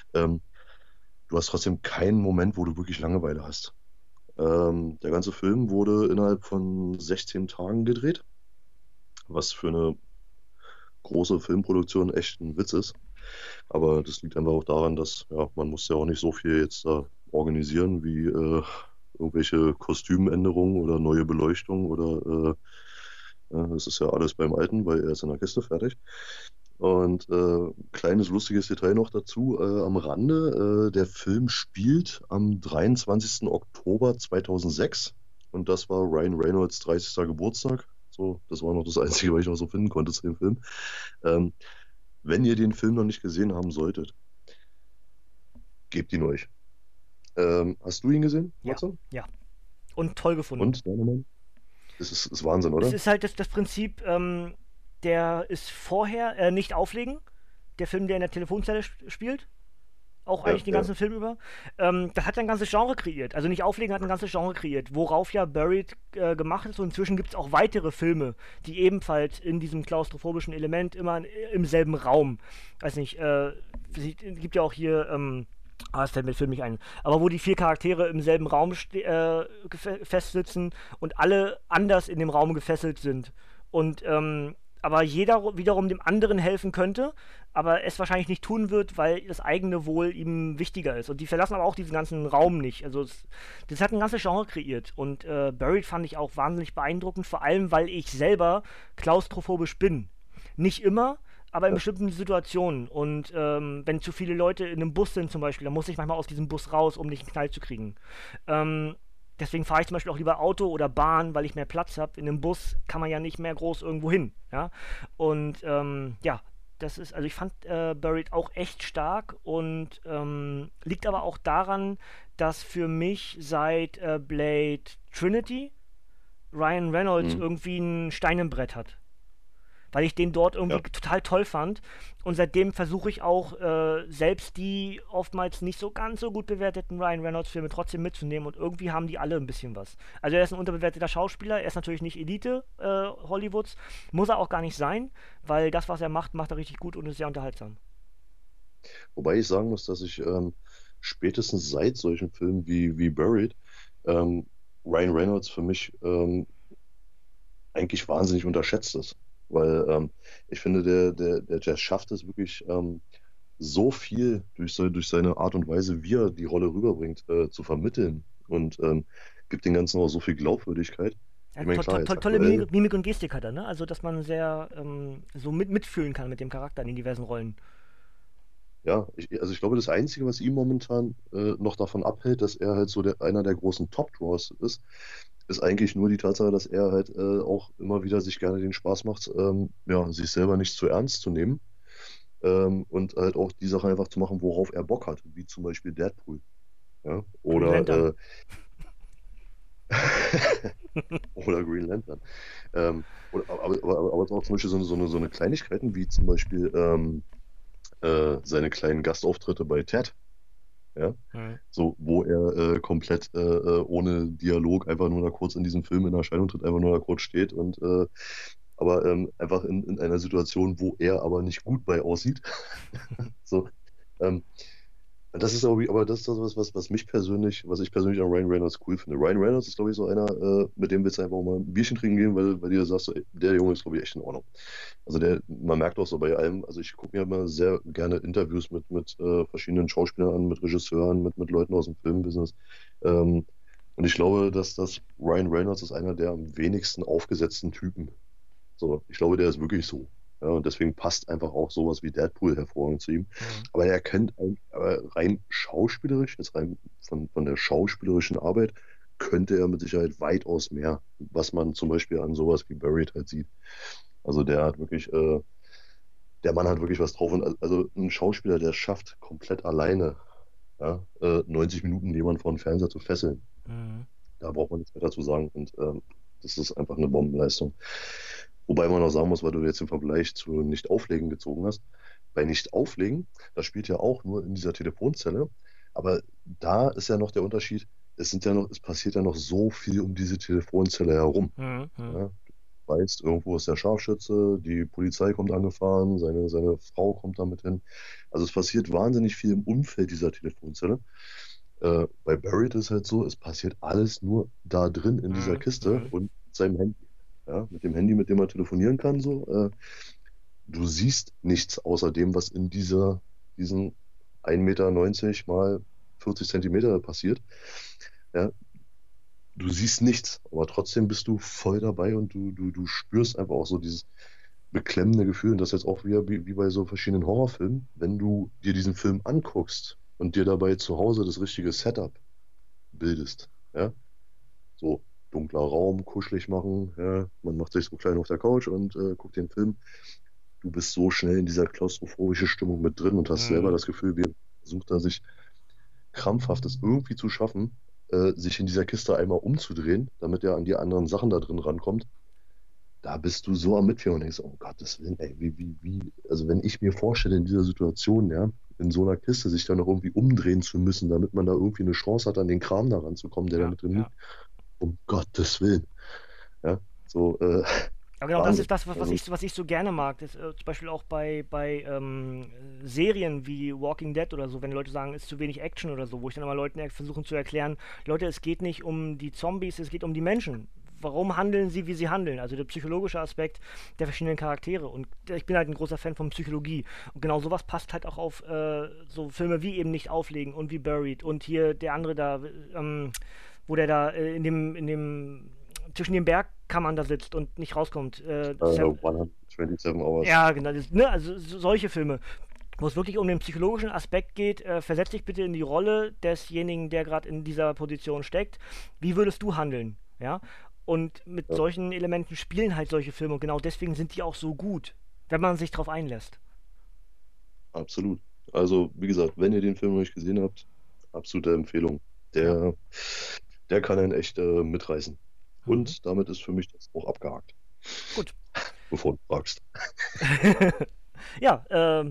du hast trotzdem keinen Moment, wo du wirklich Langeweile hast. Der ganze Film wurde innerhalb von 16 Tagen gedreht, was für eine große Filmproduktion echt ein Witz ist. Aber das liegt einfach auch daran, dass man muss ja auch nicht so viel jetzt da organisieren wie irgendwelche Kostümänderungen oder neue Beleuchtung oder das ist ja alles beim Alten, weil er ist in der Kiste fertig. Und kleines lustiges Detail noch dazu am Rande. Der Film spielt am 23. Oktober 2006 und das war Ryan Reynolds 30. Geburtstag. So, das war noch das Einzige, was ich noch so finden konnte zu dem Film. Wenn ihr den Film noch nicht gesehen haben solltet, gebt ihn euch. Hast du ihn gesehen, Ja, Matze? ja. und toll gefunden. Und, deine Meinung? Ist Wahnsinn, Es oder? ist halt das Prinzip, der ist vorher, nicht auflegen, der Film, der in der Telefonzelle spielt, auch Ja, eigentlich den ja. ganzen Film über. Das hat ja ein ganzes Genre kreiert. Also nicht Auflegen hat ein ganzes Genre kreiert, worauf ja Buried gemacht ist. Und inzwischen gibt es auch weitere Filme, die ebenfalls in diesem klaustrophobischen Element immer im selben Raum, weiß nicht, es gibt ja auch hier, es fällt mir der Film nicht ein, aber wo die 4 Charaktere im selben Raum festsitzen und alle anders in dem Raum gefesselt sind. Und aber jeder wiederum dem anderen helfen könnte, aber es wahrscheinlich nicht tun wird, weil das eigene Wohl ihm wichtiger ist. Und die verlassen aber auch diesen ganzen Raum nicht. Also das hat ein ganzes Genre kreiert. Und Buried fand ich auch wahnsinnig beeindruckend, vor allem weil ich selber klaustrophobisch bin. Nicht immer, aber in Ja. bestimmten Situationen. Und wenn zu viele Leute in einem Bus sind zum Beispiel, dann muss ich manchmal aus diesem Bus raus, um nicht einen Knall zu kriegen. Deswegen fahre ich zum Beispiel auch lieber Auto oder Bahn, weil ich mehr Platz habe. In einem Bus kann man ja nicht mehr groß irgendwo hin. Ja? Und ja, das ist, also ich fand Buried auch echt stark und liegt aber auch daran, dass für mich seit Blade Trinity Ryan Reynolds Mhm. irgendwie ein Stein im Brett hat, weil ich den dort irgendwie Ja. total toll fand. Und seitdem versuche ich auch, selbst die oftmals nicht so ganz so gut bewerteten Ryan Reynolds-Filme trotzdem mitzunehmen. Und irgendwie haben die alle ein bisschen was. Also er ist ein unterbewerteter Schauspieler, er ist natürlich nicht Elite Hollywoods, muss er auch gar nicht sein, weil das, was er macht, macht er richtig gut und ist sehr unterhaltsam. Wobei ich sagen muss, dass ich spätestens seit solchen Filmen wie Buried ähm, Ryan Reynolds für mich eigentlich wahnsinnig unterschätzt ist. Weil ich finde, der Jazz schafft es wirklich so viel durch seine Art und Weise, wie er die Rolle rüberbringt, zu vermitteln und gibt den Ganzen auch so viel Glaubwürdigkeit. Ja, Ich meine, klar, jetzt tolle aktuell, Mimik und Gestik hat er, ne? Also, dass man sehr so mitfühlen kann mit dem Charakter in den diversen Rollen. ja, also ich glaube, das Einzige, was ihn momentan noch davon abhält, dass er halt so einer der großen Top-Draws ist eigentlich nur die Tatsache, dass er halt auch immer wieder sich gerne den Spaß macht, ja, sich selber nicht zu ernst zu nehmen und halt auch die Sachen einfach zu machen, worauf er Bock hat, wie zum Beispiel Deadpool. Ja? Green Lantern. Oder Green Lantern. Aber auch zum Beispiel so eine Kleinigkeiten, wie zum Beispiel seine kleinen Gastauftritte bei Ted. Ja? Hm. So, wo er komplett ohne Dialog einfach nur da kurz in diesem Film in Erscheinung tritt, einfach nur da kurz steht und aber einfach in einer Situation, wo er aber nicht gut bei aussieht. So, ähm, das ist aber das ist das, was ich persönlich an Ryan Reynolds cool finde. Ryan Reynolds ist, glaube ich, so einer, mit dem willst du einfach auch mal ein Bierchen trinken gehen, weil du sagst, so, ey, der Junge ist, glaube ich, echt in Ordnung. Also man merkt auch so bei allem, also ich gucke mir immer sehr gerne Interviews mit verschiedenen Schauspielern an, mit Regisseuren, mit Leuten aus dem Filmbusiness. Ähm, und ich glaube, dass das Ryan Reynolds ist einer der am wenigsten aufgesetzten Typen. So, ich glaube, der ist wirklich so. Ja, und deswegen passt einfach auch sowas wie Deadpool hervorragend zu ihm. Hm. Aber aber rein schauspielerisch, jetzt rein von der schauspielerischen Arbeit, könnte er mit Sicherheit weitaus mehr, was man zum Beispiel an sowas wie Buried halt sieht. Also der Mann hat wirklich was drauf. Und also ein Schauspieler, der es schafft, komplett alleine, ja, 90 Minuten jemanden vor den Fernseher zu fesseln, Hm. da braucht man nichts mehr dazu sagen. Und das ist einfach eine Bombenleistung. Wobei man auch sagen muss, weil du jetzt den Vergleich zu Nicht-Auflegen gezogen hast. Bei Nicht-Auflegen, das spielt ja auch nur in dieser Telefonzelle. Aber da ist ja noch der Unterschied, es passiert ja noch so viel um diese Telefonzelle herum. Hm. Hm. Ja? Du weißt, irgendwo ist der Scharfschütze, die Polizei kommt angefahren, seine Frau kommt damit hin. Also es passiert wahnsinnig viel im Umfeld dieser Telefonzelle. Bei Buried ist halt so, es passiert alles nur da drin in dieser Hm. Kiste Hm. und seinem Handy. Ja, mit dem Handy, mit dem man telefonieren kann, so. Du siehst nichts außer dem, was in diesen 1,90 Meter mal 40 Zentimeter passiert. Ja, du siehst nichts, aber trotzdem bist du voll dabei und du spürst einfach auch so dieses beklemmende Gefühl. Und das jetzt auch wieder wie bei so verschiedenen Horrorfilmen, wenn du dir diesen Film anguckst und dir dabei zu Hause das richtige Setup bildest. Ja, so dunkler Raum, kuschelig machen, ja, man macht sich so klein auf der Couch und guckt den Film. Du bist so schnell in dieser klaustrophobischen Stimmung mit drin und hast selber Hm. das Gefühl, wie versucht er sich krampfhaft das irgendwie zu schaffen, sich in dieser Kiste einmal umzudrehen, damit er an die anderen Sachen da drin rankommt, da bist du so am Mitfiebern und denkst, oh Gottes Willen, ey, also wenn ich mir vorstelle, in dieser Situation, ja, in so einer Kiste sich da noch irgendwie umdrehen zu müssen, damit man da irgendwie eine Chance hat, an den Kram da ranzukommen, der da mit drin liegt, um Gottes Willen. Ja, so, Aber genau, das Wahnsinn. ist das, was Also, was ich so gerne mag. Das, zum Beispiel auch bei Serien wie Walking Dead oder so, wenn Leute sagen, ist zu wenig Action oder so, wo ich dann immer Leuten versuchen zu erklären, Leute, es geht nicht um die Zombies, es geht um die Menschen. Warum handeln sie, wie sie handeln? Also der psychologische Aspekt der verschiedenen Charaktere. Und ich bin halt ein großer Fan von Psychologie. Und genau sowas passt halt auch auf so Filme wie eben Nicht auflegen und wie Buried. Und hier der andere da, wo der da in dem zwischen den Bergkammern da sitzt und nicht rauskommt. 127 Hours. Ja, genau. Ne, also solche Filme, wo es wirklich um den psychologischen Aspekt geht. Versetz dich bitte in die Rolle desjenigen, der gerade in dieser Position steckt. Wie würdest du handeln? Ja. Und mit Ja, solchen Elementen spielen halt solche Filme und genau deswegen sind die auch so gut, wenn man sich drauf einlässt. absolut. Also, wie gesagt, wenn ihr den Film noch nicht gesehen habt, absolute Empfehlung. Ja. Der kann einen echt mitreißen. Mhm. Und damit ist für mich das auch abgehakt, Gut. bevor du fragst. Ja,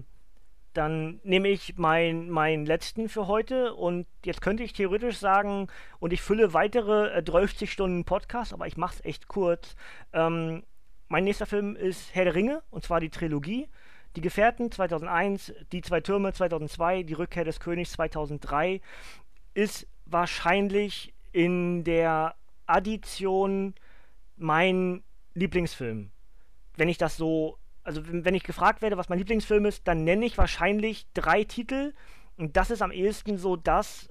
dann nehme ich meinen letzten für heute und jetzt könnte ich theoretisch sagen, und ich fülle weitere 30 Stunden Podcast, aber ich mache es echt kurz. Ähm, Mein nächster Film ist Herr der Ringe, und zwar die Trilogie. Die Gefährten 2001, Die zwei Türme 2002, Die Rückkehr des Königs 2003 ist wahrscheinlich in der Addition mein Lieblingsfilm. Wenn ich das so, also wenn ich gefragt werde, was mein Lieblingsfilm ist, dann nenne ich wahrscheinlich 3 Titel und das ist am ehesten so das,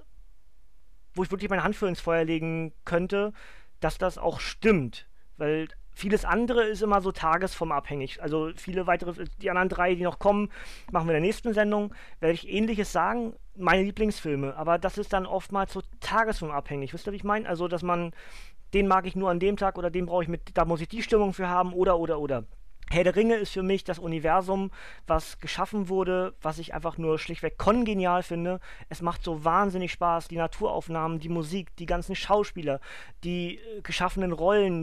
wo ich wirklich meine Hand für ins Feuer legen könnte, dass das auch stimmt. Weil vieles andere ist immer so tagesformabhängig. Also viele weitere, die anderen 3, die noch kommen, machen wir in der nächsten Sendung, werde ich ähnliches sagen, meine Lieblingsfilme. Aber das ist dann oftmals so tagesformabhängig. Wisst ihr, wie ich meine? Also, dass man, den mag ich nur an dem Tag oder den brauche ich mit, da muss ich die Stimmung für haben oder. Herr der Ringe ist für mich das Universum, was geschaffen wurde, was ich einfach nur schlichtweg kongenial finde. Es macht so wahnsinnig Spaß, die Naturaufnahmen, die Musik, die ganzen Schauspieler, die geschaffenen Rollen,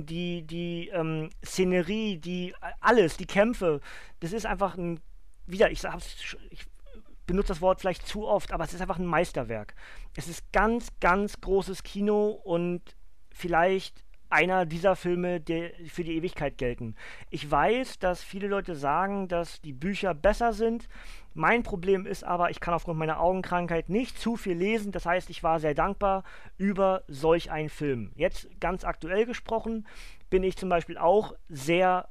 die Szenerie, alles, die Kämpfe. Das ist einfach ein, wieder, ich benutze das Wort vielleicht zu oft, aber es ist einfach ein Meisterwerk. Es ist ganz, ganz großes Kino und vielleicht einer dieser Filme, die für die Ewigkeit gelten. Ich weiß, dass viele Leute sagen, dass die Bücher besser sind. Mein Problem ist aber, ich kann aufgrund meiner Augenkrankheit nicht zu viel lesen. Das heißt, ich war sehr dankbar über solch einen Film. Jetzt ganz aktuell gesprochen bin ich zum Beispiel auch sehr,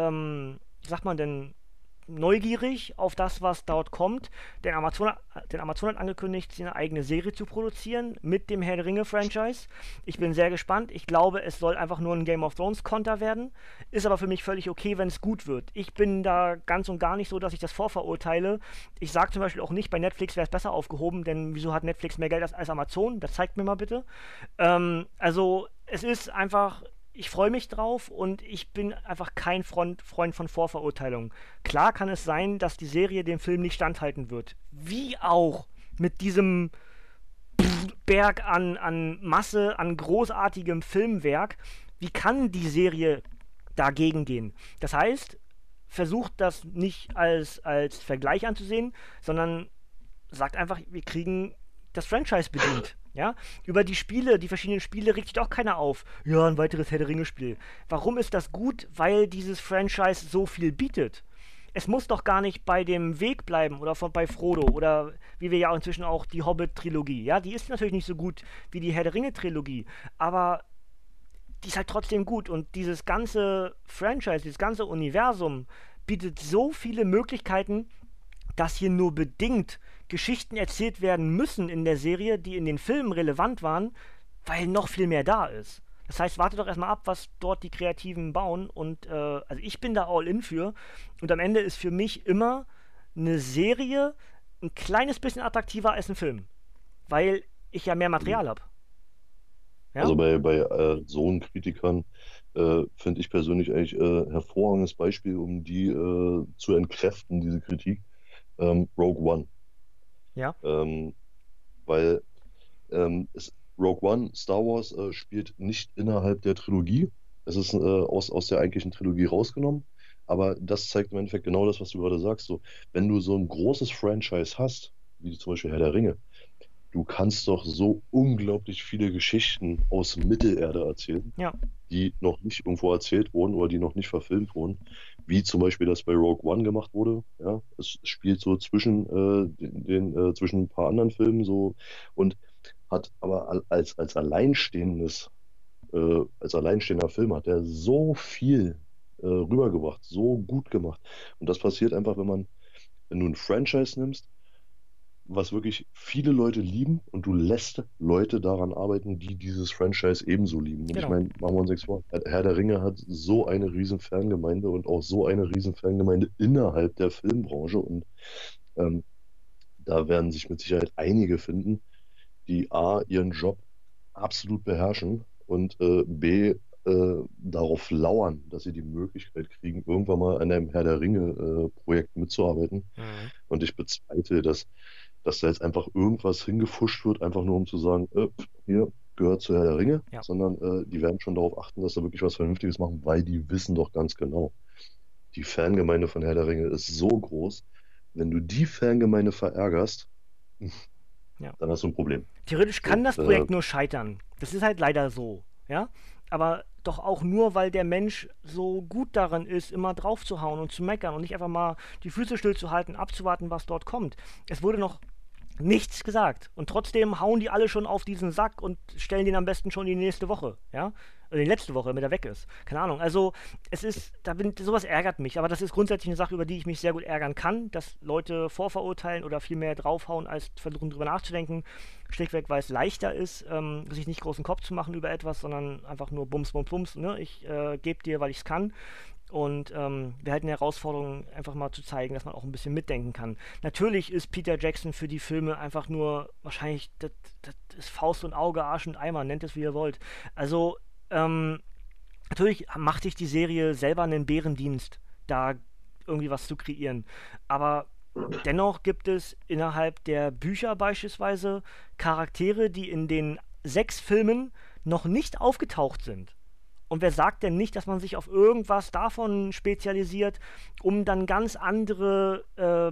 wie sagt man denn, neugierig auf das, was dort kommt. Denn Amazon hat angekündigt, eine eigene Serie zu produzieren mit dem Herr der Ringe-Franchise. Ich bin sehr gespannt. Ich glaube, es soll einfach nur ein Game of Thrones-Konter werden. Ist aber für mich völlig okay, wenn es gut wird. Ich bin da ganz und gar nicht so, dass ich das vorverurteile. Ich sage zum Beispiel auch nicht, bei Netflix wäre es besser aufgehoben, denn wieso hat Netflix mehr Geld als Amazon? Das zeigt mir mal bitte. Also, es ist einfach, ich freue mich drauf und ich bin einfach kein Freund von Vorverurteilungen. Klar kann es sein, dass die Serie dem Film nicht standhalten wird. Wie auch mit diesem Berg an Masse, an großartigem Filmwerk. Wie kann die Serie dagegen gehen? Das heißt, versucht das nicht als Vergleich anzusehen, sondern sagt einfach, wir kriegen das Franchise bedient. Ja? Über die Spiele, die verschiedenen Spiele regt sich auch keiner auf. Ja, ein weiteres Herr der Ringe-Spiel. Warum ist das gut? Weil dieses Franchise so viel bietet. Es muss doch gar nicht bei dem Weg bleiben oder bei Frodo oder wie wir ja inzwischen auch die Hobbit-Trilogie. Ja, die ist natürlich nicht so gut wie die Herr der Ringe-Trilogie, aber die ist halt trotzdem gut und dieses ganze Franchise, dieses ganze Universum bietet so viele Möglichkeiten, dass hier nur bedingt Geschichten erzählt werden müssen in der Serie, die in den Filmen relevant waren, weil noch viel mehr da ist. Das heißt, warte doch erstmal ab, was dort die Kreativen bauen und also ich bin da all in für und am Ende ist für mich immer eine Serie ein kleines bisschen attraktiver als ein Film, weil ich ja mehr Material habe. Ja? Also bei so einen Kritikern finde ich persönlich eigentlich hervorragendes Beispiel, um die zu entkräften, diese Kritik, Rogue One. Ja? Ähm, weil Rogue One, Star Wars spielt nicht innerhalb der Trilogie. Es ist aus der eigentlichen Trilogie rausgenommen. Aber das zeigt im Endeffekt genau das, was du gerade sagst. So, wenn du so ein großes Franchise hast, wie zum Beispiel Herr der Ringe, du kannst doch so unglaublich viele Geschichten aus Mittelerde erzählen, Ja, die noch nicht irgendwo erzählt wurden oder die noch nicht verfilmt wurden, wie zum Beispiel das bei Rogue One gemacht wurde. Ja, es spielt so zwischen zwischen ein paar anderen Filmen so und hat aber als als alleinstehender Film hat er so viel rübergebracht, so gut gemacht. Und das passiert einfach, wenn du ein Franchise nimmst, was wirklich viele Leute lieben und du lässt Leute daran arbeiten, die dieses Franchise ebenso lieben. Und ich genau. meine, machen wir uns nichts vor, Herr der Ringe hat so eine riesen Fangemeinde und auch so eine riesen Fangemeinde innerhalb der Filmbranche und ähm, da werden sich mit Sicherheit einige finden, die A, ihren Job absolut beherrschen und B, darauf lauern, dass sie die Möglichkeit kriegen, irgendwann mal an einem Herr der Ringe-Projekt mitzuarbeiten. Mhm. Und ich bezweifle, dass da jetzt einfach irgendwas hingefuscht wird, einfach nur um zu sagen, hier gehört zu Herr der Ringe, Ja. sondern die werden schon darauf achten, dass da wirklich was Vernünftiges machen, weil die wissen doch ganz genau, die Fangemeinde von Herr der Ringe ist so groß, wenn du die Fangemeinde verärgerst, Ja. dann hast du ein Problem. Theoretisch So, kann das Projekt nur scheitern. Das ist halt leider so, ja. Aber doch auch nur, weil der Mensch so gut darin ist, immer drauf zu hauen und zu meckern und nicht einfach mal die Füße stillzuhalten, abzuwarten, was dort kommt. Es wurde noch nichts gesagt. Und trotzdem hauen die alle schon auf diesen Sack und stellen den am besten schon in die nächste Woche, ja? Oder die letzte Woche, damit er weg ist. Keine Ahnung. Also, sowas ärgert mich, aber das ist grundsätzlich eine Sache, über die ich mich sehr gut ärgern kann, dass Leute vorverurteilen oder viel mehr draufhauen, als versuchen drüber nachzudenken. Schlichtweg, weil es leichter ist, sich nicht großen Kopf zu machen über etwas, sondern einfach nur Bums, Bums, Bums, ne? Ich gebe dir, weil ich es kann. Und wir hatten die Herausforderung, einfach mal zu zeigen, dass man auch ein bisschen mitdenken kann. Natürlich ist Peter Jackson für die Filme einfach nur wahrscheinlich, das ist Faust und Auge, Arsch und Eimer, nennt es wie ihr wollt. Also, natürlich macht sich die Serie selber einen Bärendienst, da irgendwie was zu kreieren. Aber dennoch gibt es innerhalb der Bücher beispielsweise Charaktere, die in den 6 Filmen noch nicht aufgetaucht sind. Und wer sagt denn nicht, dass man sich auf irgendwas davon spezialisiert, um dann ganz andere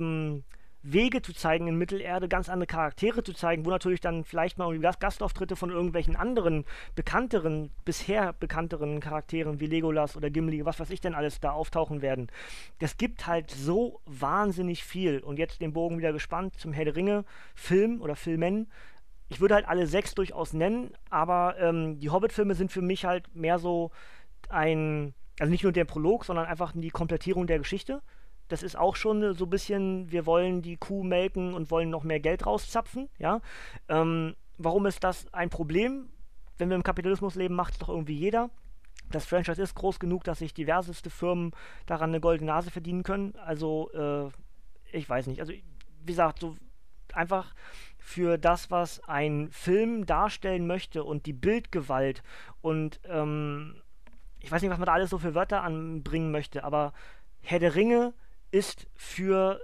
Wege zu zeigen in Mittelerde, ganz andere Charaktere zu zeigen, wo natürlich dann vielleicht mal irgendwie Gastauftritte von irgendwelchen anderen bisher bekannteren Charakteren wie Legolas oder Gimli, was weiß ich denn alles da auftauchen werden. Das gibt halt so wahnsinnig viel. Und jetzt den Bogen wieder gespannt zum Herr der Ringe Film oder Filmen. Ich würde halt alle 6 durchaus nennen, aber die Hobbit-Filme sind für mich halt mehr so also nicht nur der Prolog, sondern einfach die Komplettierung der Geschichte. Das ist auch schon so ein bisschen, wir wollen die Kuh melken und wollen noch mehr Geld rauszapfen, ja. Warum ist das ein Problem? Wenn wir im Kapitalismus leben, macht es doch irgendwie jeder. Das Franchise ist groß genug, dass sich diverseste Firmen daran eine goldene Nase verdienen können. Also, ich weiß nicht. Also, wie gesagt, so einfach für das, was ein Film darstellen möchte und die Bildgewalt und ich weiß nicht, was man da alles so für Wörter anbringen möchte, aber Herr der Ringe ist für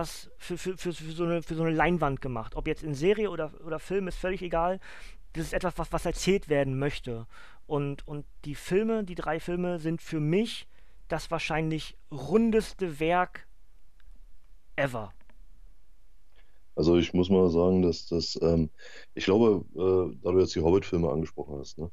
so eine Leinwand gemacht. Ob jetzt in Serie oder Film, ist völlig egal. Das ist etwas, was erzählt werden möchte. Und die Filme, die 3 Filme, sind für mich das wahrscheinlich rundeste Werk ever. Also ich muss mal sagen, ich glaube, da du jetzt die Hobbit-Filme angesprochen hast, ne?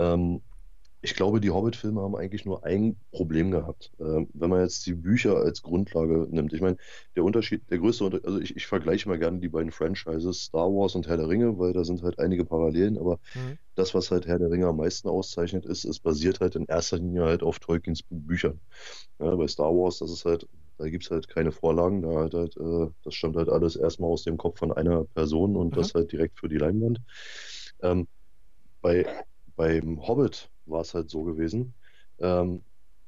Ich glaube, die Hobbit-Filme haben eigentlich nur ein Problem gehabt. Wenn man jetzt die Bücher als Grundlage nimmt. Ich meine, der größte Unterschied, also ich vergleiche mal gerne die beiden Franchises, Star Wars und Herr der Ringe, weil da sind halt einige Parallelen, aber Mhm. das, was halt Herr der Ringe am meisten auszeichnet, es basiert halt in erster Linie halt auf Tolkiens Büchern. Ja, bei Star Wars, da gibt es halt keine Vorlagen, das stammt halt alles erstmal aus dem Kopf von einer Person und Mhm. das halt direkt für die Leinwand. Ähm, bei, beim Hobbit war es halt so gewesen. Ähm,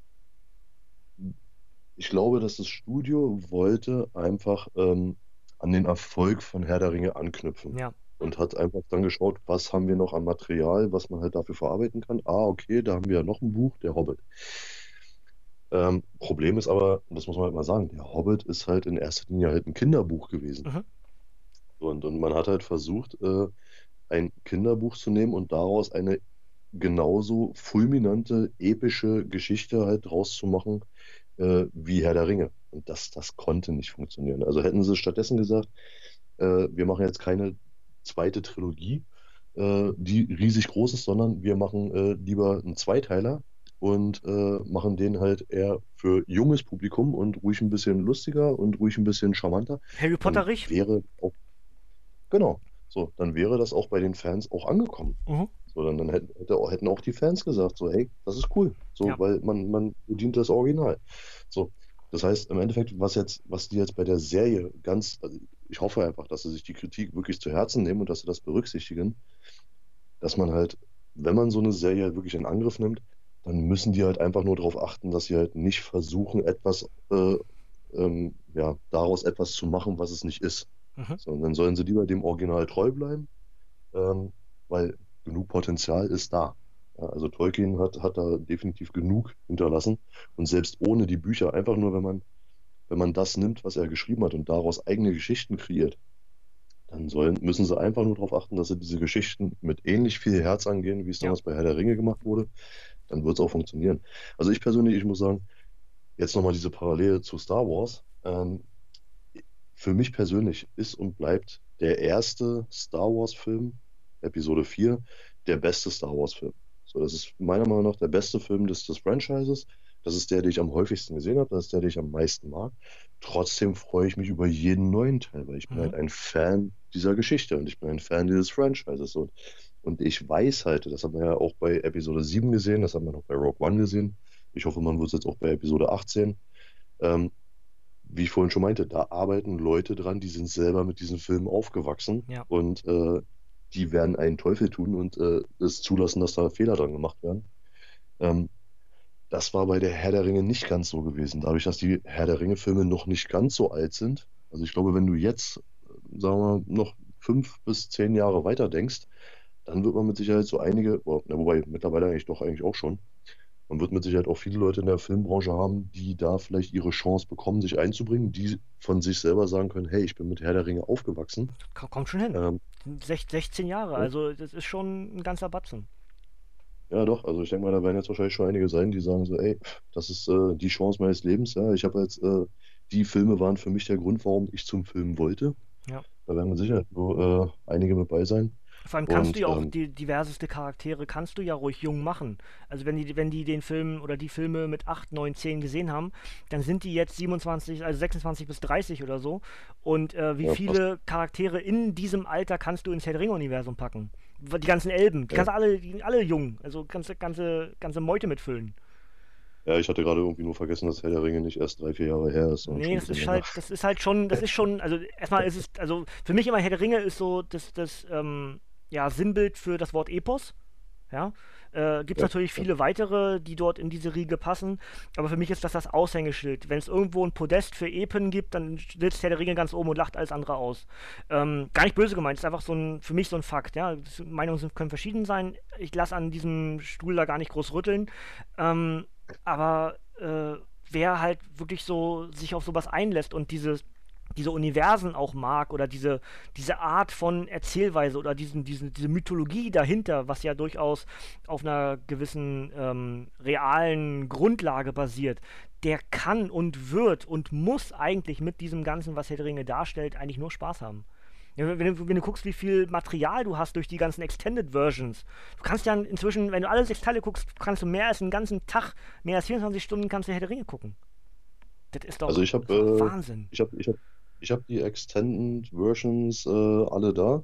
Ich glaube, dass das Studio wollte einfach an den Erfolg von Herr der Ringe anknüpfen Ja. und hat einfach dann geschaut, was haben wir noch an Material, was man halt dafür verarbeiten kann. Ah, okay, da haben wir ja noch ein Buch, der Hobbit. Problem ist aber, und das muss man halt mal sagen, der Hobbit ist halt in erster Linie halt ein Kinderbuch gewesen. Mhm. Und man hat halt versucht, ein Kinderbuch zu nehmen und daraus eine genauso fulminante, epische Geschichte halt draus zu machen, wie Herr der Ringe. Und das konnte nicht funktionieren. Also hätten sie stattdessen gesagt, wir machen jetzt keine zweite Trilogie, die riesig groß ist, sondern wir machen lieber einen Zweiteiler und machen den halt eher für junges Publikum und ruhig ein bisschen lustiger und ruhig ein bisschen charmanter. Harry Dann Potterig? wäre auch, genau, so, dann wäre das auch bei den Fans auch angekommen. Mhm. So, dann hätten auch die Fans gesagt, so, hey, das ist cool. So, Ja. weil man bedient das Original. So, das heißt, im Endeffekt, was die jetzt bei der Serie also ich hoffe einfach, dass sie sich die Kritik wirklich zu Herzen nehmen und dass sie das berücksichtigen, dass man halt, wenn man so eine Serie halt wirklich in Angriff nimmt, dann müssen die halt einfach nur darauf achten, dass sie halt nicht versuchen, ja, daraus etwas zu machen, was es nicht ist. Mhm. Sondern dann sollen sie lieber dem Original treu bleiben, weil genug Potenzial ist da. Ja, also Tolkien hat da definitiv genug hinterlassen und selbst ohne die Bücher, einfach nur, wenn man das nimmt, was er geschrieben hat und daraus eigene Geschichten kreiert, dann müssen sie einfach nur darauf achten, dass sie diese Geschichten mit ähnlich viel Herz angehen, wie es Ja. damals bei Herr der Ringe gemacht wurde, dann wird es auch funktionieren. Also ich persönlich, ich muss sagen, jetzt nochmal diese Parallele zu Star Wars. Für mich persönlich ist und bleibt der erste Star Wars-Film, Episode 4, der beste Star Wars-Film. So, das ist meiner Meinung nach der beste Film des Franchises. Das ist der, den ich am häufigsten gesehen habe. Das ist der, den ich am meisten mag. Trotzdem freue ich mich über jeden neuen Teil, weil ich bin halt ein Fan dieser Geschichte und ich bin ein Fan dieses Franchises. Und ich weiß halt, das hat man ja auch bei Episode 7 gesehen, das hat man auch bei Rogue One gesehen. Ich hoffe, man wird es jetzt auch bei Episode 8 sehen. Wie ich vorhin schon meinte, da arbeiten Leute dran, die sind selber mit diesen Filmen aufgewachsen Ja. und die werden einen Teufel tun und es zulassen, dass da Fehler dran gemacht werden. Das war bei der Herr der Ringe nicht ganz so gewesen. Dadurch, dass die Herr der Ringe-Filme noch nicht ganz so alt sind. Also ich glaube, wenn du jetzt, sagen wir mal, noch 5 bis 10 Jahre weiter denkst, dann wird man mit Sicherheit so einige, wobei mittlerweile eigentlich auch schon, man wird mit Sicherheit auch viele Leute in der Filmbranche haben, die da vielleicht ihre Chance bekommen, sich einzubringen, die von sich selber sagen können, hey, ich bin mit Herr der Ringe aufgewachsen. Kommt schon hin. 16 Jahre, Ja. also das ist schon ein ganzer Batzen. Ja, doch, also ich denke mal, da werden jetzt wahrscheinlich schon einige sein, die sagen so, ey, das ist die Chance meines Lebens, ja. Ich habe jetzt, die Filme waren für mich der Grund, warum ich zum Filmen wollte. Ja. Da werden mit Sicherheit so, einige mit bei sein. Vor allem kannst Und du ja auch die diverseste Charaktere kannst du ja ruhig jung machen. Also wenn die den Film oder die Filme mit 8, 9, 10 gesehen haben, dann sind die jetzt 27, also 26 bis 30 oder so. Und wie ja, viele Charaktere in diesem Alter kannst du ins Herr der Ringe-Universum packen? Die ganzen Elben, die Ja. kannst du alle jung, also ganze Meute mitfüllen. Ja, ich hatte gerade irgendwie nur vergessen, dass Herr der Ringe nicht erst 3, 4 Jahre her ist, sondern Nee, schon ein das bisschen ist länger. halt, das ist schon, also erstmal ist es, also für mich immer Herr der Ringe ist so das ja, Sinnbild für das Wort Epos. Ja, gibt es Ja, natürlich ja. viele weitere, die dort in diese Riege passen, aber für mich ist das Aushängeschild. Wenn es irgendwo ein Podest für Epen gibt, dann sitzt Herr der Ringe ganz oben und lacht alles andere aus. Gar nicht böse gemeint, ist einfach für mich so ein Fakt. Ja? Meinungen können verschieden sein. Ich lasse an diesem Stuhl da gar nicht groß rütteln. Aber wer halt wirklich so sich auf sowas einlässt und diese Universen auch mag oder diese Art von Erzählweise oder diese Mythologie dahinter, was ja durchaus auf einer gewissen realen Grundlage basiert, der kann und wird und muss eigentlich mit diesem Ganzen, was Herr der Ringe darstellt, eigentlich nur Spaß haben. Ja, wenn du guckst, wie viel Material du hast durch die ganzen Extended Versions. Du kannst ja inzwischen, wenn du alle 6 Teile guckst, kannst du mehr als einen ganzen Tag, mehr als 24 Stunden kannst du Herr der Ringe gucken. Das ist doch Also Wahnsinn. ich hab die Extended Versions alle da.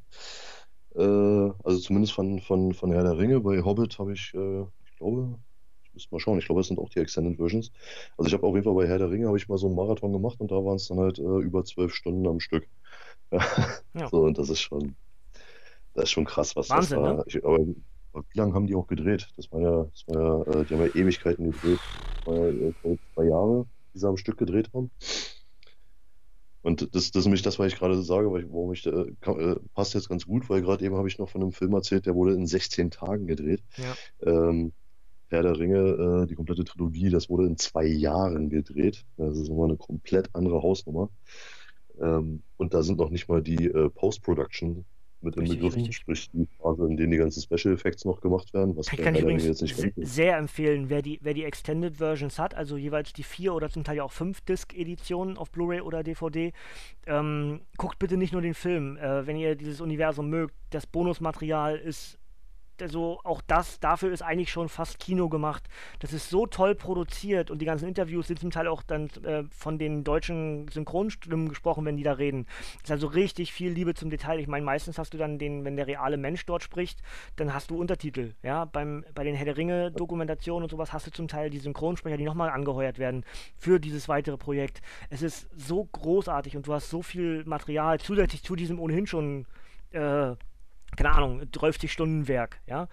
Also zumindest von Herr der Ringe. Bei Hobbit habe ich glaube, ich muss mal schauen, ich glaube, es sind auch die Extended Versions. Also ich habe auf jeden Fall bei Herr der Ringe habe ich mal so einen Marathon gemacht und da waren es dann halt über 12 Stunden am Stück. Ja. So, und das ist schon krass, was das Wahnsinn, ne? da. Aber wie lange haben die auch gedreht? Die haben ja Ewigkeiten gedreht. Das war ja 2 Jahre, die sie am Stück gedreht haben. Und das ist nämlich das, was ich gerade sage, passt jetzt ganz gut, weil gerade eben habe ich noch von einem Film erzählt, der wurde in 16 Tagen gedreht. Ja. Herr der Ringe, die komplette Trilogie, das wurde in 2 Jahren gedreht. Das ist nochmal eine komplett andere Hausnummer. Und da sind noch nicht mal die Post-Production mit Richtig, inbegriffen, richtig. sprich die Phase, in denen die ganzen Special Effects noch gemacht werden, was bei Kann ich Herr der Ringe übrigens jetzt nicht ganz so ist. sehr empfehlen, wer die Extended Versions hat, also jeweils die 4 oder zum Teil ja auch 5 Disc-Editionen auf Blu-ray oder DVD. Guckt bitte nicht nur den Film. Wenn ihr dieses Universum mögt, das Bonusmaterial ist, also auch das, dafür ist eigentlich schon fast Kino gemacht. Das ist so toll produziert und die ganzen Interviews sind zum Teil auch dann von den deutschen Synchronstimmen gesprochen, wenn die da reden. Es ist also richtig viel Liebe zum Detail. Ich meine, meistens hast du dann wenn der reale Mensch dort spricht, dann hast du Untertitel. Ja, bei den Herr der Ringe Dokumentationen und sowas hast du zum Teil die Synchronsprecher, die nochmal angeheuert werden für dieses weitere Projekt. Es ist so großartig und du hast so viel Material zusätzlich zu diesem ohnehin schon keine Ahnung, 30-Stunden-Werk, ja.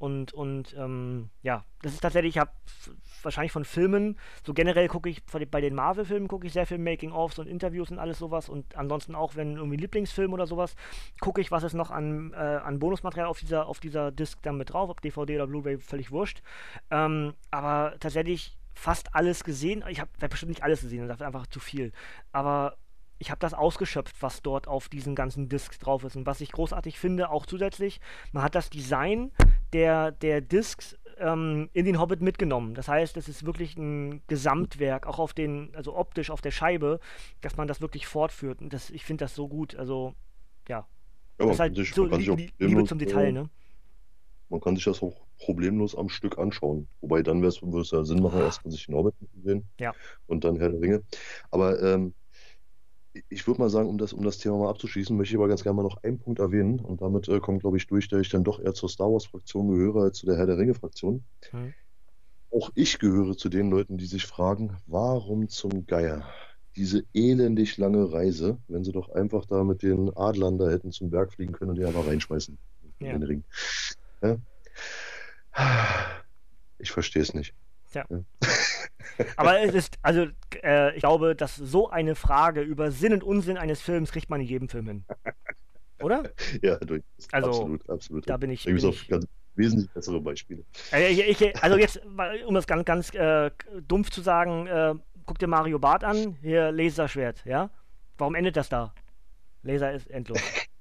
Ja, das ist tatsächlich, ich habe wahrscheinlich von Filmen, so generell gucke ich, bei den Marvel-Filmen gucke ich sehr viel Making-ofs und Interviews und alles sowas und ansonsten auch, wenn irgendwie Lieblingsfilm oder sowas, gucke ich, was ist noch an Bonusmaterial auf dieser Disc dann mit drauf, ob DVD oder Blu-ray, völlig wurscht. Aber tatsächlich fast alles gesehen. Ich habe bestimmt nicht alles gesehen, das ist einfach zu viel. Aber ich habe das ausgeschöpft, was dort auf diesen ganzen Discs drauf ist. Und was ich großartig finde, auch zusätzlich, man hat das Design der Discs in den Hobbit mitgenommen. Das heißt, es ist wirklich ein Gesamtwerk, auch also optisch auf der Scheibe, dass man das wirklich fortführt. Und ich finde das so gut. Also, ja. Ja, Das ist man kann halt sich, so man kann sich auch Liebe problemlos, zum Detail, ne? man kann sich das auch problemlos am Stück anschauen. Wobei dann würde es ja Sinn machen, Oh, erstmal sich den Hobbit zu sehen ja. und dann Herr der Ringe. Aber ich würde mal sagen, um das Thema mal abzuschließen, möchte ich aber ganz gerne mal noch einen Punkt erwähnen. Und damit kommt, glaube ich, durch, dass ich dann doch eher zur Star Wars-Fraktion gehöre als zu der Herr der Ringe-Fraktion. Hm. Auch ich gehöre zu den Leuten, die sich fragen, warum zum Geier diese elendig lange Reise, wenn sie doch einfach da mit den Adlern da hätten zum Berg fliegen können und die einfach reinschmeißen in Ja. den Ring. Ja? Ich verstehe es nicht. Tja. Ja? Aber es ist, also, ich glaube, dass so eine Frage über Sinn und Unsinn eines Films kriegt man in jedem Film hin. Oder? Ja, Also, absolut, absolut. da Da gibt es auch ganz wesentlich bessere Beispiele. Also jetzt, um das ganz dumpf zu sagen, guck dir Mario Barth an, hier Laserschwert, ja? Warum endet das da? Laser ist endlos.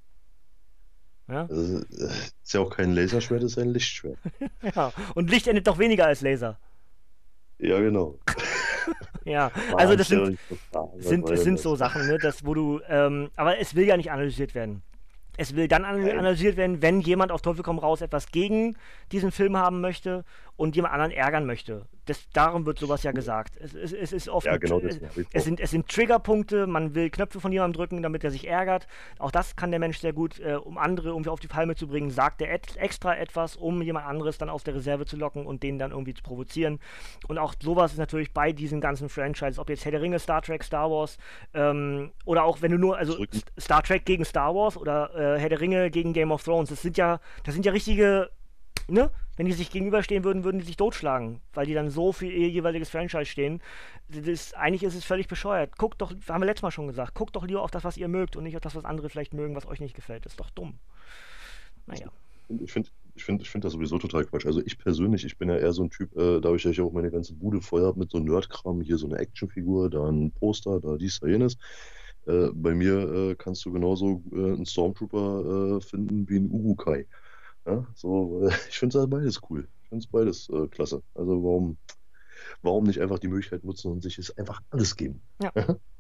Ja? Also, ist ja auch kein Laserschwert, ist ein Lichtschwert. Ja. Und Licht endet doch weniger als Laser. Ja, genau. Ja, also das Mann, stell sind, dich doch fragen, was sind, war es denn sind das? so Sachen, ne, wo du, aber es will ja nicht analysiert werden. Es will dann Nein. analysiert werden, wenn jemand auf Teufel komm raus etwas gegen diesen Film haben möchte und jemand anderen ärgern möchte. Darum wird sowas ja gesagt. Es ist oft Ja, genau deswegen habe ich es sind Triggerpunkte, man will Knöpfe von jemandem drücken, damit er sich ärgert. Auch das kann der Mensch sehr gut, um andere irgendwie auf die Palme zu bringen, sagt er extra etwas, um jemand anderes dann aus der Reserve zu locken und den dann irgendwie zu provozieren. Und auch sowas ist natürlich bei diesen ganzen Franchises, ob jetzt Herr der Ringe, Star Trek, Star Wars, oder auch wenn du nur, also zurück. Star Trek gegen Star Wars oder Herr der Ringe gegen Game of Thrones, das sind ja richtige, ne? Wenn die sich gegenüberstehen würden, würden die sich totschlagen, weil die dann so für ihr jeweiliges Franchise stehen. Eigentlich ist es völlig bescheuert. Guckt doch, haben wir letztes Mal schon gesagt, guckt doch lieber auf das, was ihr mögt und nicht auf das, was andere vielleicht mögen, was euch nicht gefällt. Das ist doch dumm. Naja. Ich find das sowieso total Quatsch. Also ich persönlich, ich bin ja eher so ein Typ, dadurch, dass ich auch meine ganze Bude voll habe mit so Nerdkram, hier so eine Actionfigur, da ein Poster, da dies, da jenes. Bei mir kannst du genauso einen Stormtrooper finden wie einen Urukai. Ja, so, ich finde es beides cool. Ich finde es beides klasse. Also warum nicht einfach die Möglichkeit nutzen und sich es einfach alles geben? Ja.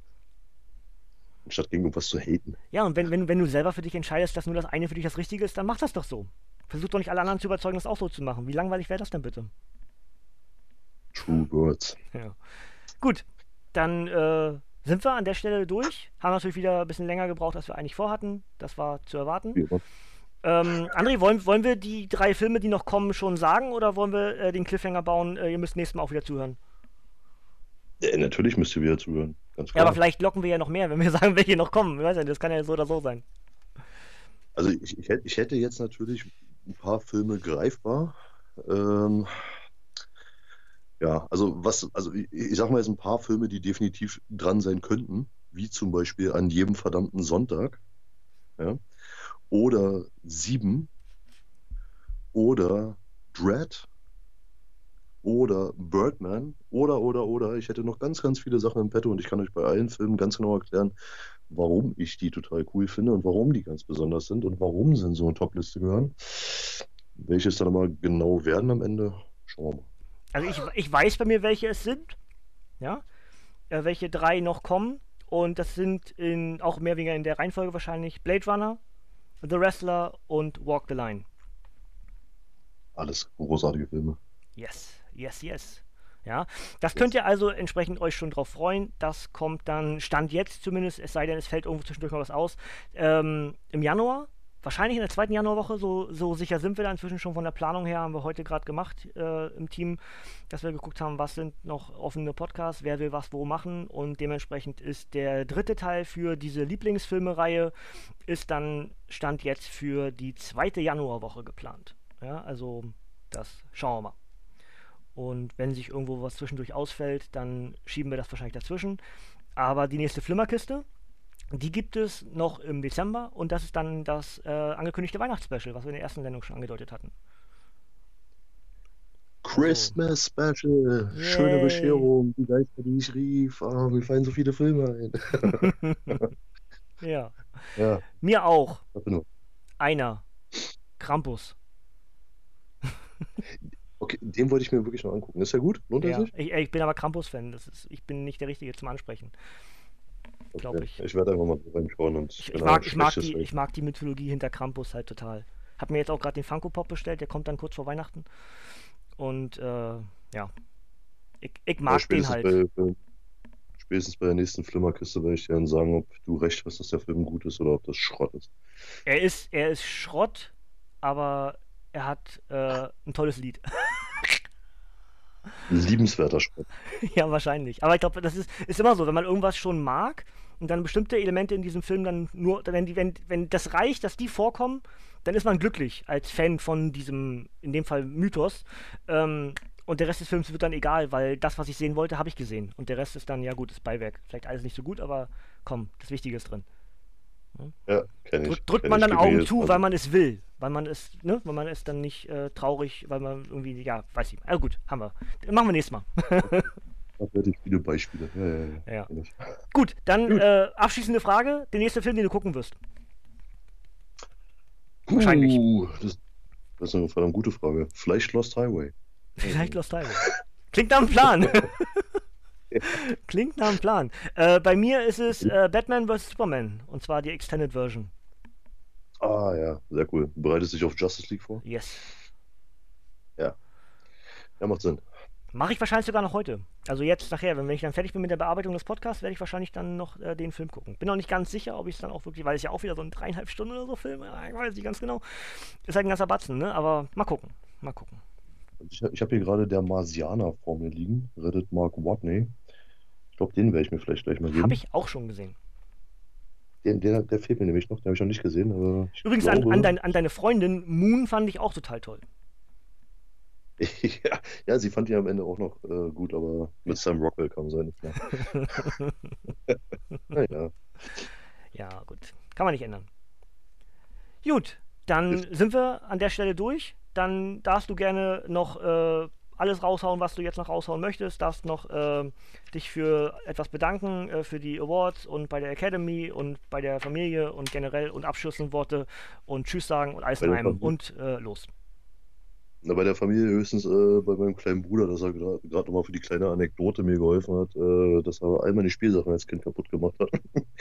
Anstatt gegen irgendwas zu haten. Ja, und wenn du selber für dich entscheidest, dass nur das eine für dich das Richtige ist, dann mach das doch so. Versuch doch nicht alle anderen zu überzeugen, das auch so zu machen. Wie langweilig wäre das denn bitte? True Words. Ja. Gut, dann sind wir an der Stelle durch. Haben natürlich wieder ein bisschen länger gebraucht, als wir eigentlich vorhatten. Das war zu erwarten. Ja. André, wollen wir die 3 Filme, die noch kommen, schon sagen oder wollen wir den Cliffhanger bauen? Ihr müsst nächstes Mal auch wieder zuhören. Natürlich müsst ihr wieder zuhören. Ganz Ja, klar. aber vielleicht locken wir ja noch mehr, wenn wir sagen, welche noch kommen. Ich weiß nicht, das kann ja so oder so sein. Also ich hätte jetzt natürlich ein paar Filme greifbar. Ähm, ja, also ich sag mal jetzt ein paar Filme, die definitiv dran sein könnten, wie zum Beispiel An jedem verdammten Sonntag, ja, oder 7 oder Dread oder Birdman oder. Ich hätte noch ganz, ganz viele Sachen im Petto und ich kann euch bei allen Filmen ganz genau erklären, warum ich die total cool finde und warum die ganz besonders sind und warum sie in so eine Top-Liste gehören. Welche es dann aber genau werden am Ende, schauen wir mal. Also ich weiß bei mir, welche es sind, ja, welche 3 noch kommen. Und das sind auch mehr oder weniger in der Reihenfolge wahrscheinlich Blade Runner, The Wrestler und Walk the Line. Alles großartige Filme. Yes, yes, yes. Ja, das könnt ihr also entsprechend euch schon drauf freuen. Das kommt dann, Stand jetzt zumindest, es sei denn, es fällt irgendwo zwischendurch mal was aus, im Januar. Wahrscheinlich in der 2. Januarwoche, so sicher sind wir da inzwischen schon von der Planung her, haben wir heute gerade gemacht im Team, dass wir geguckt haben, was sind noch offene Podcasts, wer will was wo machen, und dementsprechend ist der 3. Teil für diese Lieblingsfilme-Reihe ist dann Stand jetzt für die 2. Januarwoche geplant. Ja, also das schauen wir mal. Und wenn sich irgendwo was zwischendurch ausfällt, dann schieben wir das wahrscheinlich dazwischen. Aber die nächste Flimmerkiste, die gibt es noch im Dezember, und das ist dann das angekündigte Weihnachtsspecial, was wir in der ersten Sendung schon angedeutet hatten. Christmas Special, schöne Yay. Bescherung, die Geister, die ich rief. Mir fallen so viele Filme ein. Ja. Ja, Mir auch. nur. Einer. Krampus. Okay, den wollte ich mir wirklich noch angucken. Ist ja gut? Lohnt er Ja. sich? Ich bin aber Krampus-Fan. Ich bin nicht der Richtige zum Ansprechen. Glaube Okay. ich. Ich werde einfach mal reinschauen und Ich wenn er mag schlecht ist, ich mag die Mythologie hinter Krampus halt total. Hab mir jetzt auch gerade den Funko Pop bestellt, der kommt dann kurz vor Weihnachten. Und ja, ich mag den halt. Spätestens bei der nächsten Flimmerkiste werde ich dir dann sagen, ob du recht hast, dass der Film gut ist oder ob das Schrott ist. Er ist Schrott, aber er hat ein tolles Lied. Liebenswerter Schrott. Ja, wahrscheinlich. Aber ich glaube, das ist immer so, wenn man irgendwas schon mag und dann bestimmte Elemente in diesem Film dann nur, wenn das reicht, dass die vorkommen, dann ist man glücklich als Fan von diesem, in dem Fall Mythos. Und der Rest des Films wird dann egal, weil das, was ich sehen wollte, habe ich gesehen. Und der Rest ist dann, ja gut, ist Beiwerk. Vielleicht alles nicht so gut, aber komm, das Wichtige ist drin. Ja, kenn ich. Drückt Kenn man ich dann Augen gewählt. zu, weil man es will. Weil man es dann nicht traurig, weil man irgendwie, ja, weiß ich. Also gut, haben wir. Machen wir nächstes Mal. Da werde ich viele Beispiele. Ja. Kenn ich. Gut, dann Gut. abschließende Frage. Der nächste Film, den du gucken wirst. Wahrscheinlich. Das ist eine verdammt gute Frage. Vielleicht Lost Highway. Vielleicht Lost Highway. Klingt nach einem Plan. Klingt nach einem Plan. Bei mir ist es Batman vs. Superman. Und zwar die Extended Version. Ah ja, sehr cool. Bereitest dich auf Justice League vor? Yes. Ja, macht Sinn. Mache ich wahrscheinlich sogar noch heute. Also jetzt nachher, wenn ich dann fertig bin mit der Bearbeitung des Podcasts, werde ich wahrscheinlich dann noch den Film gucken. Bin noch nicht ganz sicher, ob ich es dann auch wirklich, weil es ja auch wieder so ein 3,5 Stunden oder so Film, ich weiß nicht ganz genau. Ist halt ein ganzer Batzen, ne? Aber mal gucken. Mal gucken. Ich habe hier gerade der Marsianer vor mir liegen. Reddit Mark Watney. Ich glaube, den werde ich mir vielleicht gleich mal geben. Habe ich auch schon gesehen. Der fehlt mir nämlich noch, den habe ich noch nicht gesehen. Aber ich Übrigens glaube, an deine Freundin Moon fand ich auch total toll. ja, sie fand ihn am Ende auch noch gut, aber mit Sam Rockwell kam sein nicht mehr. Naja. Ja, gut. Kann man nicht ändern. Gut, dann sind wir an der Stelle durch. Dann darfst du gerne noch alles raushauen, was du jetzt noch raushauen möchtest. Darfst noch dich für etwas bedanken, für die Awards und bei der Academy und bei der Familie und generell und abschließende Worte und Tschüss sagen und alles in einem und los. Na, bei der Familie höchstens bei meinem kleinen Bruder, dass er gerade nochmal für die kleine Anekdote mir geholfen hat, dass er all meine Spielsachen als Kind kaputt gemacht hat.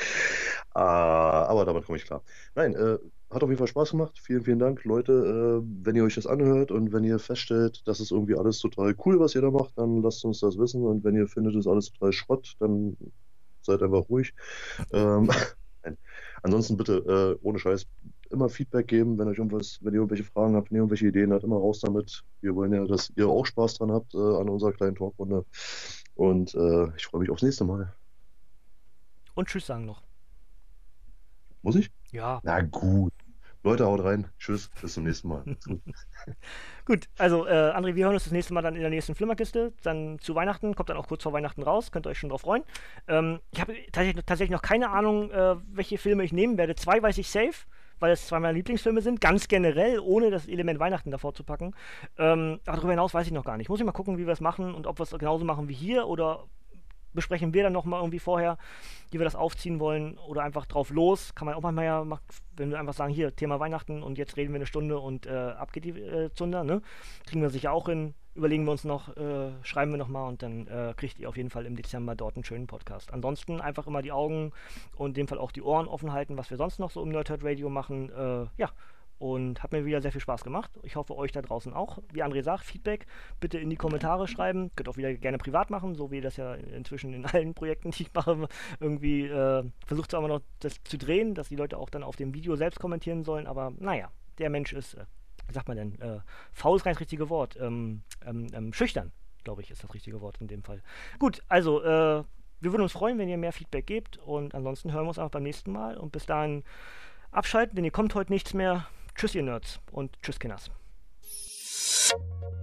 Aber damit komme ich klar. Nein, hat auf jeden Fall Spaß gemacht. Vielen, vielen Dank, Leute. Wenn ihr euch das anhört und wenn ihr feststellt, das ist irgendwie alles total cool, was ihr da macht, dann lasst uns das wissen. Und wenn ihr findet, das ist alles total Schrott, dann seid einfach ruhig. Nein. Ansonsten bitte, ohne Scheiß, immer Feedback geben, wenn ihr irgendwelche Fragen habt, wenn ihr irgendwelche Ideen habt, immer raus damit. Wir wollen ja, dass ihr auch Spaß dran habt an unserer kleinen Talkrunde. Und ich freue mich aufs nächste Mal. Und Tschüss sagen noch. Muss ich? Ja. Na gut. Leute, haut rein. Tschüss, bis zum nächsten Mal. Gut, also André, wir hören uns das nächste Mal dann in der nächsten Flimmerkiste, dann zu Weihnachten, kommt dann auch kurz vor Weihnachten raus, könnt ihr euch schon drauf freuen. Ich habe tatsächlich noch keine Ahnung, welche Filme ich nehmen werde. 2 weiß ich safe, weil es 2 meiner Lieblingsfilme sind, ganz generell, ohne das Element Weihnachten davor zu packen. Aber darüber hinaus weiß ich noch gar nicht. Muss ich mal gucken, wie wir es machen und ob wir es genauso machen wie hier oder besprechen wir dann nochmal irgendwie vorher, wie wir das aufziehen wollen oder einfach drauf los. Kann man auch manchmal ja, wenn wir einfach sagen, hier, Thema Weihnachten und jetzt reden wir eine Stunde und ab geht die Zunder, ne? Kriegen wir sicher auch hin. Überlegen wir uns noch, schreiben wir nochmal und dann kriegt ihr auf jeden Fall im Dezember dort einen schönen Podcast. Ansonsten einfach immer die Augen und in dem Fall auch die Ohren offen halten, was wir sonst noch so im Nerdherd Radio machen. Ja, und hat mir wieder sehr viel Spaß gemacht. Ich hoffe, euch da draußen auch. Wie André sagt, Feedback bitte in die Kommentare schreiben. Könnt auch wieder gerne privat machen, so wie das ja inzwischen in allen Projekten, die ich mache, irgendwie versucht zwar immer noch das zu drehen, dass die Leute auch dann auf dem Video selbst kommentieren sollen, aber naja, der Mensch ist, wie sagt man denn, faul ist kein das richtige Wort, schüchtern, glaube ich, ist das richtige Wort in dem Fall. Gut, also, wir würden uns freuen, wenn ihr mehr Feedback gebt und ansonsten hören wir uns einfach beim nächsten Mal und bis dahin abschalten, denn ihr kommt heute nichts mehr. Tschüss, ihr Nerds und tschüss, Kinders.